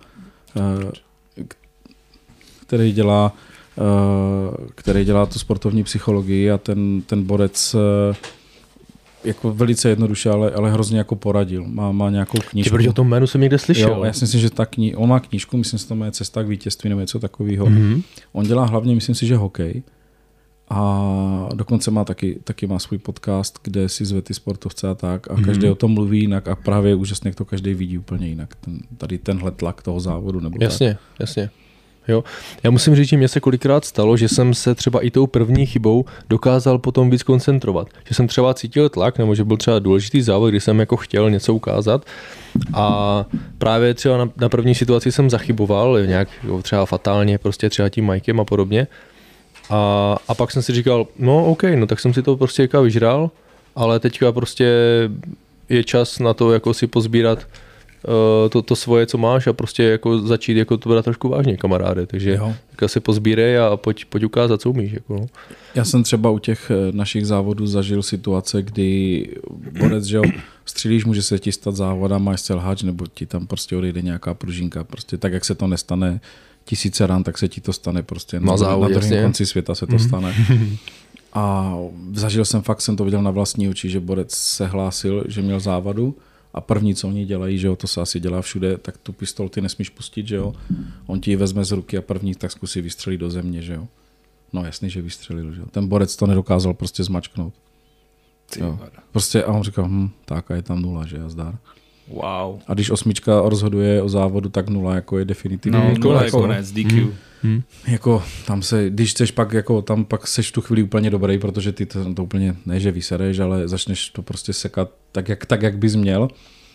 dělá tu sportovní psychologii a ten borec jako velice jednoduše, ale hrozně jako poradil. Má nějakou knížku. Protože o tom jménu jsem někde slyšel. Jo, já si myslím, že on má knížku, myslím si, že to má Cesta k vítězství nebo něco takového. On dělá hlavně, myslím si, že hokej. A dokonce má taky má svůj podcast, kde si zve ty sportovce a tak. A každý o tom mluví jinak a právě je úžasně, jak to každý vidí úplně jinak. Tady tenhle tlak toho závodu. Nebo jasně. Jo. Já musím říct, že mě se kolikrát stalo, že jsem se třeba i tou první chybou dokázal potom víc koncentrovat. Že jsem třeba cítil tlak, nebo že byl třeba důležitý závod, kdy jsem jako chtěl něco ukázat a právě třeba na první situaci jsem zachyboval, nějak třeba fatálně, prostě třeba tím Mikem a podobně. A pak jsem si říkal, no OK, no tak jsem si to prostě jako vyžral, ale teďka prostě je čas na to jako si pozbírat to svoje, co máš a prostě jako začít jako to brát trošku vážně, kamaráde, takže si pozbírej a pojď ukázat, co umíš. Jako, no. Já jsem třeba u těch našich závodů zažil situace, kdy borec, že jo, střílíš, může se ti stát závod a máš selháč, nebo ti tam prostě odejde nějaká pružinka, prostě tak, jak se to nestane 1000 ran, tak se ti to stane prostě na druhém konci světa se to stane. A zažil jsem to viděl na vlastní oči, že borec se hlásil, že měl závadu a první, co oni dělají, že jo, to se asi dělá všude, tak tu pistol ty nesmíš pustit, že jo. On ti ji vezme z ruky a první tak zkusí vystřelit do země, že jo. No jasný, že vystřelil, že jo. Ten borec to nedokázal prostě zmačknout. Jo. Prostě a on říkal, tak a je tam 0, že jo, zdar. Wow. A když 8 rozhoduje o závodu, tak 0 jako je definitivní. No, konec, DQ. Jako tam se, když chceš pak, jako tam pak seš v tu chvíli úplně dobrý, protože ty to úplně, ne že vysereš, ale začneš to prostě sekat tak, jak bys měl.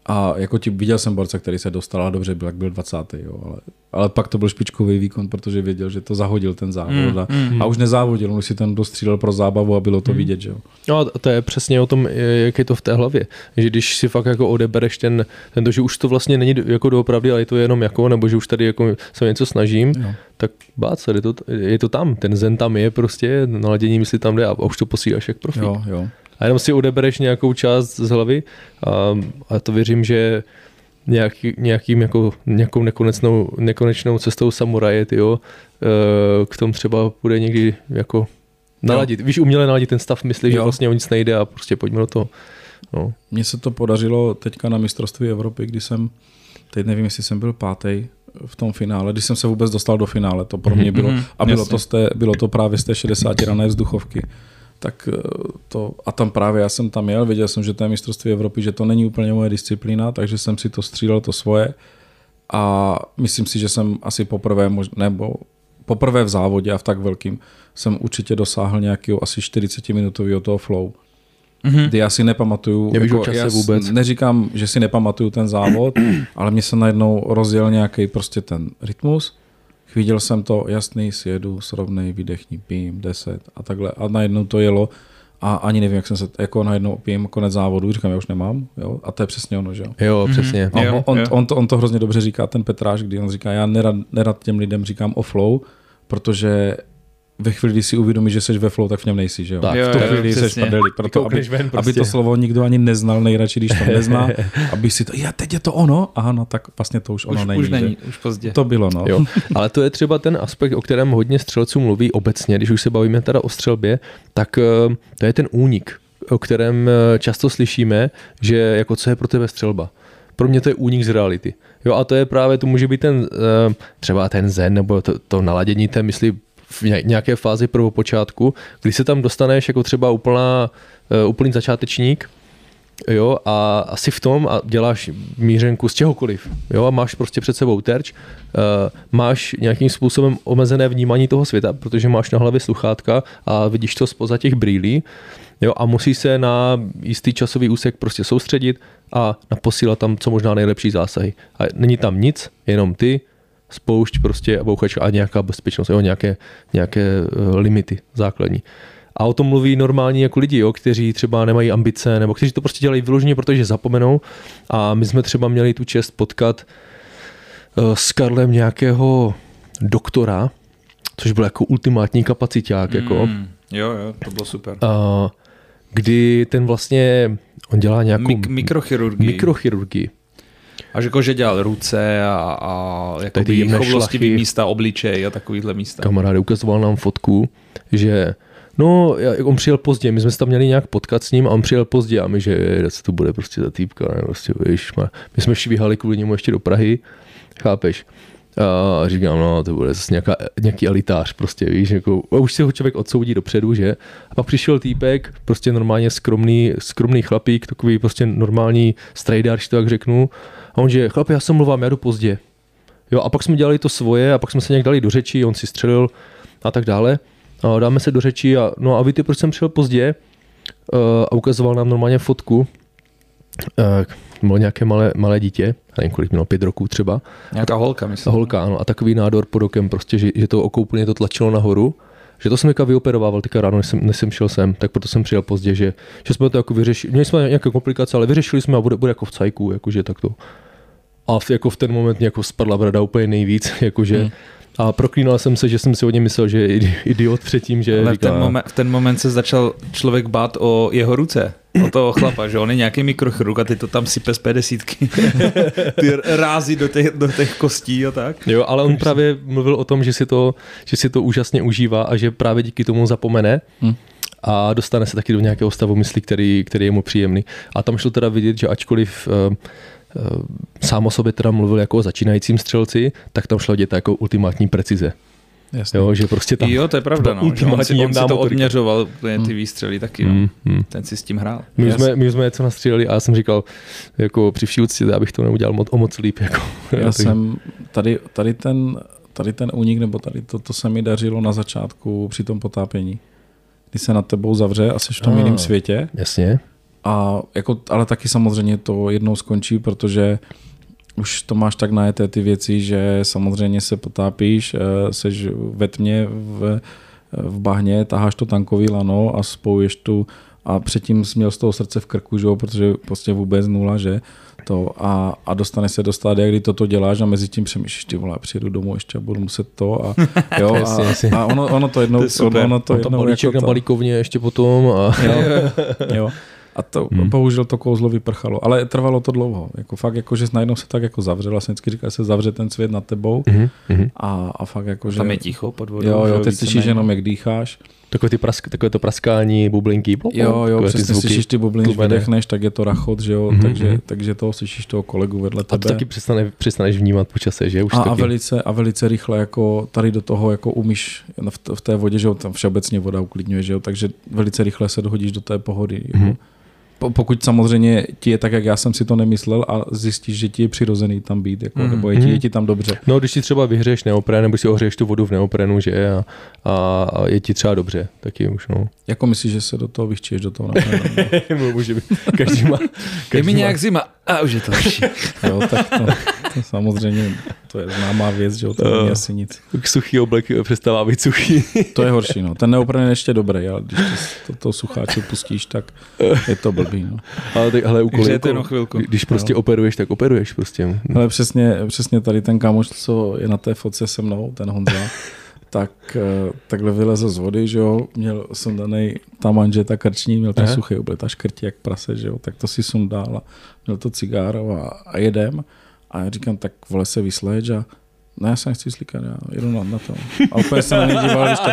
A jako viděl jsem borce, který se dostal a dobře byl, jak byl 20. Jo, ale pak to byl špičkový výkon, protože věděl, že to zahodil ten závod a už nezávodil, on už si ten dostřílel pro zábavu a bylo to vidět. Že jo. No a to je přesně o tom, jak je to v té hlavě. Že když si fakt jako odebereš ten že už to vlastně není jako doopravdy, ale je to jenom jako, nebo že už tady jako se něco snažím, tak bác, je to tam, ten zen tam je prostě, naladění mysli tam jde a už to posíláš jak profík. Jo. A jenom si odebereš nějakou část z hlavy a to věřím, že nějakou nekonečnou cestou samuraje, k tomu třeba bude někdy jako naladit. Víš, uměle naladit ten stav mysli, že vlastně o nic nejde a prostě pojďme do toho. No. Mně se to podařilo teďka na mistrovství Evropy, kdy teď nevím, jestli jsem byl 5. v tom finále, když jsem se vůbec dostal do finále, to pro mě bylo. A bylo to právě z té 60 rané vzduchovky. Tak a tam právě já jsem tam jel, věděl jsem, že to je mistrovství Evropy, že to není úplně moje disciplína, takže jsem si to střílel to svoje a myslím si, že jsem asi poprvé v závodě a v tak velkým jsem určitě dosáhl nějakého asi 40-minutového toho flow. Kdy já si nepamatuju, neříkám, že si nepamatuju ten závod, ale mně se najednou rozjel nějaký prostě ten rytmus. Viděl jsem to, jasný, sjedu, srovnej, vydechni, pím, 10 a takhle. A najednou to jelo a ani nevím, jak jsem se, jako najednou pím, konec závodu, říkám, já už nemám, jo, a to je přesně ono, že jo. Jo, přesně. On to hrozně dobře říká, ten Petráš, kdy on říká, já nerad těm lidem říkám o flow, protože ve chvíli, kdy si uvědomíš, že jsi ve flow, tak v něm nejsi, že jo. Tak, v tu chvíli jsi prdeli, proto aby to slovo nikdo ani neznal, nejradši, když to nezná, aby si to, teď je to ono, aha, no tak vlastně to už ono není. Už není, už pozdě. To bylo, no. Jo, ale to je třeba ten aspekt, o kterém hodně střelců mluví obecně, když už se bavíme teda o střelbě, tak to je ten únik, o kterém často slyšíme, že jako co je pro tebe střelba. Pro mě to je únik z reality. Jo, a to je právě, to může být ten třeba ten zen, nebo to naladění té mysli v nějaké fázi prvopočátku, kdy se tam dostaneš jako třeba úplný začátečník, jo, a asi v tom a děláš mířenku z čehokoliv, jo, a máš prostě před sebou terč, máš nějakým způsobem omezené vnímání toho světa, protože máš na hlavě sluchátka a vidíš to zpoza těch brýlí, jo, a musíš se na jistý časový úsek prostě soustředit a posílat tam co možná nejlepší zásahy. A není tam nic, jenom ty, spoušť prostě a bouchačka a nějaká bezpečnost, jo, nějaké limity základní. A o tom mluví normální jako lidi, jo, kteří třeba nemají ambice, nebo kteří to prostě dělají vyloženě, protože zapomenou. A my jsme třeba měli tu čest potkat s Karlem nějakého doktora, což byl jako ultimátní kapaciták. Jako. Jo, to bylo super. Kdy ten vlastně, on dělá nějakou mikrochirurgii. A že dělal ruce a jakoby choulostivý místa, obličej a takovýhle místa. Kamaráde, ukazoval nám fotku, že on přijel pozdě, my jsme se tam měli nějak potkat s ním a on přijel pozdě a my, že co to bude prostě za týpka, ne, prostě, my jsme švihali kvůli němu ještě do Prahy, chápeš? A říkám, to bude zase nějaký elitář, prostě, víš, jako, a už si ho člověk odsoudí dopředu, že? A pak přišel týpek, prostě normálně skromný chlapík, takový prostě normální strejdar, to tak řeknu, a on, že chlapi, já se mluvám, já jdu pozdě. Jo, a pak jsme dělali to svoje a pak jsme se nějak dali do řečí, on si střelil a tak dále. A dáme se do řečí a víte, proč jsem přišel pozdě? A ukazoval nám normálně fotku. Bylo nějaké malé dítě, nevím, kolik mělo, 5 roků třeba. Nějaká holka, myslím. Holka, ano, a takový nádor pod okem, prostě, že to oko úplně to tlačilo nahoru. Že to jsem vyoperovával teďka ráno, než jsem šel sem, tak proto jsem přijel pozdě, že jsme to jako vyřešili. Měli jsme nějaké komplikace, ale vyřešili jsme a bude jako v cajku, jakože takto. A jako v ten moment jako spadla brada úplně nejvíc, jakože. A proklínal jsem se, že jsem si o něm myslel, že je idiot předtím, že ale říká... v ten moment se začal člověk bát o jeho ruce, o toho chlapa, že on je nějaký mikrochirurg a ty to tam sype z P10. Ty rází do těch kostí a tak. Jo, ale on právě mluvil o tom, že si to úžasně užívá a že právě díky tomu zapomene a dostane se taky do nějakého stavu mysli, který je mu příjemný. A tam šlo teda vidět, že ačkoliv sám o sobě teda mluvil jako o začínajícím střelci, tak tam šlo vidět jako ultimátní precize. Jasně. Jo, že prostě tam... Jo, to je pravda, no. On si to odměřoval, ty výstřely taky. No. Ten si s tím hrál. My jsme něco nastříleli a já jsem říkal, jako při vší úctě, abych to neudělal o moc líp. Jako. Já jsem tady ten únik, nebo tady to se mi dařilo na začátku při tom potápění. Kdy se nad tebou zavře a jsi v tom jiném světě. Jasně. A jako, ale taky samozřejmě to jednou skončí, protože už to máš tak najeté ty věci, že samozřejmě se potápíš, seš ve tmě, v bahně, taháš to tankový lano a spojuješ tu a předtím jsi měl z toho srdce v krku, že jo, protože prostě vůbec nula, že to a dostaneš se do stádia, kdy toto děláš a mezi tím přemýšlíš, ty vole, přijedu domů ještě a budu muset to a jo, a ono to jednou, ono to jednou balíček jako na balíkovně ještě potom a jo. A to bohužel to kouzlo vyprchalo, ale trvalo to dlouho. Jako fakt, jako, že najednou se tak jako zavře, vlastně vždycky říká, se zavře ten svět nad tebou a fakt jako, že... Tam je ticho pod vodou. Jo, teď slyšíš jenom, jak dýcháš. Takové to praskání, bublinky. Jo, přesně slyšíš ty bubliny, když vydechneš, tak je to rachot, že jo, takže toho slyšíš toho kolegu vedle tebe. A to taky přestaneš vnímat po čase, že? Už a velice rychle jako tady do toho jako umíš v té vodě, že jo, tam všeobecně voda uklidňuje, že jo, takže velice rychle se dohodíš do té pohody. Jako. Pokud samozřejmě ti je tak, jak já jsem si to nemyslel a zjistíš, že ti je přirozený tam být, jako, nebo je ti tam dobře. No, když si třeba vyhřeješ neopren, nebo si ohřeješ tu vodu v neoprenu, že a je ti třeba dobře, taky už, no. Jako myslíš, že se do toho vychčíš, do toho neoprenu? Může být. Každý má. Je mi nějak zima a už je to lepší. Jo, tak to samozřejmě, to je známá věc, že to není asi nic. Suchý oblek přestává být suchý. To je horší, no. Ten neopren je ještě dobrý, ale když to sucháče pustíš, tak je to blbý, no. Ale tak, hele, když prostě operuješ, tak operuješ prostě. Ale přesně tady ten kámoš, co je na té fotce se mnou, ten Honza, takhle vylezl z vody, že jo, měl sundanej ta manžeta krční, měl ten suchý oblek, ta škrtí jak prase, že jo, tak to si sundal a měl to cigáro a jedem a já říkám, tak vole se vysléč a ne, já se nechci slíkat, já jedu na to. A úplně se na mě díval, když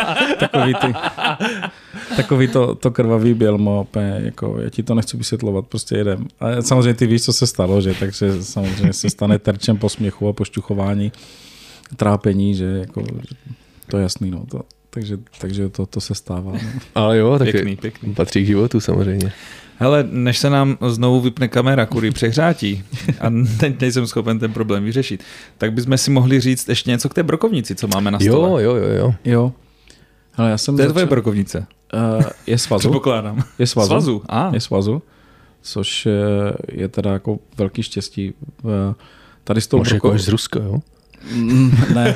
takový to krvavý bělmo, úplně, jako, já ti to nechci vysvětlovat, prostě jedem. A samozřejmě ty víš, co se stalo, že, takže samozřejmě se stane terčem posměchu a pošťuchování, trápení, že jako, to je jasný, no, takže to se stává. No. Ale jo, tak pěkný. Patří k životu samozřejmě. Hele, než se nám znovu vypne kamera, kudy přehrátí a teď nejsem schopen ten problém vyřešit, tak bychom si mohli říct ještě něco k té brokovnici, co máme na stole. Jo. Hele, já jsem to je tvoje brokovnice? Je Svazu. Předpokládám. Je Svazu. Je Svazu, což je teda jako velký štěstí. Tady s tou brokovnicí. Jako z Ruska, jo? Ne.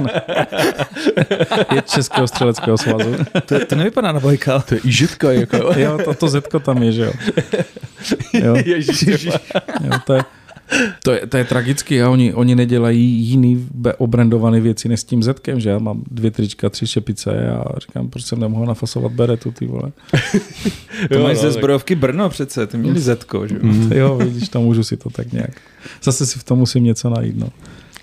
Je Českého střeleckého svazu. To nevypadá na Bajkal. To je i Žetka. Jako. Jo, to Zetko tam je, že jo. Ježiš. Jo, to je tragický a oni nedělají jiný obrandované věci než s tím Zetkem, že já mám 2 trička, 3 šepice a říkám, proč jsem nemohl nafasovat beretu, ty vole. To mají ze zbrojovky Brno přece, ty měli Zetko, že jo. Jo, vidíš, tam můžu si to tak nějak. Zase si v tom musím něco najít, no.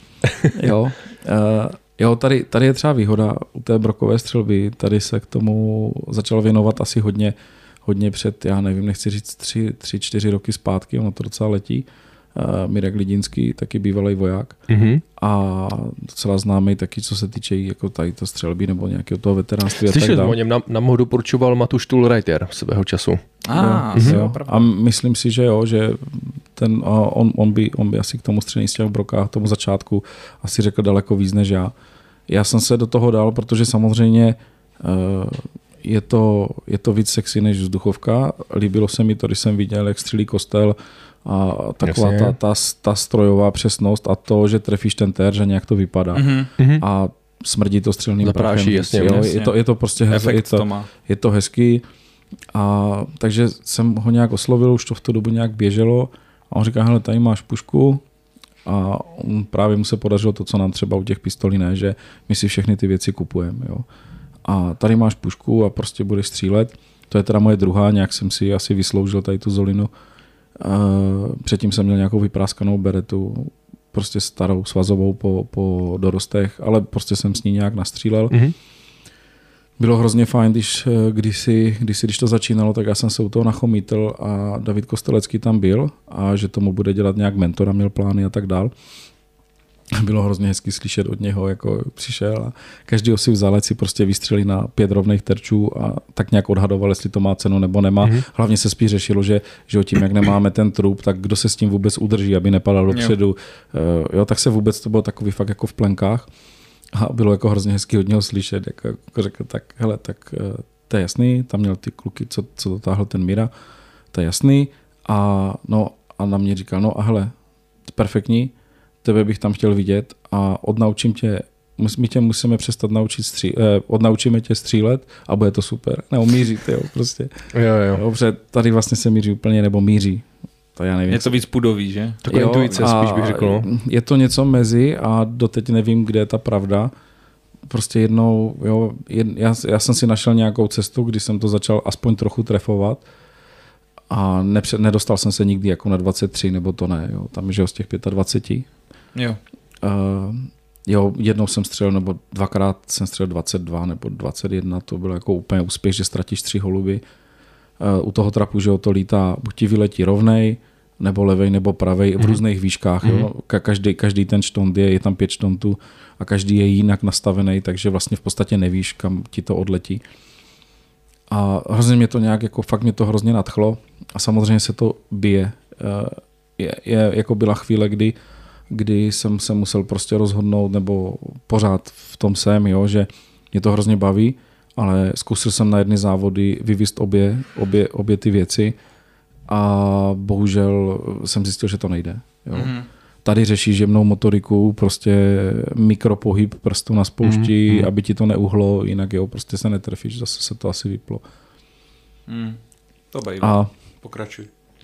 Jo, tady je třeba výhoda u té brokové střelby, tady se k tomu začal věnovat asi hodně před, já nevím, nechci říct 3-4 roky zpátky, ono to docela letí. Mirek Lidinský, taky bývalý voják a docela známý taky, co se týče jako tady to střelby nebo nějakého toho veteránství. Slyšel o něm, nám ho doporučoval Matuš Tulreiter svého času. Jo. A myslím si, že jo, že on by asi k tomu střelení z těch brokách, tomu začátku asi řekl daleko víc než já. Já jsem se do toho dal, protože samozřejmě je to víc sexy než vzduchovka. Líbilo se mi to, když jsem viděl, jak střílí Kostel a taková ta strojová přesnost a to, že trefíš ten terč, že nějak to vypadá. A smrdí to střelným prachem. Jasně. Je to prostě je to hezký. A takže jsem ho nějak oslovil, už to v tu dobu nějak běželo a on říká, hele, tady máš pušku a právě mu se podařilo to, co nám třeba u těch pistolí ne, že my si všechny ty věci kupujeme. Jo. A tady máš pušku a prostě budeš střílet. To je teda moje druhá, nějak jsem si asi vysloužil tady tu Zolinu. Předtím jsem měl nějakou vypráskanou beretu, prostě starou svazovou po dorostech, ale prostě jsem s ní nějak nastřílel. Bylo hrozně fajn, když to začínalo, tak já jsem se u toho nachomítl a David Kostelecký tam byl a že tomu bude dělat nějak mentora, měl plány a tak dál. Bylo hrozně hezky slyšet od něho, jako přišel a každý si vzal, si prostě vystřelí na 5 rovných terčů a tak nějak odhadoval, jestli to má cenu nebo nemá. Hlavně se spíš řešilo, že tím, jak nemáme ten trup, tak kdo se s tím vůbec udrží, aby nepadal dopředu. Jo, tak se vůbec to bylo takový fakt jako v plenkách. A bylo jako hrozně hezky od něho slyšet, jako řekl, tak hele, tak to je jasný, tam měl ty kluky, co dotáhl ten Mira, to je jasný. A na mě říkal, no a hele, perfektní, tebe bych tam chtěl vidět a odnaučím tě, my tě musíme přestat naučit odnaučíme tě střílet a bude to super. Nebo mířit, jo, prostě. Jo. Dobře, tady vlastně se míří úplně, nebo míří. To já nevím. Je to víc pudový, že? Taková intuice spíš bych řekl. Je to něco mezi a doteď nevím, kde je ta pravda. Prostě jednou, jo, já jsem si našel nějakou cestu, kdy jsem to začal aspoň trochu trefovat a nedostal jsem se nikdy jako na 23, nebo to ne, jo, tam je z těch 25. Jo. Jo, jednou jsem střelil, nebo dvakrát jsem střelil 22 nebo 21, to bylo jako úplně úspěch, že ztratíš 3 holuby. U toho trapu, že to lítá, buď ti vyletí rovnej, nebo levej, nebo pravej, v různých výškách. Jo. Každý ten štont je tam 5 štontů a každý je jinak nastavený, takže vlastně v podstatě nevíš, kam ti to odletí. A hrozně mě to nějak, jako fakt mě to hrozně nadchlo a samozřejmě se to bije. Jako byla chvíle, kdy jsem se musel prostě rozhodnout, nebo pořád v tom jsem, jo, že mě to hrozně baví, ale zkusil jsem na jedny závody vyvízt obě ty věci a bohužel jsem zjistil, že to nejde. Jo. Tady řešíš jemnou motoriku, prostě mikropohyb prstu na spoušti, aby ti to neuhlo, jinak jo, prostě se netrefíš, zase se to asi vyplo. To baví. Pokračuj.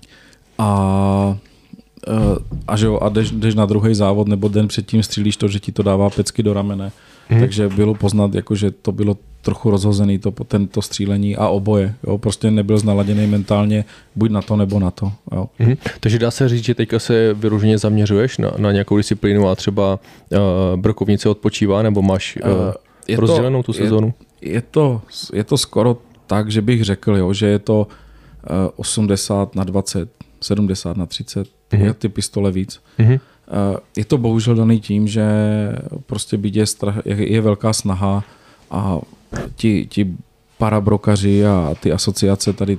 A že jo, a jdeš na druhý závod, nebo den předtím střílíš to, že ti to dává pecky do ramene. Takže bylo poznat, jako, že to bylo trochu rozhozený to střílení a oboje. Jo? Prostě nebyl znaladěný mentálně buď na to, nebo na to. Jo? Takže dá se říct, že teďka se vyloženě zaměřuješ na nějakou disciplínu a třeba brokovnice odpočívá, nebo máš rozdělenou tu sezonu? Je to skoro tak, že bych řekl, jo, že je to 80/20, 70/30, ty pistole víc. Je to bohužel daný tím, že prostě je velká snaha a ti parabrokaři a ty asociace tady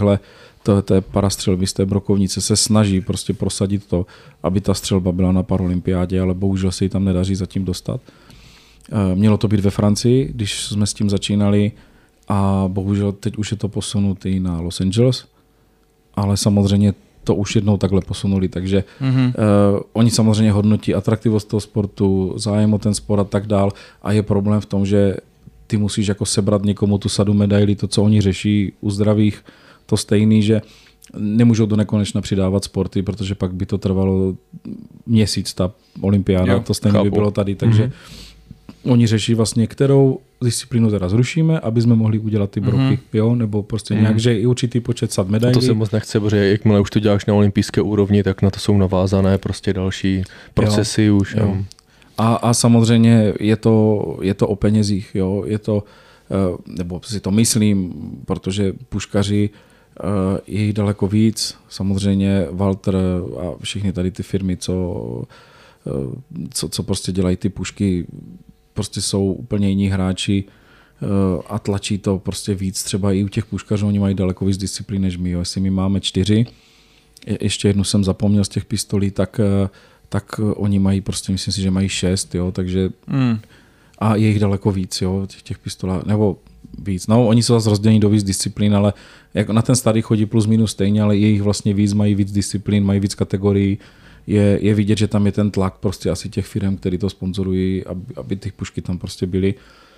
té parastřelby z té brokovnice se snaží prostě prosadit to, aby ta střelba byla na paralympiádě, ale bohužel se ji tam nedaří zatím dostat. Mělo to být ve Francii, když jsme s tím začínali a bohužel teď už je to posunutý na Los Angeles, ale samozřejmě to už jednou takhle posunuli, takže oni samozřejmě hodnotí atraktivost toho sportu, zájem o ten sport a tak dál a je problém v tom, že ty musíš jako sebrat někomu tu sadu medailí, to, co oni řeší u zdravých, to stejný, že nemůžou do nekonečna přidávat sporty, protože pak by to trvalo měsíc, ta olympiáda, to stejně by bylo tady, takže oni řeší vlastně, kterou disciplínu teda zrušíme, aby jsme mohli udělat ty broky, jo, nebo prostě nějak, že i určitý počet sad medailí. To se moc nechce, protože jakmile už to děláš na olympijské úrovni, tak na to jsou navázané prostě další procesy jo, už. Jo. A samozřejmě je to o penězích, jo, je to, nebo si to myslím, protože puškaři je jich daleko víc, samozřejmě Walter a všichni tady ty firmy, co prostě dělají ty pušky, prostě jsou úplně jiní hráči a tlačí to prostě víc. Třeba i u těch puškařů oni mají daleko víc disciplín než my. Jo. Jestli my máme 4, ještě jednu jsem zapomněl z těch pistolí, tak oni mají prostě, myslím si, že mají 6, jo, takže a je jich daleko víc, jo, těch pistolů, nebo víc. No, oni jsou zase rozdělení do víc disciplín, ale jako na ten starý chodí plus minus stejně, ale je jich vlastně víc, mají víc disciplín, mají víc kategorií. Je vidět, že tam je ten tlak prostě asi těch firm, který to sponzorují, aby ty pušky tam prostě byly.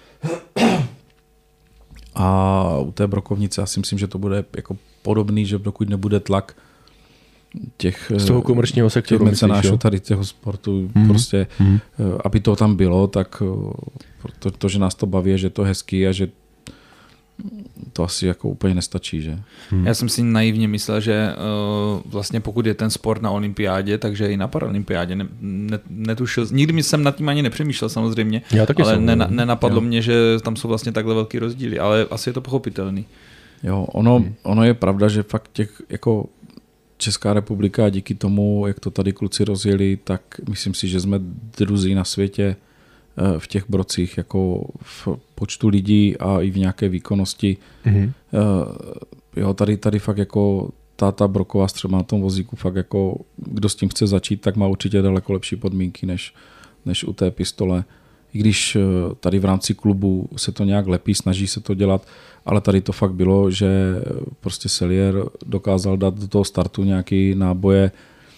A u té brokovnice asi myslím, že to bude jako podobný, že dokud nebude tlak těch z toho komerčního sektoru, mecenášů tady těho sportu, prostě, aby to tam bylo, tak to, že nás to baví, že to je hezký a že to asi jako úplně nestačí, že? Já jsem si naivně myslel, že vlastně pokud je ten sport na olympiádě, takže i na paralympiádě netušil. Nikdy jsem nad tím ani nepřemýšlel samozřejmě, ale nenapadlo mě, že tam jsou vlastně takhle velký rozdíly, ale asi je to pochopitelný. Jo, ono je pravda, že fakt těch jako Česká republika díky tomu, jak to tady kluci rozjeli, tak myslím si, že jsme druzí na světě v těch brocích, jako v počtu lidí a i v nějaké výkonnosti. Jo, tady fakt jako ta broková střelba na tom vozíku, fakt jako kdo s tím chce začít, tak má určitě daleko lepší podmínky než u té pistole. i když tady v rámci klubu se to nějak lepí, snaží se to dělat, ale tady to fakt bylo, že prostě Cellier dokázal dát do toho startu nějaký náboje,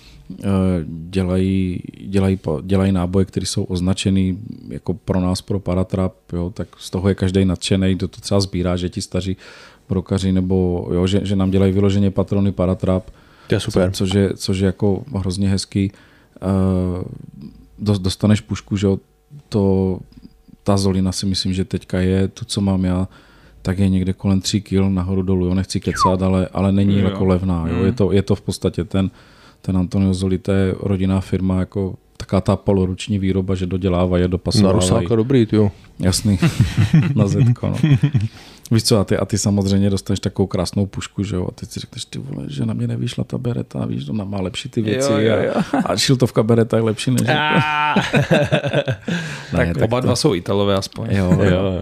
dělají náboje, které jsou označený jako pro nás, pro Paratrap, jo, tak z toho je každý nadšený, kdo to třeba sbírá, že ti staří brokaři, nebo jo, že nám dělají vyloženě patrony Paratrap. To je super. Což je jako hrozně hezký. Dostaneš pušku, že ta Zolina si myslím, že teďka je to, co mám já, tak je někde kolem 3 kg nahoru dolů. Jo, nechci kecat, ale není jako levná. Jo. Je to v podstatě ten Antonio Zoli, to je rodinná firma, jako taká ta poloruční výroba, že dodělávají a dopasovávají. Na Rusáka dobrý, jo. Jasný, na Zetko. No. Víš co, a ty samozřejmě dostaneš takovou krásnou pušku, že jo, a teď si řekneš, ty vole, že na mě nevyšla ta bereta, víš, ona má lepší ty věci a šiltovka bereta je lepší než... Tak oba dva jsou Italové aspoň. Jo.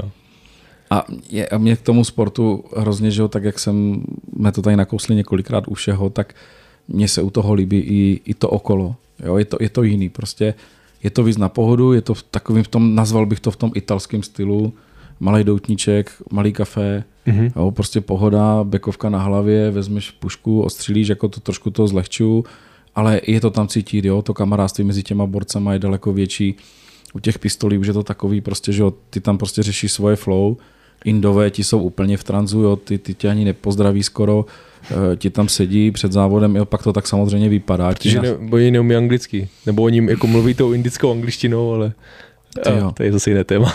A mě k tomu sportu hrozně, že jo, tak jak jsme to tady nakousli několikrát u všeho, tak mně se u toho líbí i to okolo. Jo, je to jiný, prostě je to víc na pohodu, je to v takovým, nazval bych to v tom italském stylu, malej doutníček, malý kafe, jo, prostě pohoda, bekovka na hlavě, vezmeš pušku, ostřílíš, jako to trošku to zlehču, ale je to tam cítit, jo, to kamarádství mezi těma borcama je daleko větší. U těch pistolí už je to takový prostě, že jo, ty tam prostě řešíš svoje flow, Indové ti jsou úplně v tranzu, jo, ty tě ani nepozdraví skoro, ti tam sedí před závodem, jo, pak to tak samozřejmě vypadá. Protože oni neumí anglicky, nebo oni jako mluví tou indickou angličtinou, ale to je zase jiné téma.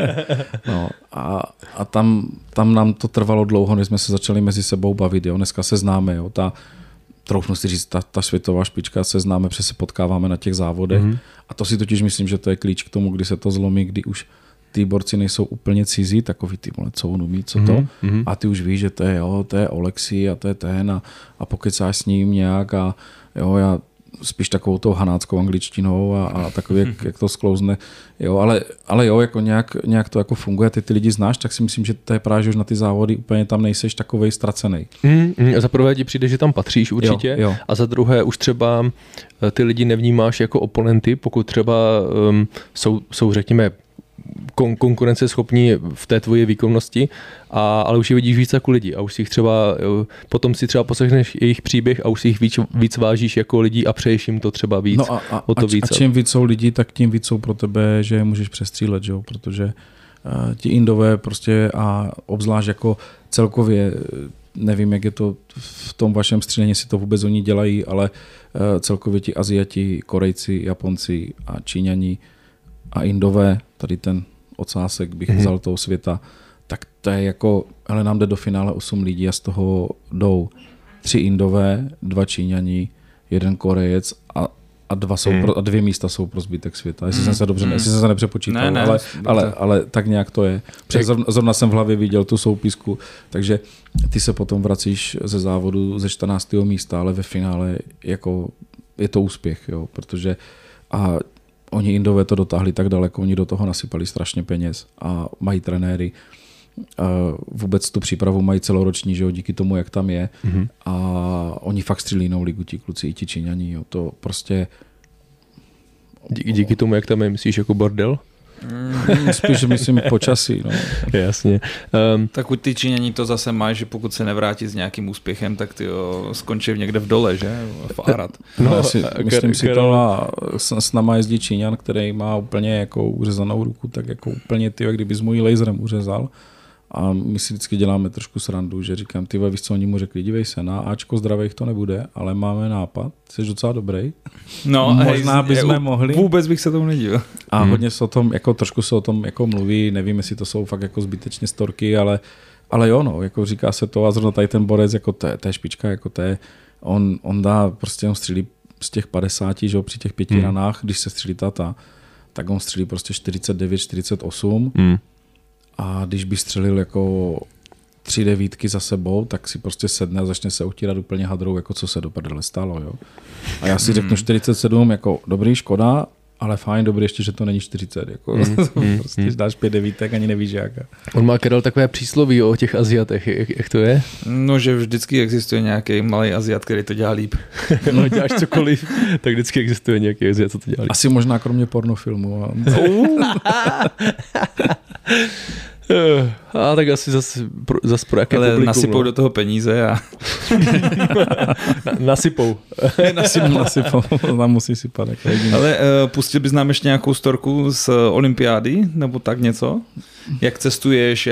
No, a tam nám to trvalo dlouho, než jsme se začali mezi sebou bavit, jo, dneska se známe, jo, troufnu si říct, ta světová špička se známe, protože se potkáváme na těch závodech a to si totiž myslím, že to je klíč k tomu, kdy se to zlomí, kdy už ty borci nejsou úplně cizí, takový ty vole, co on umí, co to. A ty už víš, že to je Oleksij a to je ten a pokecáš s ním nějak a jo, já spíš takovou tou hanáckou angličtinou a takový, jak to sklouzne. Jo, ale jo, jako nějak to jako funguje, ty lidi znáš, tak si myslím, že to je právě, že už na ty závody úplně tam nejseš takovej ztracený. Za prvé ti přijde, že tam patříš určitě jo. A za druhé už třeba ty lidi nevnímáš jako oponenty, pokud třeba jsou řekněme konkurenceschopní v té tvoji výkonnosti, ale už je vidíš víc jako lidi a už si jich třeba, potom si třeba poslechneš jejich příběh a už si jich víc vážíš jako lidí a přeješ jim to třeba víc. No a čím víc jsou lidi, tak tím víc jsou pro tebe, že je můžeš přestřílet, že jo? Protože ti Indové prostě a obzvlášť jako celkově, nevím, jak je to v tom vašem střílení, jestli to vůbec oni dělají, ale celkově ti Aziati, Korejci, Japonci a Číňani a Indové, tady ten ocásek bych vzal toho světa, tak to je jako, ale nám jde do finále 8 lidí a z toho jdou 3 Indové, 2 Číňani, 1 Korejec a 2 místa jsou pro zbytek světa. Jestli jsem se dobře, jestli jsem se nepřepočítal, ale tak nějak to je. Zrovna jsem v hlavě viděl tu soupisku, takže ty se potom vracíš ze závodu ze 14. místa, ale ve finále jako je to úspěch, jo, protože oni Indové to dotáhli tak daleko, oni do toho nasypali strašně peněz a mají trenéry. Vůbec tu přípravu mají celoroční, že jo, díky tomu, jak tam je. A oni fakt střílí jinou ligu, ti kluci, i ti Číňani. Jo. To prostě... Díky tomu, jak tam je, myslíš jako bordel? Spíš myslím počasí. No. Jasně. Tak u ty Číňani to zase máš, že pokud se nevrátí s nějakým úspěchem, tak ty skončí někde v dole, že? V Arad. Myslím si to, s náma jezdí Číňan, který má úplně jako uřezanou ruku, tak jako úplně kdyby s mojí laserem uřezal. A my si vždycky děláme trošku srandu, že říkám, ty víš co, oni mu řekli, dívej se, na Ačko zdravých to nebude, ale máme nápad, jsi docela dobrý. No, možná bychom mohli. Vůbec bych se tomu nedíval. A hodně se o tom, jako trošku se o tom jako mluví, nevím, jestli to jsou fakt jako zbytečně storky, ale jo, no, jako říká se to a zrovna tady ten borec, jako to je špička, jako to je, on dá, prostě on střílí z těch 50, že jo, při těch 5 ranách, když se střílí tak on střílí prostě 49, 48. A když by střelil jako 3 devítky za sebou, tak si prostě sedne a začne se utírat úplně hadrou, jako co se do prdele stalo. Jo? A já si řeknu 47, jako dobrý, škoda, ale fajn, dobrý ještě, že to není 40. Jako, prostě dáš 5 devítek, ani nevíš jaká. On má, Karel, takové přísloví o těch Aziatech, jak to je? No, že vždycky existuje nějaký malý Aziat, který to dělá líp. No, děláš cokoliv, tak vždycky existuje nějaký Aziat, co to dělá líp. Asi možná kromě pornofilmu. A tak asi zase pro jaké ale publikum. nasypou do toho peníze a... Nasypou. Nasypou. Tam musí sypat. Ale pustil bys nám ještě nějakou storku z olympiády, nebo tak něco? Jak cestuješ,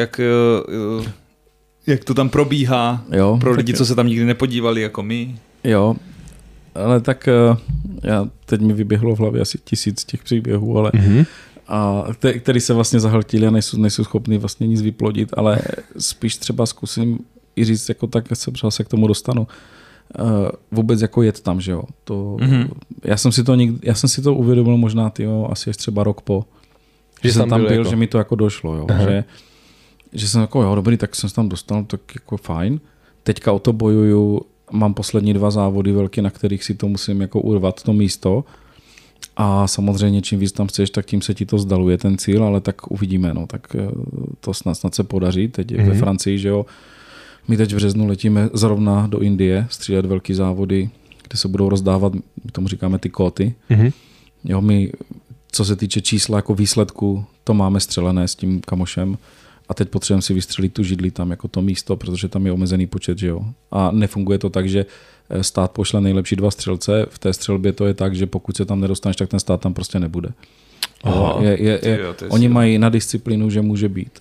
jak to tam probíhá pro lidi, co se tam nikdy nepodívali, jako my? Jo, ale tak teď mi vyběhlo v hlavě asi 1000 těch příběhů, ale a který se vlastně zahltili a nejsou schopni vlastně nic vyplodit, ale spíš třeba zkusím i říct, jako tak se k tomu dostanu. Vůbec jako jet tam, že jo. Já jsem si to uvědomil možná asi až třeba rok po, že jsem tam byl, jako... že mi to jako došlo, jo. Že jsem jako, jo, dobrý, tak jsem se tam dostal, tak jako fajn. Teďka o to bojuju, mám poslední 2 závody velké, na kterých si to musím jako urvat, to místo. A samozřejmě, čím víc tam chceš, tak tím se ti to vzdaluje ten cíl, ale tak uvidíme, no, tak to snad se podaří. Teď ve Francii, že jo, my teď v březnu letíme zrovna do Indie střílet velký závody, kde se budou rozdávat, my tomu říkáme ty kóty. Jo, my, co se týče čísla jako výsledku, to máme střelené s tím kamošem a teď potřebujeme si vystřelit tu židli tam jako to místo, protože tam je omezený počet, že jo. A nefunguje to tak, že stát pošle nejlepší 2 střelce, v té střelbě to je tak, že pokud se tam nedostaneš, tak ten stát tam prostě nebude. Aha, oni mají na disciplínu, že může být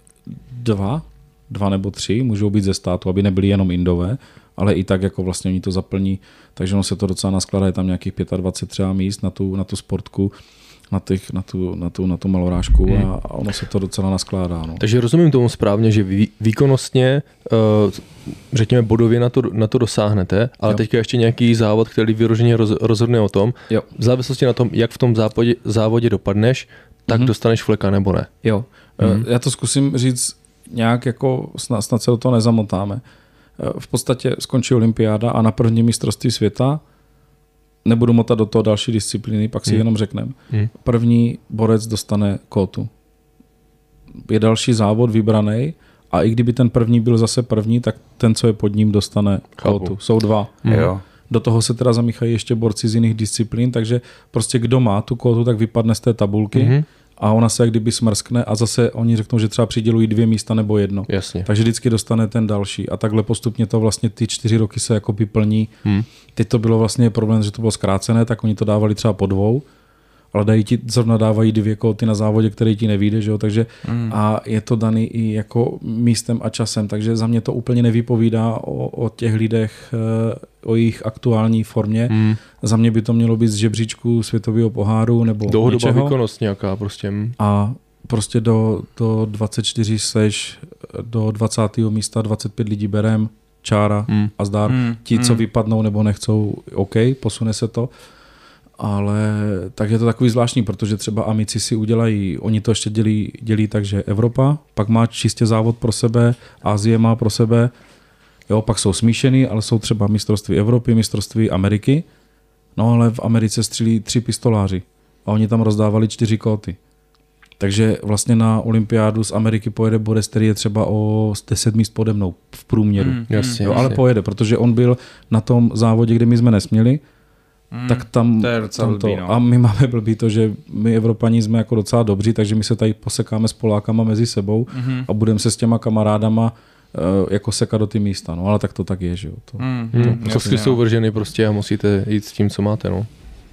2 nebo 3, můžou být ze státu, aby nebyli jenom Indové, ale i tak jako vlastně oni to zaplní, takže ono se to docela naskládá, je tam nějakých 25 třeba míst na tu sportku, na tu malorážku a ono se to docela naskládá. No. Takže rozumím tomu správně, že výkonnostně, řekněme bodově na to dosáhnete, ale teďka ještě nějaký závod, který vyroženě rozhodne o tom, v závislosti na tom, jak v tom závodě dopadneš, tak dostaneš fleka nebo ne. Jo, já to zkusím říct nějak jako, snad se do toho nezamotáme. V podstatě skončí olympiáda a na první mistrovství světa, nebudu motat do toho další disciplíny, pak si jenom řekneme. První borec dostane kótu. Je další závod vybraný a i kdyby ten první byl zase první, tak ten, co je pod ním, dostane kótu. Jsou 2. Jo. Do toho se teda zamíchají ještě borci z jiných disciplín, takže prostě kdo má tu kótu, tak vypadne z té tabulky a ona se jak kdyby smrskne a zase oni řeknou, že třeba přidělují 2 místa nebo 1. Jasně. Takže vždycky dostane ten další a takhle postupně to vlastně ty 4 roky se jakoby plní. Teď to bylo vlastně problém, že to bylo zkrácené, tak oni to dávali třeba po 2, ale zrovna dávají 2 kóty na závodě, který ti nevyjde, že jo? Takže a je to daný i jako místem a časem, takže za mě to úplně nevypovídá o těch lidech, o jejich aktuální formě. Za mě by to mělo být z žebříčku světového poháru nebo dlouhodobá výkonnost nějaká prostě. A prostě do 24 seš, do 20. místa 25 lidí berem, čára a zdar. Ti, co vypadnou nebo nechcou, OK, posune se to. Ale tak je to takový zvláštní, protože třeba amici si udělají, oni to ještě dělí tak, že Evropa, pak má čistě závod pro sebe, Asie má pro sebe, jo, pak jsou smíšený, ale jsou třeba mistrovství Evropy, mistrovství Ameriky, no ale v Americe střílí 3 pistoláři a oni tam rozdávali 4 kóty. Takže vlastně na olympiádu z Ameriky pojede borec, který je třeba o 10 míst pode mnou v průměru. Jasně, ale pojede, protože on byl na tom závodě, kde my jsme nesměli, tak tam to je docela blbý, no. A my máme blbý to, že my Evropani jsme jako docela dobří, takže my se tady posekáme s Polákama mezi sebou a budeme se s těma kamarádama jako sekat do ty místa, no, ale tak to tak je, že jo. Kostky jsou vrženy prostě a musíte jít s tím, co máte, no.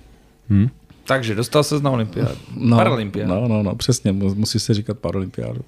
Takže dostal ses na olympiádu. Paralympiádu. No, přesně, musí se říkat paralympiádu.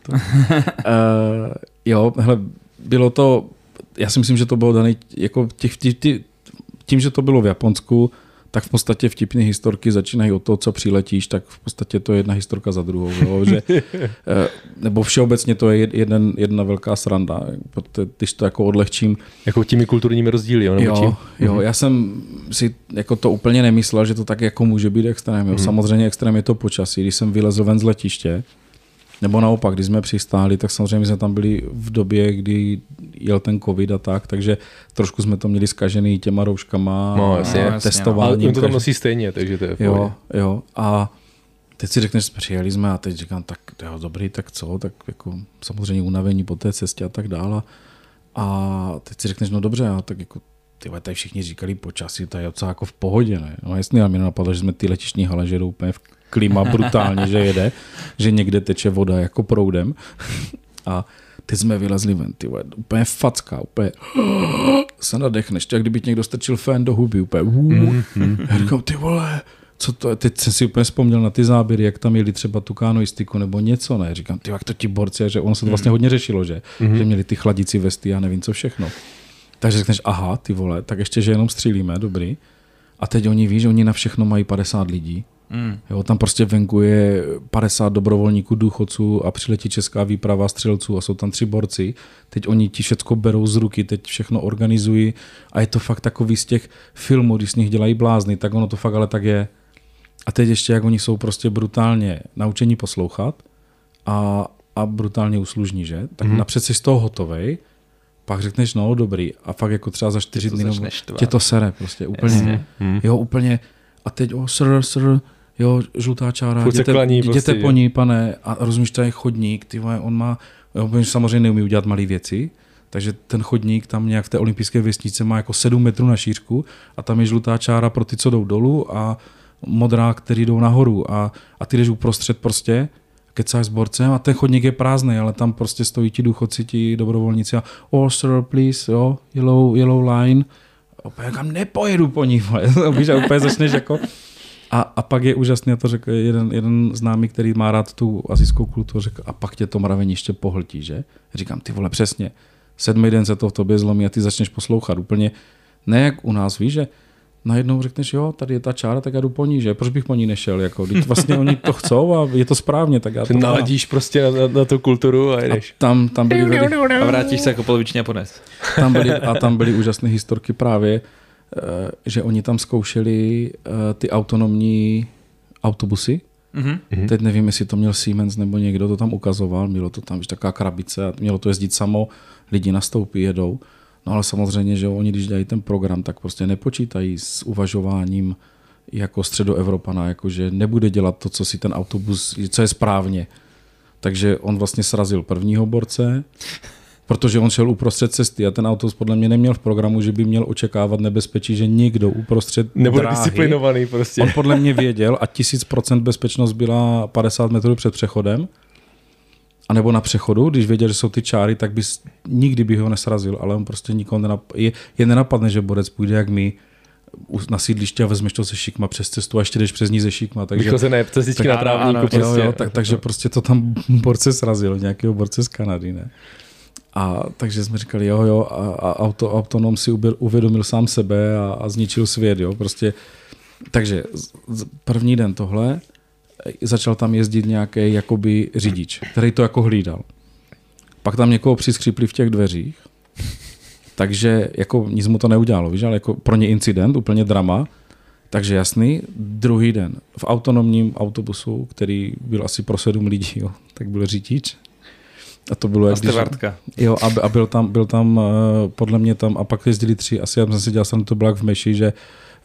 Jo, hele, bylo to, já si myslím, že to bylo dané, jako tím, že to bylo v Japonsku, tak v podstatě vtipné historky začínají od toho, co přiletíš, tak v podstatě to je jedna historka za druhou. Jo? Že, nebo všeobecně to je jedna velká sranda, protože když to jako odlehčím. Jako těmi kulturními rozdíly, jo? Jo, já jsem si jako to úplně nemyslel, že to tak jako může být extrém. Jo? Samozřejmě extrém je to počasí. Když jsem vylezl ven z letiště, Nebo naopak, když jsme přistáli, tak samozřejmě jsme tam byli v době, kdy jel ten covid a tak, takže trošku jsme to měli zkažený těma rouškama a testováním. Ale jim to tam nosí stejně, takže to je v pohodě. Jo. A teď si řekneš, přijeli jsme a teď říkám, tak jo, dobrý, tak co, tak jako samozřejmě unavení po té cestě a tak dále. A teď si řekneš, no dobře, a tak jako tady všichni říkali počasí, to je docela jako v pohodě, ne? No jasně, ale mě napadlo, že jsme ty letištní hale, že jdou úplně v klima brutálně, že jede, že někde teče voda jako proudem. A teď jsme vylezli ven, ty vole, úplně facka, úplně se nadechneš, jak kdyby někdo strčil fén do huby, úplně Já říkám, ty vole, co to je? Teď jsem si úplně vzpomněl na ty záběry, jak tam jeli třeba tu kanoistiku nebo něco, ne? Říkám, ty jak to ti borci, že ono se to vlastně hodně řešilo, že měli ty chladicí vesty a nevím co všechno. Takže řekneš, aha, ty vole, tak ještě, že jenom střílíme, dobrý. A teď oni ví, že oni na všechno mají 50 lidí. Jo, tam prostě venku je 50 dobrovolníků, důchodců a přiletí česká výprava střelců a jsou tam 3 borci. Teď oni ti všecko berou z ruky, teď všechno organizují a je to fakt takový z těch filmů, když z nich dělají blázny, tak ono to fakt ale tak je. A teď ještě, jak oni jsou prostě brutálně naučení poslouchat a brutálně uslužní, že? Tak napřed jsi z toho hotovej, pak řekneš, no dobrý, a fakt jako třeba za 4 dny tě to sere prostě úplně. Jo, úplně. A teď, sir, jo, žlutá čára, jděte po ní, pane, a rozumíš, to je chodník, ty vole, on má, jo, samozřejmě neumí udělat malé věci, takže ten chodník tam nějak v té olympijské vesnice má jako 7 metrů na šířku a tam je žlutá čára pro ty, co jdou dolů a modrá, který jdou nahoru a ty jdeš uprostřed prostě, kecáš s borcem a ten chodník je prázdný, ale tam prostě stojí ti důchodci, ti dobrovolníci a sir, please, jo, yellow line. A opět říkám, nepojedu po ní, víš, a úplně začneš jako... A pak je úžasný, a to řekl jeden známý, který má rád tu asijskou kulturu, řekl, a pak tě to mraveniště pohltí, že? Říkám, ty vole, přesně, 7. den se to v tobě zlomí a ty začneš poslouchat úplně, ne jak u nás, víš, že najednou řekneš, jo, tady je ta čára, tak já jdu po ní, že? Proč bych po ní nešel? Jako, vlastně oni to chcou a je to správně, tak já to naladíš prostě na tu kulturu a jdeš. A tam byly a vrátíš se jako polovičně ponec. Tam byly úžasné historky právě, že oni tam zkoušeli ty autonomní autobusy. Teď nevím, jestli to měl Siemens nebo někdo to tam ukazoval, mělo to tam, víš, taková krabice a mělo to jezdit samo, lidi nastoupí, jedou. No ale samozřejmě, že oni, když dělají ten program, tak prostě nepočítají s uvažováním jako středoevropana, jakože nebude dělat to, co si ten autobus, co je správně. Takže on vlastně srazil prvního borce, protože on šel uprostřed cesty a ten autobus podle mě neměl v programu, že by měl očekávat nebezpečí, že nikdo uprostřed nebude dráhy. Disciplinovaný prostě. On podle mě věděl a 1000% bezpečnost byla 50 metrů před přechodem. A nebo na přechodu, když věděl, že jsou ty čáry, tak nikdy by ho nesrazil, ale on prostě nikoho je nenapadne, že borec půjde jak my na sídliště a vezmeš to ze šikma přes cestu a ještě jdeš přes ní ze šikma. Vychozené cestičky na trávníku. Takže prostě to tam borce srazil, nějakého borce z Kanady, ne? A takže jsme říkali, jo, a autonom si uvědomil sám sebe a zničil svět, jo, prostě. Takže první den tohle, začal tam jezdit nějaký jakoby řidič, který to jako hlídal. Pak tam někoho přiskřípli v těch dveřích, takže jako nic mu to neudělalo, víš, ale jako pro ně incident, úplně drama. Takže jasný, druhý den v autonomním autobusu, který byl asi pro 7 lidí, jo, tak byl řidič. A to bylo jak když... Jo, a byl tam podle mě tam, a pak jezdili 3, asi já jsem si dělal, to bylo jak v Meši, že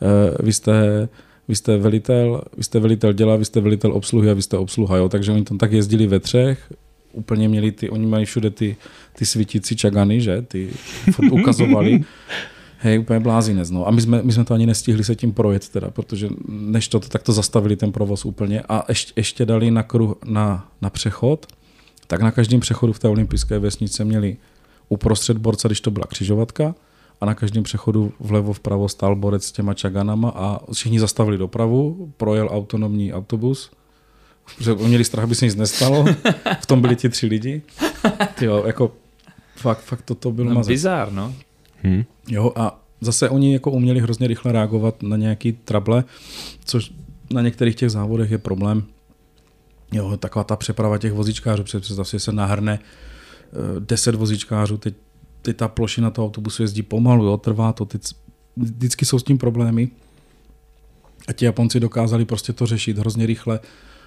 vy jste velitel děla, vy jste velitel obsluhy a vy jste obsluha, jo, takže oni tam tak jezdili ve 3, úplně měli oni mají všude ty svítící čagany, že, ty ukazovali. Hej, úplně blázinec, no. A my jsme to ani nestihli se tím projet teda, protože než tak to zastavili ten provoz úplně a ještě dali na kruh, na přechod, tak na každém přechodu v té olympijské vesnice měli uprostřed borce, když to byla křižovatka, a na každém přechodu vlevo vpravo stál borec s těma čaganama a všichni zastavili dopravu, projel autonomní autobus, protože měli strach, aby se nic nestalo, v tom byli ti 3 lidi. Jo, jako fakt to bylo mazec. Bizár, no. Jo, a zase oni jako uměli hrozně rychle reagovat na nějaký trable, což na některých těch závodech je problém. Jo, taková ta přeprava těch vozíčkářů, představ si, se nahrne 10 vozíčkářů, teď ta plošina toho autobusu jezdí pomalu, jo, trvá to, vždycky jsou s tím problémy a ti Japonci dokázali prostě to řešit hrozně rychle,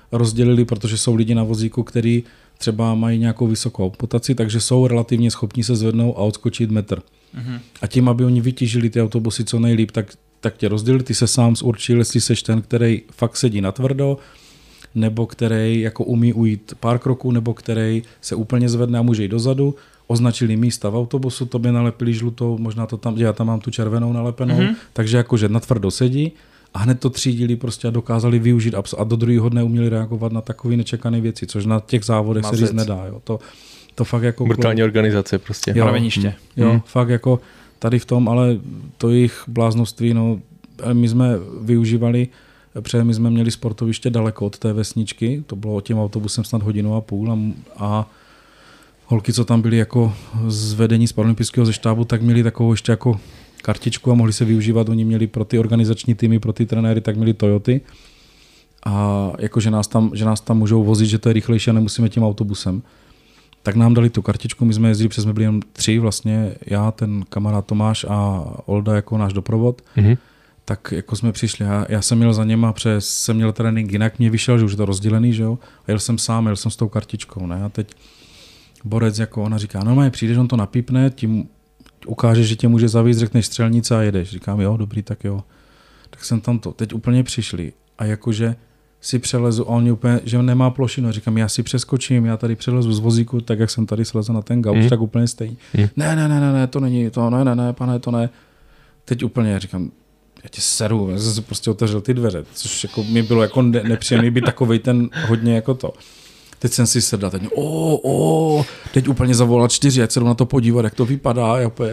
rozdělili, protože jsou lidi na vozíku, který třeba mají nějakou vysokou amputaci, takže jsou relativně schopni se zvednout a odskočit metr. A tím, aby oni vytížili ty autobusy co nejlíp, tak tě rozdělili, ty se sám určil, jestli seš ten, který fakt sedí natvrdo, nebo který jako umí ujít pár kroků, nebo který se úplně zvedne a může jít dozadu. Označili místa v autobusu, tobě nalepili žlutou, možná to tam, já tam mám tu červenou nalepenou, takže jakože natvrdo sedí a hned to třídili prostě a dokázali využít a do druhého dne uměli reagovat na takové nečekané věci, což na těch závodech se říct nedá. Jo. To fakt jako... Brutální organizace prostě. Mraveniště. Jo, fakt jako tady v tom, ale to jejich bláznoství, no, my jsme využívali, protože my jsme měli sportoviště daleko od té vesničky, to bylo tím autobusem snad 1,5 hodiny a holky, co tam byly jako z vedení z paralympijského ze štábu, tak měli takovou ještě jako kartičku a mohli se využívat, oni měli pro ty organizační týmy, pro ty trenéry, tak měli Toyoty a jako, že nás tam můžou vozit, že to je rychlejší a nemusíme tím autobusem. Tak nám dali tu kartičku, my jsme jezdili, protože jsme byli jen 3 vlastně, já, ten kamarád Tomáš a Olda jako náš doprovod. Tak jako jsme přišli, já jsem měl za něma, protože jsem měl trénink jinak, mě vyšel, že už je to rozdělený, že jo, a jel jsem s tou kartičkou, ne, a teď borec, jako ona říká, no přijdeš, on to napípne, tím ukáže, že tě může zavízt, řekneš střelnice a jedeš. Říkám, jo, dobrý, tak jo. Tak jsem tam to, teď úplně přišli a jakože si přelezu, a on úplně, že nemá plošinu, říkám, já si přeskočím, já tady přelezu z vozíku, tak jak jsem tady slezl na ten gauč, tak úplně stejný. Ne, to není to, ne, pane, to ne. Teď úplně říkám, já tě seru, já jsem si prostě otevřel ty dveře, což jako mi bylo jako nepříjemný být takovej ten hodně jako to. Teď jsem si sedl, teď teď úplně zavolal 4, ať se jdu na to podívat, jak to vypadá. Já úplně,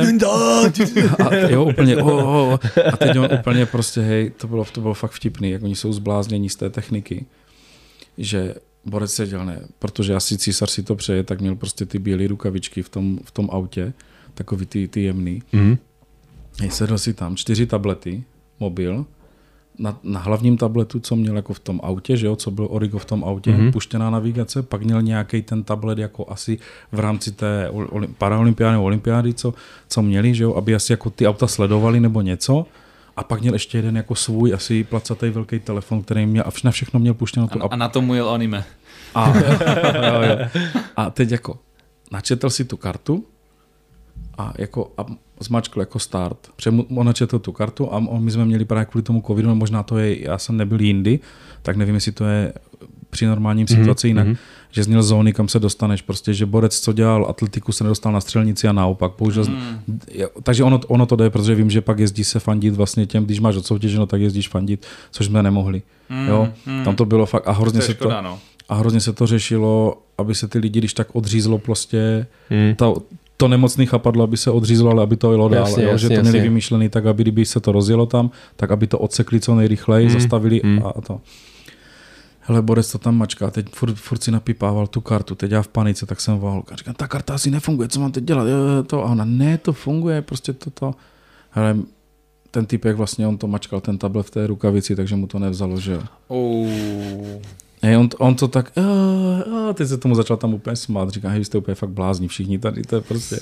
úplně, a teď on úplně prostě, hej, to bylo fakt vtipný, jak oni jsou zbláznění z té techniky, že borec seděl, ne, protože asi císař si to přeje, tak měl prostě ty bílé rukavičky v tom autě, takový ty jemný. Hej, sedl si tam 4 tablety, mobil, na hlavním tabletu, co měl jako v tom autě, že jo, co byl Origo v tom autě, puštěná navigace, pak měl nějaký ten tablet jako asi v rámci té paraolympiády nebo olympiády, co měli, že jo, aby asi jako ty auta sledovali nebo něco. A pak měl ještě jeden jako svůj asi placatý velký telefon, který měl a na všechno měl puštěnou tu a na tom jel anime. A teď jako načetl si tu kartu a zmačkl jako start. On načetl tu kartu a my jsme měli právě kvůli tomu covidu, no možná to je, já jsem nebyl jindy, tak nevím, jestli to je při normálním situaci jinak, že zněl zóny, kam se dostaneš. Prostě, že borec, co dělal atletiku, se nedostal na střelnici a naopak. Takže ono to jde, protože vím, že pak jezdí se fandit vlastně těm, když máš odsoutěženo, tak jezdíš fandit, což jsme nemohli. Jo? Tam to bylo fakt a hrozně se to řešilo, aby se ty lidi, když tak odřízlo prostě to nemocný chapadlo, aby se odřízlo, ale aby to jelo dál. Že to měli vymýšlený tak, aby kdyby se to rozjelo tam, tak aby to odsekli co nejrychleji, zastavili a to. Hele, borec to tam mačká, teď furt si napípával tu kartu, teď já v panice, tak jsem volal, říkám, ta karta asi nefunguje, co mám teď dělat? A ona, ne, to funguje, prostě toto. Hele, ten typek vlastně, on to mačkal, ten tablet v té rukavici, takže mu to nevzalo, že jo. Hej, on to tak, teď se tomu začal tam úplně smát, říká, hej, vy jste úplně fakt blázni všichni tady, to je prostě...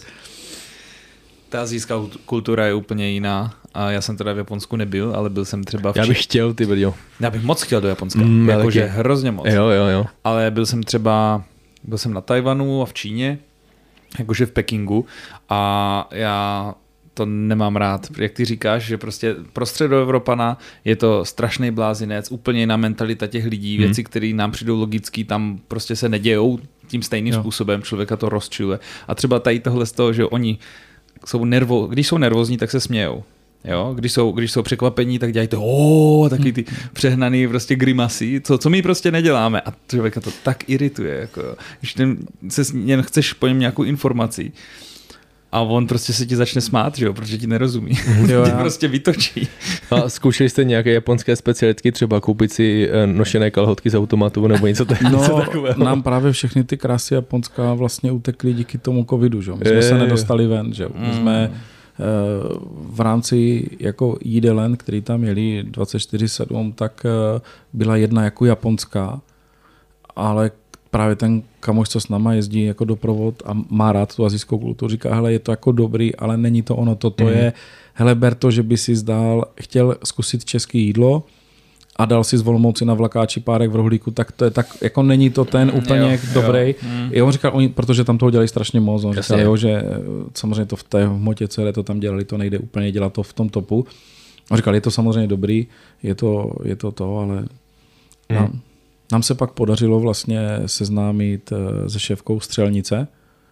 Ta asijská kultura je úplně jiná a já jsem teda v Japonsku nebyl, ale byl jsem třeba Já bych chtěl, ty brďo. Já bych moc chtěl do Japonska, jakože hrozně moc. Jo. Ale byl jsem na Tajvanu a v Číně, jakože v Pekingu a já to nemám rád. Jak ty říkáš, že prostě pro středoevropana je to strašný blázinec, úplně jiná mentalita těch lidí, věci, které nám přijdou logicky, tam prostě se nedějou tím stejným způsobem, člověka to rozčiluje. A třeba tady tohle z toho, že oni když jsou nervózní, tak se smějou. Jo? Když jsou překvapení, tak dělají to taky ty přehnaný prostě grimasy, co my prostě neděláme. A člověka to tak irituje. Jako, když jen chceš po něm nějakou informaci, a on prostě se ti začne smát, že jo, protože ti nerozumí. Tě prostě vytočí. A zkoušeli jste nějaké japonské specialitky, třeba koupit si nošené kalhotky z automatu nebo něco takového? Nám právě všechny ty krásy japonská vlastně utekly díky tomu covidu, že? My jsme se nedostali ven, že? My jsme v rámci jako jídelen, který tam měli 24/7, tak byla jedna jako japonská, ale právě ten kamoš, co s náma jezdí jako doprovod a má rád tu asijskou kulturu, říká, hele, je to jako dobrý, ale není to ono, toto je, hele, ber to, že by si chtěl zkusit české jídlo a dal si z Olomouci na vlakáči párek v rohlíku, tak to je tak, jako není to ten úplně dobrý. Jo, říkal, protože tam toho dělají strašně moc. On říkal, jo, že samozřejmě to v té hmotě, co to tam dělali, to nejde úplně dělat to v tom topu. On říkal, je to samozřejmě dobrý, je to, ale nám se pak podařilo vlastně seznámit se šéfkou střelnice.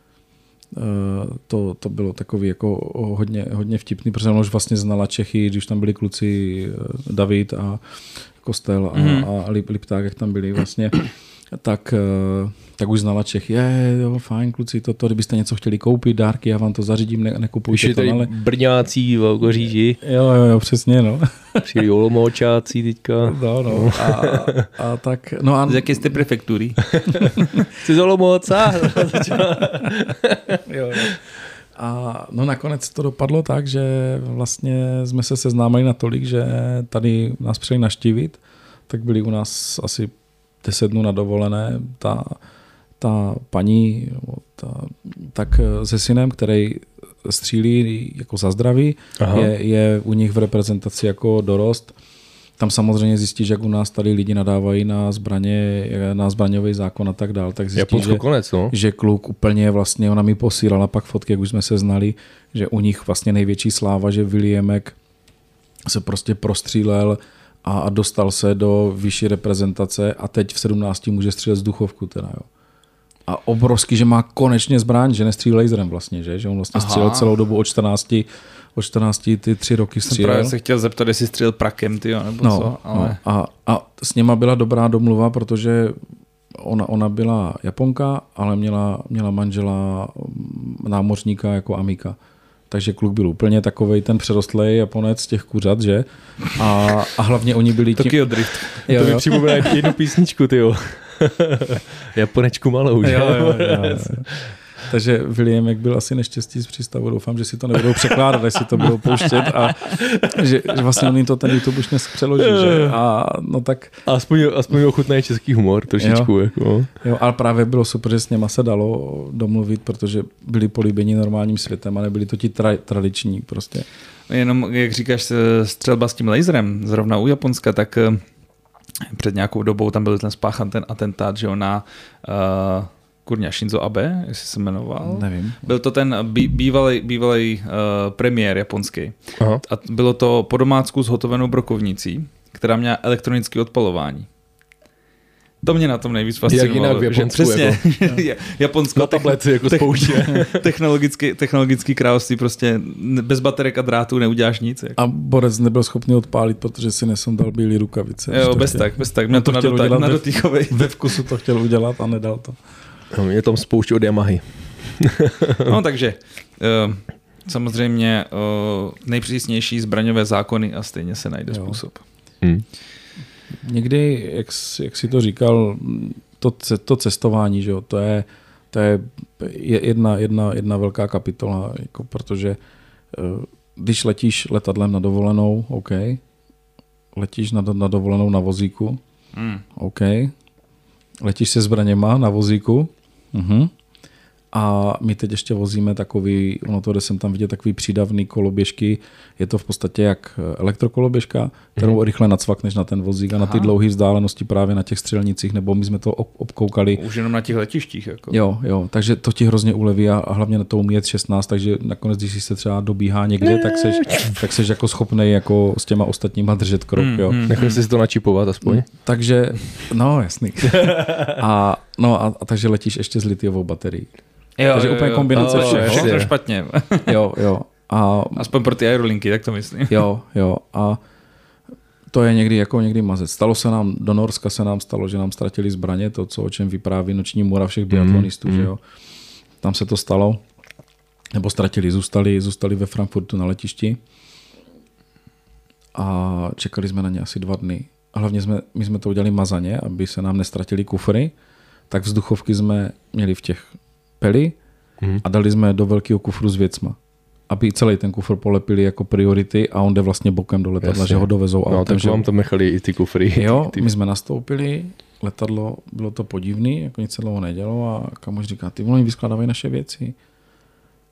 To bylo takový jako hodně vtipný, protože ona už vlastně znala Čechy, když tam byli kluci David a Kostel a Lipták, jak tam byli vlastně, tak už znala Čechy. Jo, fajn kluci, kdybyste něco chtěli koupit, dárky, já vám to zařídím, nekupujte to. Ale... Brňácí v Koříži. Jo, přesně, no. Přijeli Olomoučáci teďka. No. A tak, no a... Z jaké jste prefektury? Jsi z Olomouca? Jo. A no nakonec to dopadlo tak, že vlastně jsme se seznámili natolik, že tady nás přijeli navštívit, tak byli u nás asi 10 dnů na dovolené. Ta paní tak se synem, který střílí jako za zdraví, je u nich v reprezentaci jako dorost. Tam samozřejmě zjistíš, jak u nás tady lidi nadávají na zbraně, na zbraňový zákon a tak dál. Tak zjistíš, že kluk úplně vlastně, ona mi posílala pak fotky, jak už jsme se znali, že u nich vlastně největší sláva, že Williamek se prostě prostřílel a dostal se do vyšší reprezentace a teď v 17 může střílet z duchovku teda, jo. A obrovský, že má konečně zbraň, že nestřílí laserem vlastně, že on vlastně střílel celou dobu od 14 ty 3 roky střílel. Jsem právě se chtěl zeptat, jestli střílel prakem, tyjo, nebo co. Ale... No. A s něma byla dobrá domluva, protože ona byla Japonka, ale měla manžela námořníka jako amika. Takže kluk byl úplně takovej ten přerostlej Japonec z těch kuřat, že? A hlavně oni byli ti... Tokyo Drift. To mi připomíná jednu písničku, tyjo. Japonečku malou, že? Jo. Takže Williamek byl asi neštěstí z přístavu. Doufám, že si to nebudou překládat, až si to budou pouštět a že vlastně on jim to ten YouTube už dnes přeloží. Že? A no tak... Aspoň ochutnají český humor trošičku. Jako. Jo, ale právě bylo super, že s něma se dalo domluvit, protože byli políbení normálním světem a nebyli to ti tradiční prostě. Jenom, jak říkáš, střelba s tím laserem, zrovna u Japonska, tak před nějakou dobou tam byl ten spáchan ten atentát, že ona... kurňa Shinzo Abe, jestli se jmenoval. Nevím. Byl to ten bývalý premiér japonský. Aha. A bylo to po domácku zhotovenou brokovnicí, která měla elektronické odpalování. To mě na tom nejvíc fascinovalo. Jak jinak v Japonsku. Přesně, jako. Japonsko na tablety jako spouště. Technologický království, prostě bez baterek a drátů neuděláš nic. Jako. A borec nebyl schopný odpálit, protože si nesundal bílý rukavice. Jo, bez tak. Měl to na dotýchovej. Ve vkusu to chtěl udělat a nedal to. No, je tam spouště od Yamahy. No takže samozřejmě nejpřísnější zbraňové zákony a stejně se najde způsob. Někdy, jak jsi to říkal, to cestování, že jo, to je jedna velká kapitola, jako protože když letíš letadlem na dovolenou, OK, letíš na dovolenou na vozíku, OK, letíš se zbraněma na vozíku, a my teď ještě vozíme takový, ono to jde sem tam vidět, takový přídavný koloběžky, je to v podstatě jak elektrokoloběžka, kterou rychle nacvakneš na ten vozík a na ty dlouhé vzdálenosti právě na těch střelnicích, nebo my jsme to obkoukali. Už jenom na těch letištích. Jako. Jo, takže to ti hrozně uleví a hlavně na to umí jet 16, takže nakonec, když se třeba dobíhá někde, tak seš jako schopnej jako s těma ostatníma držet krok. Jo. Nechci si to načipovat aspoň. Takže, no jasný. A takže letíš ještě s litiovou baterií. Takže úplně kombinace všechno špatně. Jo. A aspoň pro ty aerolinky, tak to myslím. Jo. A to je někdy mazec. Stalo se nám, do Norska se nám stalo, že nám ztratili zbraně, o čem vypráví noční můra všech biatlonistů, že jo. Tam se to stalo, nebo ztratili, zůstali ve Frankfurtu na letišti a čekali jsme na ně asi 2 dny. A hlavně my jsme to udělali mazaně, aby se nám nestratili kufry, tak vzduchovky jsme měli v těch peli a dali jsme do velkého kufru s věcma. Aby celý ten kufr polepili jako priority a on jde vlastně bokem do letadla, že ho dovezou autem. No, takže vám to nechali i ty kufry. Jo, my jsme nastoupili, letadlo, bylo to podivný, jako nic se dlouho nedělo a kamoš říká, ty vole, vyskládávají naše věci.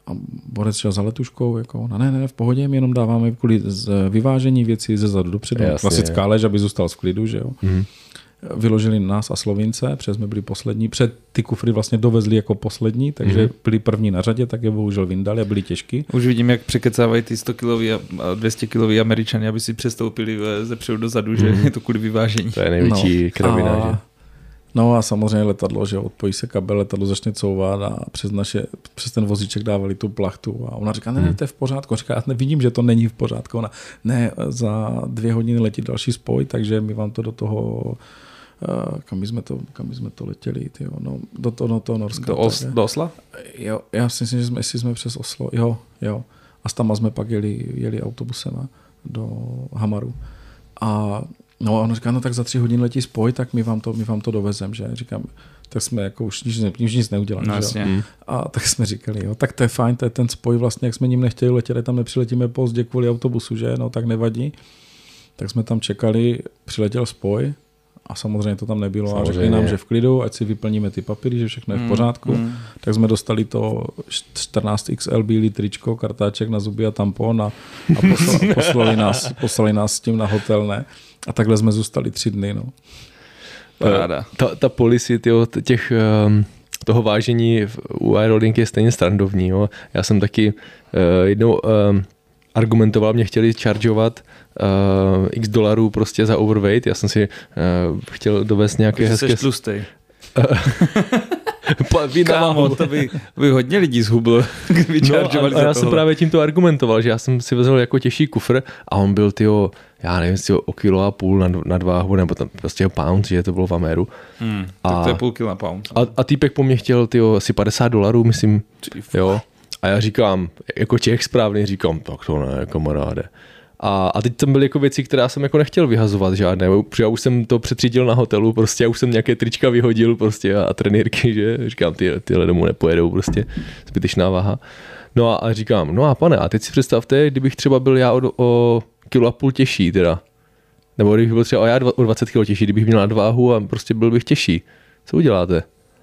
A borec šel za letuškou, jako, ne, v pohodě, my jenom dáváme kvůli vyvážení věcí ze zadu dopředu. Klasická lež, aby zůstal v klidu, že jo. Vyložili nás a Slovince, protože jsme byli poslední. Před ty kufry vlastně dovezli jako poslední, takže byli první na řadě, tak je bohužel vyndali a byli těžký. Už vidím, jak překecávají ty 100-kilový a 200-kilový Američani, aby si přestoupili ze předu dozadu, že je to kvůli vyvážení. To je největší kravina, že? No a samozřejmě letadlo, že odpojí se kabel, letadlo začne couvat a přes ten vozíček dávali tu plachtu a ona říká, ne, to je v pořádku. Říká, já nevidím, že to není v pořádku. Ona, ne, za 2 hodiny letí další spoj, takže my vám to do toho, kam jsme to letěli, tyjo, no, do toho Norska. Do Osla? Jo, já si myslím, že jsme přes Oslo, jo. A tam jsme pak jeli autobusem do Hamaru. A no a on říká, no tak za 3 hodiny letí spoj, tak my vám to dovezem, že? Říkám, tak jsme jako už nic neudělali. No, že? A tak jsme říkali, jo, tak to je fajn, to je ten spoj vlastně, jak jsme ním nechtěli letět, tam nepřiletíme pozdě kvůli autobusu, že? No tak nevadí. Tak jsme tam čekali, přiletěl spoj a samozřejmě to tam nebylo a řekli nám, že v klidu, ať si vyplníme ty papíry, že všechno je v pořádku. Tak jsme dostali to 14XL bílý tričko, kartáček na zuby a tampon a poslali nás s tím na hotel, ne? A takhle jsme zůstali 3 dny, no. Paráda. Ta policy toho vážení u Aerolink je stejně srandovní, jo. Já jsem taky jednou argumentoval, mě chtěli chargeovat x dolarů prostě za overweight. Já jsem si chtěl dovést nějaké hezké... Jsi tlustej. Kámo, to by hodně lidí zhubl, kdyby chargeovali za já jsem právě tímto argumentoval, že já jsem si vezl jako těžší kufr a on byl já nevím, o 1,5 kilo nadváhu, nebo tam prostě pound, že to bylo v Ameru. Tak to je 0,5 kila pound. A týpek po mně chtěl asi $50, myslím, jo. A já říkám, jako Čech správně říkám, tak to ne, kamaráde. A teď tam byly jako věci, které jsem jako nechtěl vyhazovat žádné, protože já už jsem to přetřídil na hotelu, prostě já už jsem nějaké trička vyhodil prostě a trenýrky, že říkám, tyhle domů nepojedou, prostě zbytečná váha. No a říkám, no a pane, a teď si představte, kdybych třeba byl já o 1,5 kilo těžší teda, nebo kdybych byl třeba já o 20 kilo těžší, kdybych měl nadváhu a prostě byl bych těžší, co uděláte?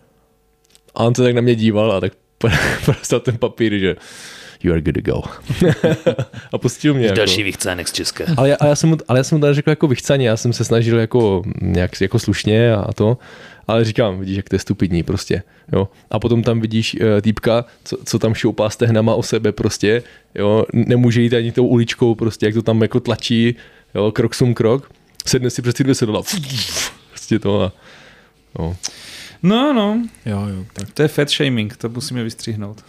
A on se tak na mě díval a tak prostě ten papír, že you are good to go. A pustil mě. Další vychcánek z Česka. Ale já jsem mu to neřekl jako vychcaně, já jsem se snažil jako nějak jako slušně a to, ale říkám, vidíš, jak to je stupidní prostě, jo. A potom tam vidíš týpka, co tam šoupá stehnama o sebe prostě, jo, nemůže jít ani tou uličkou prostě, jak to tam jako tlačí, jo, krok sum krok, sedne si přes ty 2 sedla, prostě to a jo. No. Jo, tak. To je fat shaming, to musíme vystřihnout.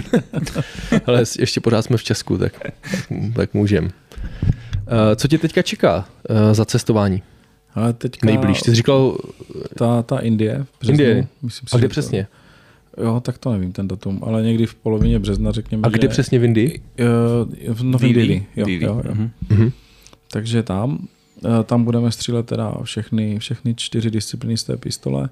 Ale ještě pořád jsme v Česku, tak můžem. Co tě teďka čeká za cestování? Ale teďka nejblíž, ty jsi říkal... Ta Indie. Indie? A kde přesně? Jo, tak to nevím ten datum, ale někdy v polovině března řekněme. A kde přesně v Indii? V Novém Dili. Jo. Takže tam budeme střílet teda všechny 4 disciplíny z té pistole.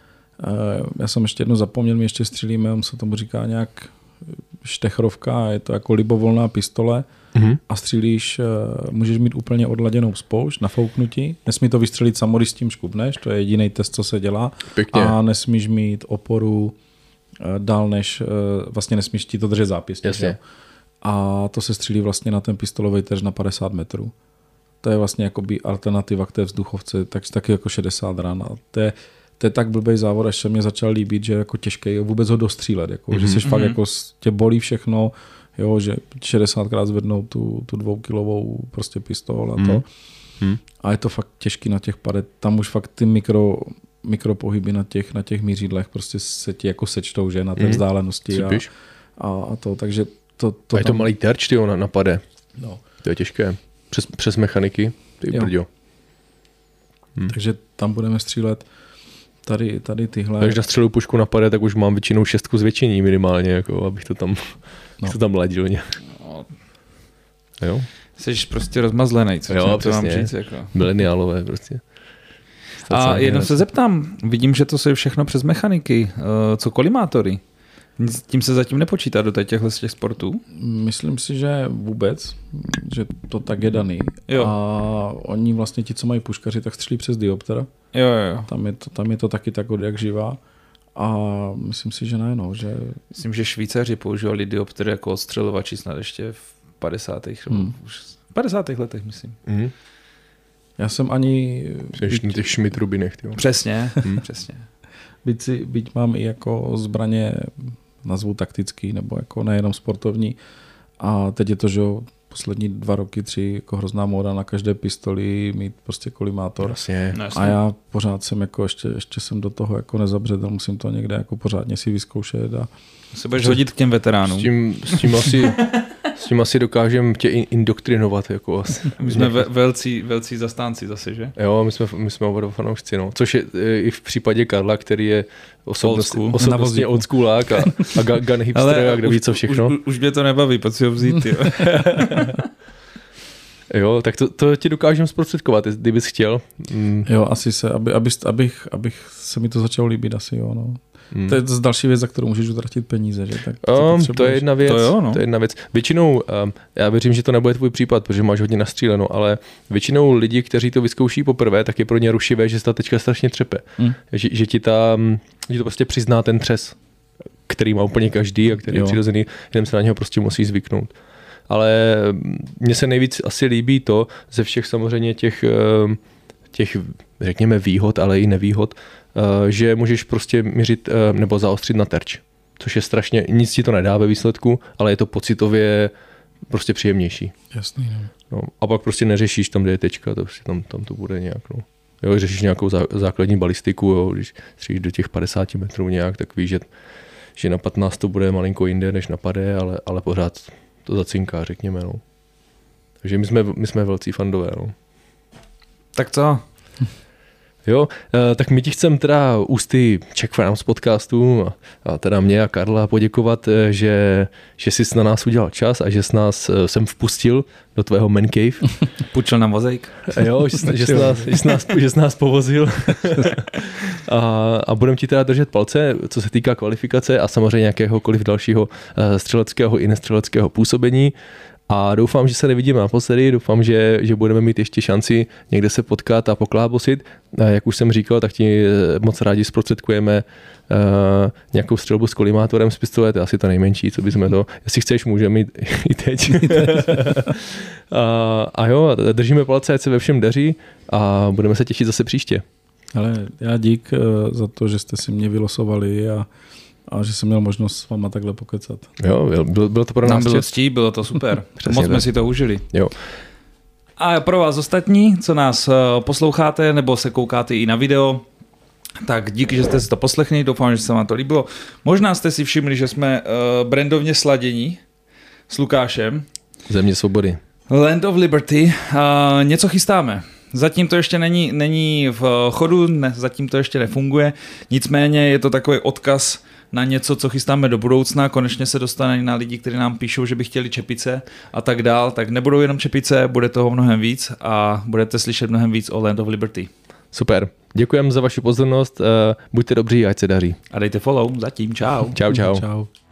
Já jsem ještě jedno zapomněl, my ještě střílíme, on se tomu říká nějak štechrovka, je to jako libovolná pistole a střílíš, můžeš mít úplně odladěnou spoušť, nafouknutí, nesmí to vystřelit samo, když s tím škubneš, to je jediný test, co se dělá. Pěkně. A nesmíš mít oporu dál než, vlastně nesmíš ti to držet zápěstí. Jasně. A to se střílí vlastně na ten pistolový terč na 50 metrů. To je vlastně jakoby alternativa k té vzduchovce, taky jako 60 ran. To je tak blbej závod, až se mě začal líbit, že je jako těžký vůbec ho dostřílet, jako, že seš fakt jako tě bolí všechno, jo, že 60krát zvednou tu 2kilovou prostě pistol a to. A je to fakt těžký na těch padet, tam už fakt ty mikropohyby na těch mířidlech prostě se ti jako sečtou, že na té vzdálenosti a to, takže to a je to malý terč, tyjo, na pade. No. To je těžké. Přes mechaniky, ty brďo. Takže tam budeme střílet tady tyhle. Takže na střelu pušku napade, tak už mám většinou 6 zvětšení minimálně, jako, abych to tam ladil nějak. Jo? Jsi prostě rozmazlený, co jo, to mám říct. Jako. Mileniálové prostě. A jenom se zeptám, vidím, že to jsou všechno přes mechaniky. Co kolimátory? Tím se zatím nepočítá do těch sportů? Myslím si, že vůbec, že to tak je daný. Jo. A oni vlastně ti, co mají puškaři, tak střílí přes dioptera. Jo. Tam je to taky tak od jak živá. A myslím si, že ne, no, že... Myslím, že Švýcaři používali dioptry jako odstřelovači snad ještě v 50. Už 50. letech, myslím. Já jsem ani... Ještě těch Schmidt-Rubinech. Přesně, přesně. Byť mám i jako zbraně, nazvu taktický, nebo jako nejenom sportovní. A teď je to, že poslední 2 roky, 3, jako hrozná móda na každé pistoli mít prostě kolimátor. Jasně. A já pořád jsem jako ještě jsem do toho jako nezabředl, musím to někde jako pořádně si vyzkoušet. A se budeš hodit k těm veteránům. S tím asi dokážeme tě indoktrinovat. Jako my jsme velcí zastánci zase, že? Jo, my jsme oba fanoušci, no. Což je i v případě Karla, který je osobnostně oldschoolák a gun hipster a kdo ví co všechno. Už mě to nebaví, pojď si ho vzít. Jo. Jo, tak to ti dokážeme zprostředkovat, kdybys chtěl. Jo, asi abych se mi to začalo líbit, asi jo, no. To je další věc, za kterou můžeš utratit peníze, že? Tak to je jedna věc. No. To je jedna věc. Většinou, já věřím, že to nebude tvůj případ, protože máš hodně nastříleno, ale většinou lidi, kteří to vyzkouší poprvé, tak je pro ně rušivé, že se ta tečka strašně třepe. Že ti to prostě přizná ten třes, který má úplně každý a který je přirozený, jenom se na něho prostě musí zvyknout. Ale mně se nejvíc asi líbí to ze všech samozřejmě těch řekněme výhod, ale i nevýhod, že můžeš prostě měřit nebo zaostřit na terč, což je strašně, nic ti to nedá ve výsledku, ale je to pocitově prostě příjemnější. Jasný, no. A pak prostě neřešíš tam, kde je tečka, to prostě tam to bude nějak, no. Jo, řešíš nějakou základní balistiku, jo, když střílíš do těch 50 metrů nějak, tak víš, že na 15 to bude malinko jinde, než na pade, ale pořád to zacinká, řekněme, no. Takže my jsme velcí fandové, no. Tak co? Jo, tak my ti chcem teda ústy Czech Farms podcastu a teda mě a Karla poděkovat, že jsi na nás udělal čas a že jsi nás sem vpustil do tvého man cave. Půjčil nám vozejk. Jo, že jsi nás povozil. A budeme ti teda držet palce, co se týká kvalifikace a samozřejmě jakéhokoliv dalšího střeleckého i nestřeleckého působení. A doufám, že se nevidíme naposledy, doufám, že budeme mít ještě šanci někde se potkat a poklábosit. Jak už jsem říkal, tak ti moc rádi zprostředkujeme nějakou střelbu s kolimátorem z pistole, to je asi to nejmenší, co bychom to, jestli chceš, můžeme i teď. A jo, držíme palce, ať se ve všem daří a budeme se těšit zase příště. Ale já dík za to, že jste si mě vylosovali a že jsem měl možnost s váma takhle pokecat. Jo, bylo to pro nás. Nám bylo ctí, bylo to super. Moc jsme si to užili. Jo. A pro vás ostatní, co nás posloucháte nebo se koukáte i na video, tak díky, že jste si to poslechli, doufám, že se vám to líbilo. Možná jste si všimli, že jsme brandovně sladění s Lukášem. Země svobody. Land of Liberty. Něco chystáme. Zatím to ještě není v chodu, zatím to ještě nefunguje, nicméně je to takový odkaz na něco, co chystáme do budoucna, konečně se dostane na lidi, kteří nám píšou, že by chtěli čepice a tak dál, tak nebudou jenom čepice, bude toho mnohem víc a budete slyšet mnohem víc o Land of Liberty. Super, děkujeme za vaši pozornost, buďte dobří, ať se daří. A dejte follow, zatím, čau. Čau. Čau.